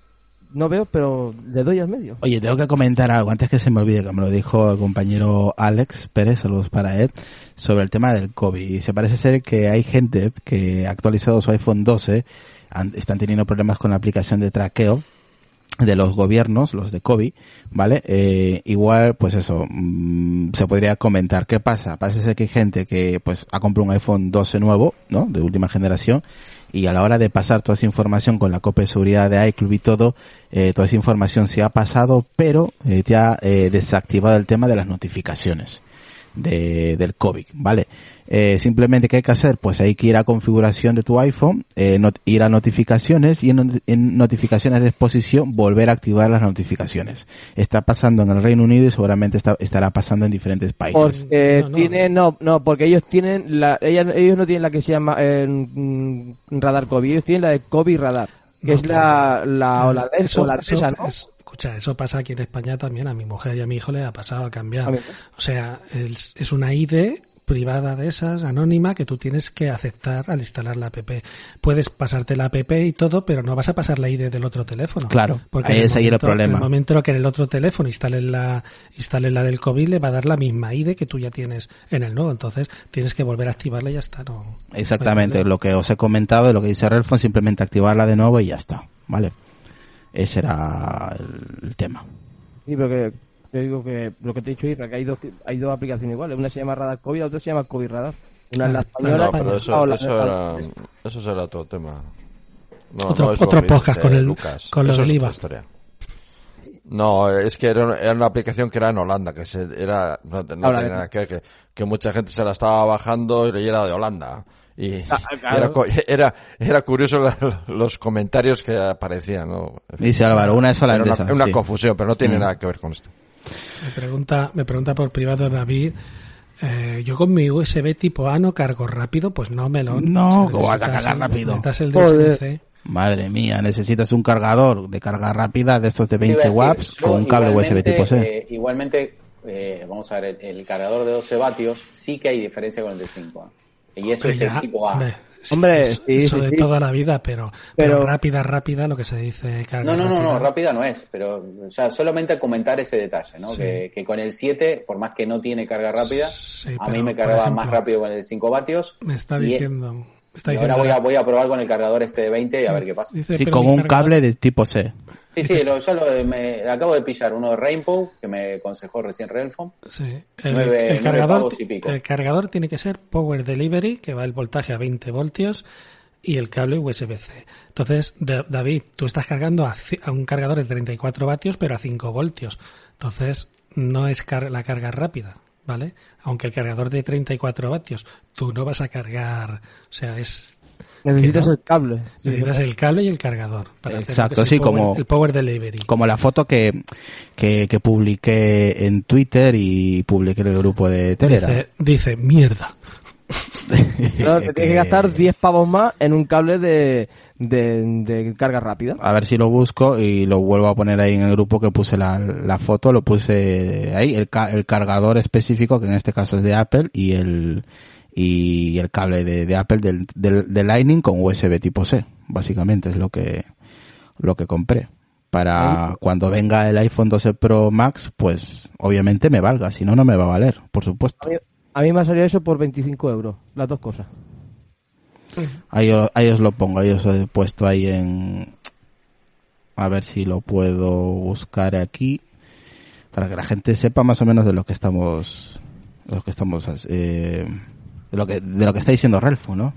no veo, pero le doy al medio. Oye, tengo que comentar algo antes que se me olvide, que me lo dijo el compañero Alex Pérez, saludos para él, sobre el tema del COVID. Y se parece ser que hay gente que ha actualizado su iPhone doce, han- están teniendo problemas con la aplicación de traqueo de los gobiernos, los de COVID, ¿vale? Eh, igual, pues eso, mmm, se podría comentar. ¿Qué pasa? Parece ser que hay gente que, pues, ha comprado un iPhone doce nuevo, ¿no? De última generación, y a la hora de pasar toda esa información con la copia de seguridad de iCloud y todo, eh, toda esa información se ha pasado, pero eh, te ha eh, desactivado el tema de las notificaciones de, del COVID, ¿vale? Eh, simplemente, ¿qué hay que hacer? Pues hay que ir a configuración de tu iPhone, eh, not- ir a notificaciones y en, not- en notificaciones de exposición volver a activar las notificaciones. Está pasando en el Reino Unido y seguramente está, estará pasando en diferentes países. Porque No, no. tiene, no, no, porque ellos tienen la, ellas- ellos no tienen la que se llama eh, mm, radar COVID, ellos tienen la de COVID radar, que No, es la, claro. la holandesa, Eso- holandesa, eso ¿no? es- escucha, eso pasa aquí en España también. A mi mujer y a mi hijo le ha pasado a cambiar. A mí, O sea, es, es una I D privada de esas, anónima, que tú tienes que aceptar al instalar la app. Puedes pasarte la app y todo, pero no vas a pasar la I D del otro teléfono. Claro, Porque ahí en es ahí el momento- problema. En el momento que en el otro teléfono instales la, instales la del COVID, le va a dar la misma I D que tú ya tienes en el nuevo. Entonces tienes que volver a activarla y ya está. No, Exactamente, no hay problema. lo que os he comentado, lo que dice Relfon, simplemente activarla de nuevo y ya está, ¿vale? Ese era el, el tema. Sí, pero que te digo que lo que te he dicho, Isra, que hay dos, hay dos aplicaciones iguales. Una se llama Radar COVID, la otra se llama COVID Radar. Una es la Ah, española. No, España. pero la eso, holandesa. eso era, eso será otro tema. No, Otro- no es lo otro que podcast dice con el- Lucas. con lo Eso del es I V A. otra historia. No, es que era, era una aplicación que era en Holanda, que se, era, no, no Ahora, tenía nada que ver, que, que mucha gente se la estaba bajando y era de Holanda. Y, Ah, y claro. era, co- era, era curioso la- los comentarios que aparecían, ¿no? Dice Álvaro, una es Era holandesa. una, una sí. confusión, pero no tiene Mm. nada que ver con esto. Me pregunta, me pregunta por privado David, eh, yo con mi U S B tipo A no cargo rápido, pues no, melón. No, Si ¿cómo vas a necesitas cargar el- rápido? necesitas el de Joder. U S B C. Madre mía, necesitas un cargador de carga rápida de estos de Te iba a veinte decir, watts yo con un cable U S B igualmente, tipo C. eh, igualmente, eh, vamos a ver, el, el cargador de doce vatios sí que hay diferencia con el de cinco. Y eso Hombre, es el ya, tipo A. hombre, sí, Hombre, eso, sí, eso sí, de sí. toda la vida, pero, pero, Pero- rápida, rápida, lo que se dice carga No, no, no, rápida. no, rápida no es, pero o sea, solamente comentar ese detalle, ¿no? Sí. Que, que con el siete, por más que no tiene carga rápida, Sí, a pero, mí me por cargaba ejemplo, más rápido con el de cinco vatios. Me está y- diciendo... me está y diciendo ahora voy a, voy a probar con el cargador este de veinte y a ver qué pasa. dice, Sí, pero con mi un cargador- cable de tipo C. Sí, sí, lo, ya lo, me, acabo de pillar uno de Rainbow, que me aconsejó recién Relfon. Sí. El, Nueve- el nueve cargador, pavos y pico. el cargador tiene que ser Power Delivery, que va el voltaje a veinte voltios, y el cable U S B C. Entonces, de, David, tú estás cargando a, a un cargador de treinta y cuatro vatios, pero a cinco voltios. Entonces, no es car- la carga rápida, ¿vale? Aunque el cargador de treinta y cuatro vatios, tú no vas a cargar, o sea, es... Necesitas no, el cable. Necesitas el cable y el cargador. Para Exacto, hacer sí, el power, como... el power delivery. Como la foto que, que, que publiqué en Twitter y publiqué en el grupo de Telegram. Dice, dice mierda. Claro, te tienes que gastar diez pavos más en un cable de, de, de carga rápida. A ver si lo busco y lo vuelvo a poner ahí en el grupo que puse la, la foto, lo puse ahí, el, ca- el cargador específico, que en este caso es de Apple, y el y el cable de, de Apple del, del, de Lightning con U S B tipo C, básicamente es lo que lo que compré. Para ¿Sí? Cuando venga el iPhone doce Pro Max, pues obviamente me valga, si no, no me va a valer, por supuesto. A mí, a mí me ha salido eso por veinticinco euros, las dos cosas. Ahí, ahí os lo pongo, ahí os lo he puesto ahí en... A ver si lo puedo buscar aquí, para que la gente sepa más o menos de lo que estamos... De lo que estamos... Eh, de, lo que, de lo que está diciendo Relfo, ¿no?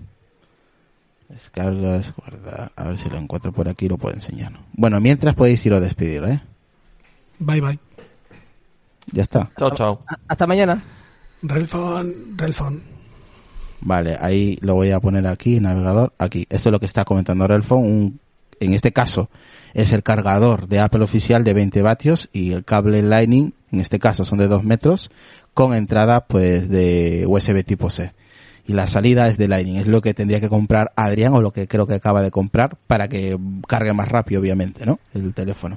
Descargas, guarda, a ver si lo encuentro por aquí y lo puedo enseñar. Bueno, mientras podéis ir a despedir, ¿eh? Bye, bye. Ya está. Chao, chao. Hasta mañana. Relfon, Relfon. Vale, ahí lo voy a poner aquí, navegador, aquí. Esto es lo que está comentando Relfon. Un, en este caso es el cargador de Apple oficial de veinte vatios y el cable Lightning, en este caso son de dos metros, con entrada pues de U S B tipo C. Y la salida es de Lightning, es lo que tendría que comprar Adrián, o lo que creo que acaba de comprar, para que cargue más rápido, obviamente, ¿no? El teléfono.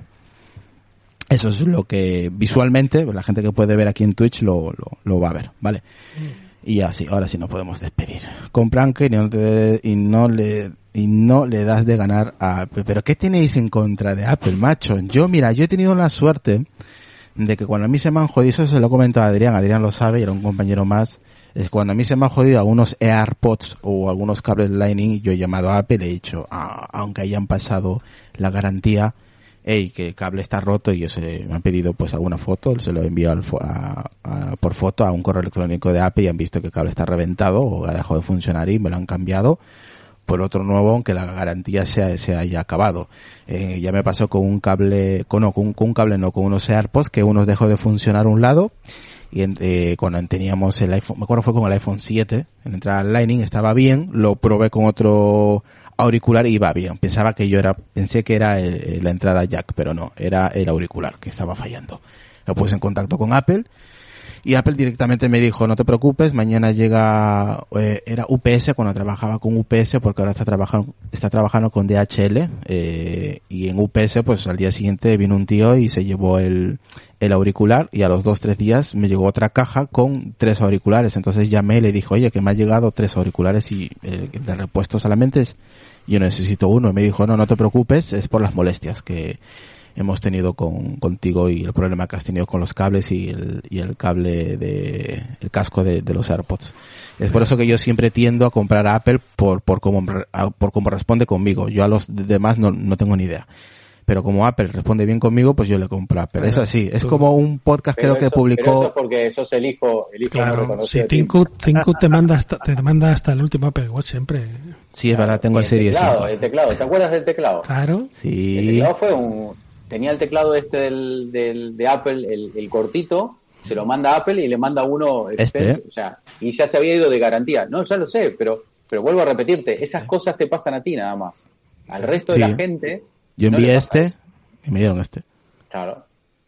Eso es lo que visualmente, la gente que puede ver aquí en Twitch lo, lo, lo va a ver, ¿vale? Mm. Y ya sí, ahora sí nos podemos despedir. Compra Anker y no, te, y no le y no le das de ganar a Apple. ¿Pero qué tenéis en contra de Apple, macho? Yo, mira, yo he tenido la suerte de que cuando a mí se me han jodido, eso se lo he comentado a Adrián, Adrián lo sabe y era un compañero más, es cuando a mí se me han jodido algunos AirPods o algunos cables Lightning, yo he llamado a Apple y he dicho, ah, aunque hayan pasado la garantía, hey, que el cable está roto, y yo se me han pedido pues alguna foto, se lo he enviado a, a, por foto a un correo electrónico de Apple y han visto que el cable está reventado o ha dejado de funcionar y me lo han cambiado por otro nuevo, aunque la garantía se, se haya acabado. Eh, ya me pasó con un cable, con, no, con, un, con un cable no, con unos AirPods que unos dejó de funcionar a un lado, y eh, cuando teníamos el iPhone, me acuerdo fue con el iPhone siete, en entrada Lightning estaba bien, lo probé con otro auricular y iba bien. Pensaba que yo era, pensé que era el, la entrada jack, pero no, era el auricular que estaba fallando. Lo puse en contacto con Apple y Apple directamente me dijo, no te preocupes, mañana llega, eh, era U P S cuando trabajaba con U P S, porque ahora está trabajando, está trabajando con D H L, eh, y en U P S pues al día siguiente vino un tío y se llevó el, el auricular, y a los dos, tres días me llegó otra caja con tres auriculares. Entonces llamé y le dije, oye, que me ha llegado tres auriculares y eh, de repuesto solamente es, yo necesito uno. Y me dijo, no, no te preocupes, es por las molestias que hemos tenido con, contigo y el problema que has tenido con los cables y el, y el cable de, el casco de, de los AirPods. Es por eso que yo siempre tiendo a comprar a Apple por, por cómo, por cómo responde conmigo. Yo a los demás no, no tengo ni idea. Pero como Apple responde bien conmigo, pues yo le compro a Apple. Bueno, es así. Es tú, como un podcast creo que eso, Pero publicó... eso es porque sos el hijo, el hijo claro, no si Tim Cook, Tim Cook te manda hasta, te manda hasta el último Apple Watch siempre. Sí, es verdad, tengo el, el Series cinco. El teclado, ¿te acuerdas del teclado? Claro. Sí. El teclado fue un... Tenía el teclado este del, del de Apple, el, el cortito, se lo manda a Apple y le manda uno este, ¿eh? O sea, y ya se había ido de garantía. No, ya lo sé, pero pero vuelvo a repetirte, esas cosas te pasan a ti nada más. Al resto sí. de la gente... Yo envié no este y me dieron este. Claro.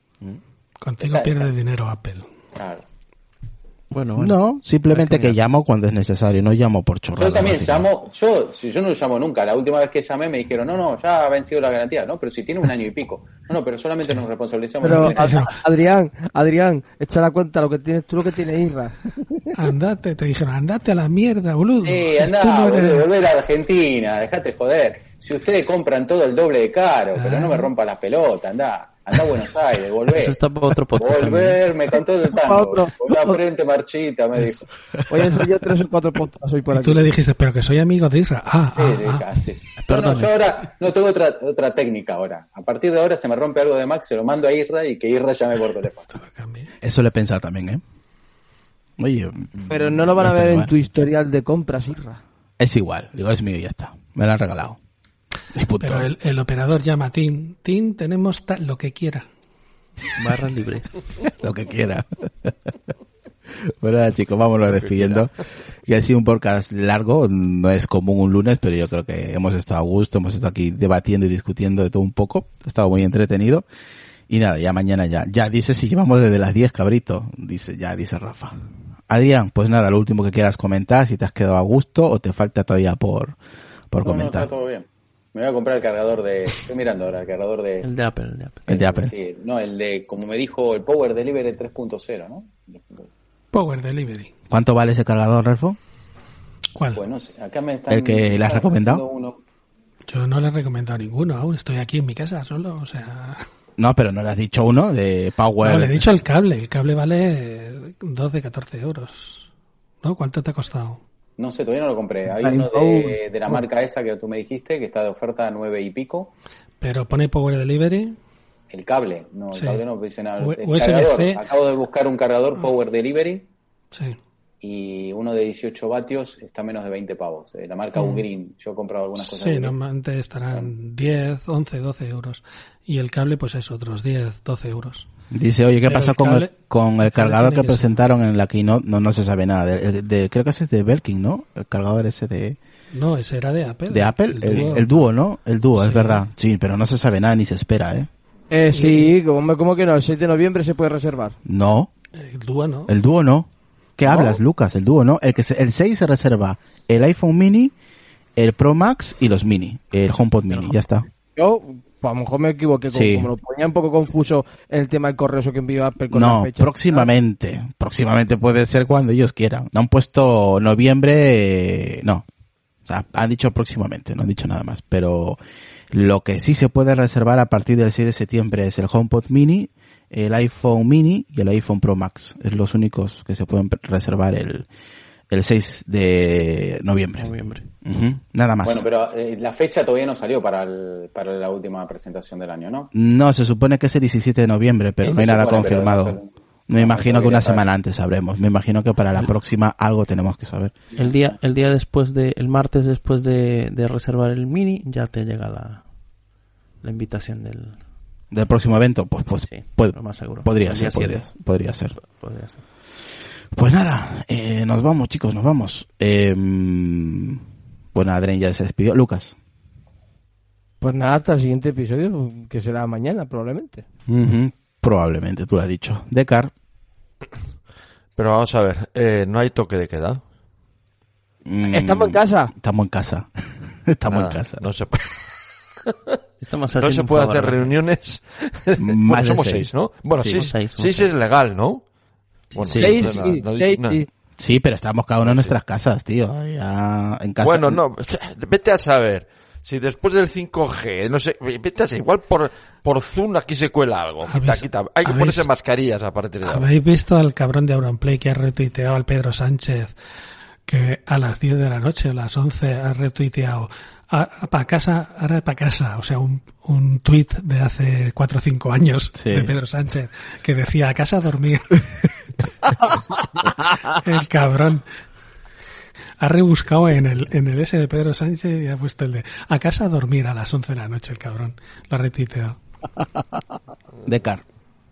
Contigo pierde dinero Apple. Claro. Bueno, bueno. No, simplemente que llamo cuando es necesario, no llamo por chorrada. Yo también llamo, yo si yo no llamo nunca, la última vez que llamé me dijeron, no, no, ya ha vencido la garantía, ¿no? Pero si tiene un año y pico. No, no, pero solamente nos responsabilizamos. Pero, Ad- Adrián, Adrián, echa la cuenta lo que tienes tú, lo que tienes Isra. Andate, te dijeron, andate a la mierda, boludo. Sí, andá, no eres... boludo, volver a Argentina, dejate joder. Si ustedes compran todo el doble de caro, ah. pero no me rompa las pelotas, andá. Andá a Buenos Aires, volver. Eso está por otro podcast. Volver, me contó el tango. Con la frente marchita, me dijo. Voy a enseñar tres o cuatro podcasts hoy por y aquí. tú le dijiste, pero que soy amigo de Isra. Ah, sí, ah, ah. Sí. No, no, yo ahora no tengo otra otra técnica ahora. A partir de ahora se me rompe algo de Mac, se lo mando a Isra y que Isra llame por teléfono. Eso le he pensado también, ¿eh? Oye, pero no lo van a ver en tu historial de compras, Isra. Es igual, digo, es mío y ya está. Me lo han regalado. Y punto. Pero el, el operador llama a Tim. Tim, tenemos ta- lo que quiera. Barra libre. Lo que quiera. Bueno, nada, chicos, vámonos despidiendo. Y ha sido un podcast largo, no es común un lunes, pero yo creo que hemos estado a gusto, hemos estado aquí debatiendo y discutiendo de todo un poco. Ha estado muy entretenido. Y nada, ya mañana ya. Ya dice si llevamos desde las diez, cabrito. Dice, ya, dice Rafa. Adrián, pues nada, lo último que quieras comentar, si te has quedado a gusto o te falta todavía por, por no, comentar. No, está todo bien. Me voy a comprar el cargador de... Estoy mirando ahora, el cargador de... El de Apple, el de Apple. El de Apple. Sí, no, el de, como me dijo, el Power Delivery tres punto cero, ¿no? Power Delivery. ¿Cuánto vale ese cargador, Ralfo? ¿Cuál? Pues no sé, acá me están... ¿El que le has recomendado? Uno. Yo no le he recomendado ninguno aún. Estoy aquí en mi casa solo, o sea... No, pero no le has dicho uno de Power. No, le he dicho el cable. El cable vale doce, catorce euros. ¿No? ¿Cuánto te ha costado? No sé, todavía no lo compré. Hay uno de, de la marca esa que tú me dijiste, que está de oferta a nueve y pico. Pero pone Power Delivery. El cable, no, el Sí. cable no dice nada. U- El U S B C. cargador, acabo de buscar un cargador Power Delivery Sí. y uno de dieciocho vatios está a menos de veinte pavos. Eh, la marca Mm. Ugreen. Yo he comprado algunas cosas. Sí, Ugreen. normalmente estarán diez, once, doce euros. Y el cable, pues es otros diez, doce euros. Dice, oye, ¿qué Pero pasa el con, cable- el, con el el cable cargador tiene que que ser. presentaron en la keynote? No, no se sabe nada. De, de- de- creo que ese es de Belkin, ¿no? El cargador ese de, No, ese era de Apple. de Apple. El, Duo. el dúo, ¿no? El dúo, es Sí. verdad. Sí, pero no se sabe nada ni se espera, ¿eh? Eh, sí, como, como que no, el seis de noviembre se puede reservar. No, El Duo, ¿no? el dúo no. ¿Qué ¿No? hablas, Lucas? El dúo no. El que se- el seis se reserva el iPhone mini, el Pro Max y los mini. El HomePod mini, ya está. Yo, pues, a lo mejor me equivoqué, como, Sí. como lo ponía un poco confuso en el tema del correo eso que envió Apple con No, la fecha. próximamente. Próximamente puede ser cuando ellos quieran. No han puesto noviembre, eh, no. O sea, han dicho próximamente, no han dicho nada más. Pero lo que sí se puede reservar a partir del seis de septiembre es el HomePod mini, el iPhone mini y el iPhone Pro Max. Es los únicos que se pueden reservar el, el seis de noviembre. Noviembre. Ujú, nada más. Bueno, pero eh, la fecha todavía no salió para el, para la última presentación del año, ¿no? No, se supone que es el diecisiete de noviembre, pero Sí, no hay se nada supone, pero confirmado. no, pero- Me no, imagino no que una quería saber. semana antes sabremos. Me imagino que para la próxima algo tenemos que saber. El día, el día después de, el martes después de, de reservar el mini, ya te llega la, la invitación del, Del próximo evento, pues, pues sí, puede- lo más seguro. podría El ser, día podría, siete. podría ser. Podría ser. Pues nada, eh, nos vamos, chicos, nos vamos. Eh, bueno, Adrien ya se despidió. Lucas. Pues nada, hasta el siguiente episodio, que será mañana probablemente. Ujú, probablemente, tú lo has dicho. Decar. Pero vamos a ver, eh, no hay toque de queda. Mm, Estamos en casa. Estamos en casa. Estamos Nada, en casa. No se, puede- Estamos no haciendo se un puede favor, hacer ¿no? reuniones. Más Bueno, de somos seis. seis, ¿no? Bueno, Sí. seis, Somos seis, somos seis seis. es legal, ¿no? Bueno, Sí. Seis, no, sí, no, no, seis, no. sí. Sí, pero estamos cada uno en nuestras casas, tío. Ya en casa. Bueno, no, vete a saber. Si después del cinco G, no sé, vete a saber, igual por, por Zoom aquí se cuela algo. Quita, ¿Habéis- quita. Hay que habéis- ponerse mascarillas a partir de ahora. ¿Habéis visto al cabrón de Auronplay que ha retuiteado al Pedro Sánchez que a las diez de la noche, a las once, ha retuiteado para casa, ahora para casa? O sea, un, un tuit de hace cuatro o cinco años Sí. de Pedro Sánchez que decía a casa a dormir. El cabrón. Ha rebuscado en el, en el S de Pedro Sánchez y ha puesto el de a casa a dormir a las once de la noche, el cabrón. Lo ha retuiteado. Decar.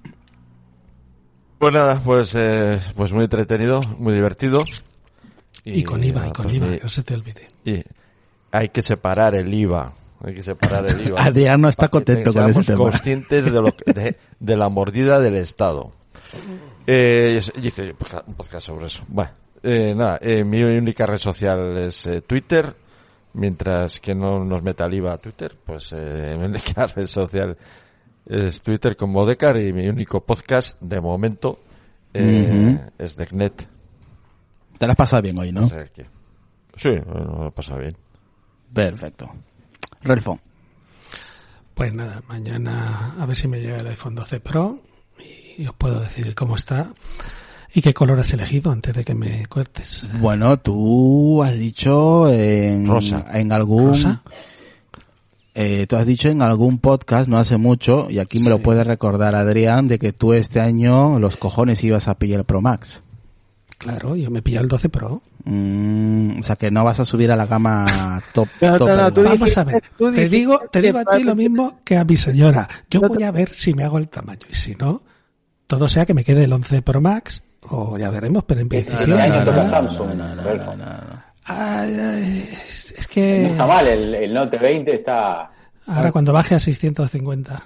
Pues nada, pues, eh, pues muy entretenido, muy divertido. Y, con IVA, y con pues, IVA, muy- que no se te olvide. y hay que separar el IVA. Hay que separar el IVA. Adrián no está Para que contento con seamos ese tema. conscientes de, lo que- de, de la mordida del Estado. Eh, y hice un podcast sobre eso. Bueno, eh, nada, eh, mi única red social es eh, Twitter. Mientras que no nos meta el IVA a Twitter, pues eh, mi única red social es Twitter como Decar y mi único podcast de momento eh, Ujú. es Decnet. Te la has pasado bien hoy, ¿no? O sea que- sí, me lo he pasado bien. Perfecto. Relfo. Pues nada, mañana a ver si me llega el iPhone doce Pro y os puedo decir cómo está y qué color has elegido antes de que me cortes. Bueno, tú has dicho en, Rosa. en algún... ¿Rosa? Eh, tú has dicho en algún podcast, no hace mucho, y aquí me lo Sí. puede recordar Adrián, de que tú este año los cojones ibas a pillar el Pro Max. Claro, yo me pillé el doce Pro. Mm, o sea que no vas a subir a la gama top. No, top no, no, del- tú Vamos dijiste- a ver, tú te dijiste digo, te que digo a ti lo mismo que a mi señora. Yo voy a ver si me hago el tamaño y si no, todo sea que me quede el once Pro Max o ya veremos, pero en principio... Este año no, toca no, Samsung. no, no, no, Relfo. no, no. Ay, ay, es es No que está mal, el, el Note veinte está... ahora cuando baje a seiscientos cincuenta.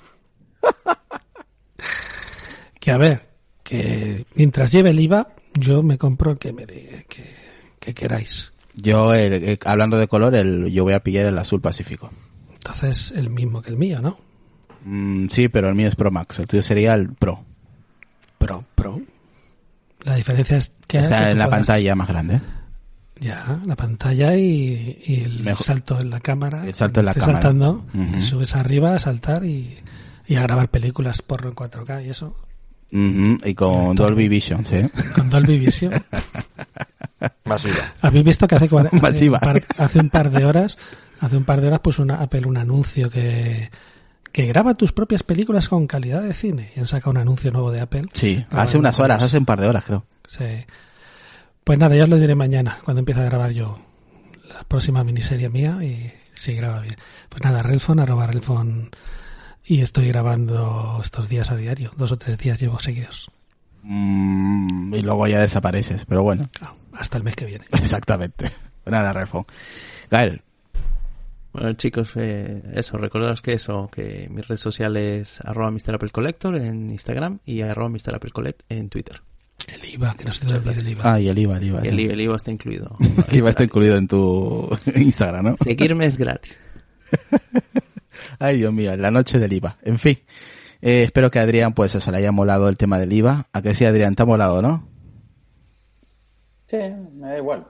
Que a ver, que mientras lleve el I V A, yo me compro el que me diga que, que queráis. Yo, el- el- hablando de color, el, yo voy a pillar el azul pacífico. Entonces, el mismo que el mío, ¿no? Mm, sí, pero el mío es Pro Max. El tuyo sería el Pro. Pro, Pro. La diferencia es que... Está que en tú la puedas- pantalla más grande. Ya, la pantalla y, y el Mejor. salto en la cámara. El salto en la Estés cámara. saltando, Ujú. te subes arriba a saltar y, y a grabar películas porno en cuatro K y eso. Ujú, y con Dolby Vision, sí. Con Dolby Vision. Masiva. ¿Habéis visto que hace, cua- hace, Masiva. un par, hace un par de horas, hace un par de horas puso una Apple un anuncio que, que graba tus propias películas con calidad de cine? Y han sacado un anuncio nuevo de Apple. Sí, Grabando hace unas horas, hace un par de horas, creo. Sí. Pues nada, ya os lo diré mañana, cuando empiece a grabar yo la próxima miniserie mía y si graba bien. Pues nada, Relfon, arroba Relfon, y estoy grabando estos días a diario, dos o tres días llevo seguidos. Mm, y luego ya desapareces, pero bueno. Claro, hasta el mes que viene. Exactamente. Nada, Relfon. Gael, Bueno, chicos, eh, eso, recordaros que eso, que mi red social es arroba mister Apple Collector en Instagram y arroba mister Apple Collect en Twitter. El I V A, que no se te olvide el I V A. ah, y el I V A, el I V A. Y el, I- el I V A está incluido. El I V A está incluido en tu Instagram, ¿no? Seguirme es gratis. Ay, Dios mío, la noche del I V A. En fin, eh, espero que a Adrián pues eso le haya molado el tema del I V A. ¿A que sí, Adrián? ¿Te ha molado, no? Sí, me da igual.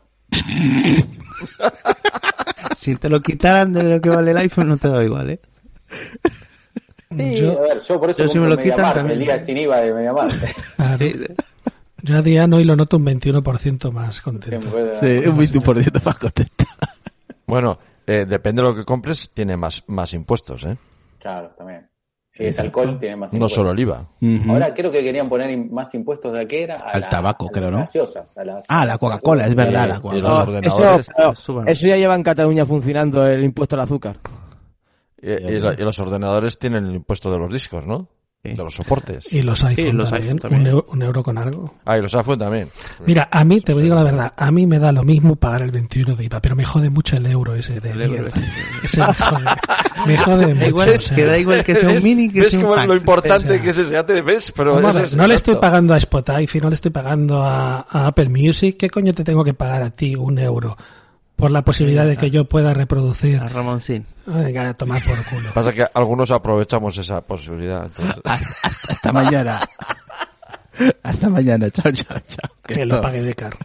Si te lo quitaran de lo que vale el iPhone, no te da igual, ¿eh? Sí, Yo- a ver, yo por eso yo si me compro lo Mediamar, quitan también. el día sin I V A de Mediamar. Claro. Sí, sí. Yo a Diana hoy lo noto un veintiuno por ciento más Que me contento. pueda- Sí, un veintiuno por ciento más contento. Bueno, eh, depende de lo que compres, tiene más, más impuestos, ¿eh? Claro, también. Si es alcohol, tiene más No impuestos. solo el I V A. Ujú. Ahora creo que querían poner im- más impuestos de a qué era. A Al la- tabaco, a las creo, ¿no? gaseosas, a las- Ah, la Coca-Cola, es verdad, Eh, la y Coca-Cola. los No, ordenadores, Eso, pero suban. eso ya lleva en Cataluña funcionando el impuesto al azúcar. y, y lo- y los ordenadores tienen el impuesto de los discos, ¿no? Sí. De los soportes. Y los iPhone los también, iPhone también. Un, euro, un euro con algo. Ah, y los iPhone también. Mira, a mí, te digo la verdad, a mí me da lo mismo pagar el veintiuno de I V A, pero me jode mucho el euro ese de El euro mierda. ese. Ese me jode, me jode Da mucho. igual, o es sea, que da igual que sea un ¿Ves- mini que ves sea un como fax. lo importante O sea, que es ese? Ya te ves, pero Vamos a eso ver, es no le exacto. estoy pagando a Spotify, no le estoy pagando a, a Apple Music. ¿Qué coño te tengo que pagar a ti un euro por la posibilidad de que yo pueda reproducir? A Ramoncín. Venga, a tomar por culo. Pasa que algunos aprovechamos esa posibilidad. entonces- Hasta, hasta mañana. Hasta mañana. Chao, chao, chao. Que lo pague de caro.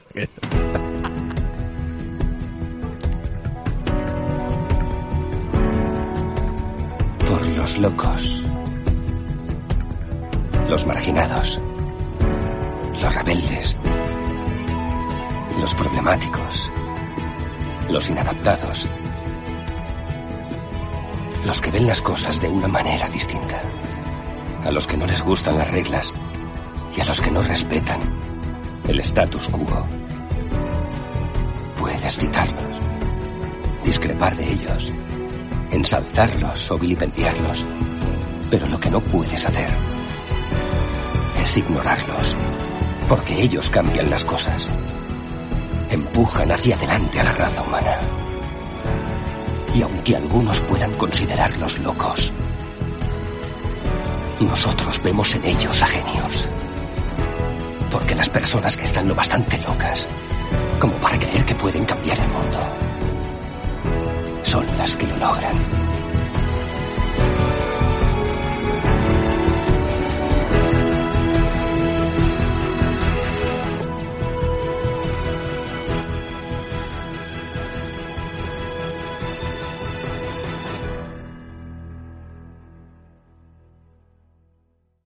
Por los locos. Los marginados. Los rebeldes. Los problemáticos. Los inadaptados. Los que ven las cosas de una manera distinta. A los que no les gustan las reglas. Y a los que no respetan el status quo. Puedes citarlos. Discrepar de ellos. Ensalzarlos o vilipendiarlos. Pero lo que no puedes hacer es ignorarlos. Porque ellos cambian las cosas. Empujan hacia adelante a la raza humana. Y aunque algunos puedan considerarlos locos, nosotros vemos en ellos a genios. Porque las personas que están lo bastante locas como para creer que pueden cambiar el mundo son las que lo logran.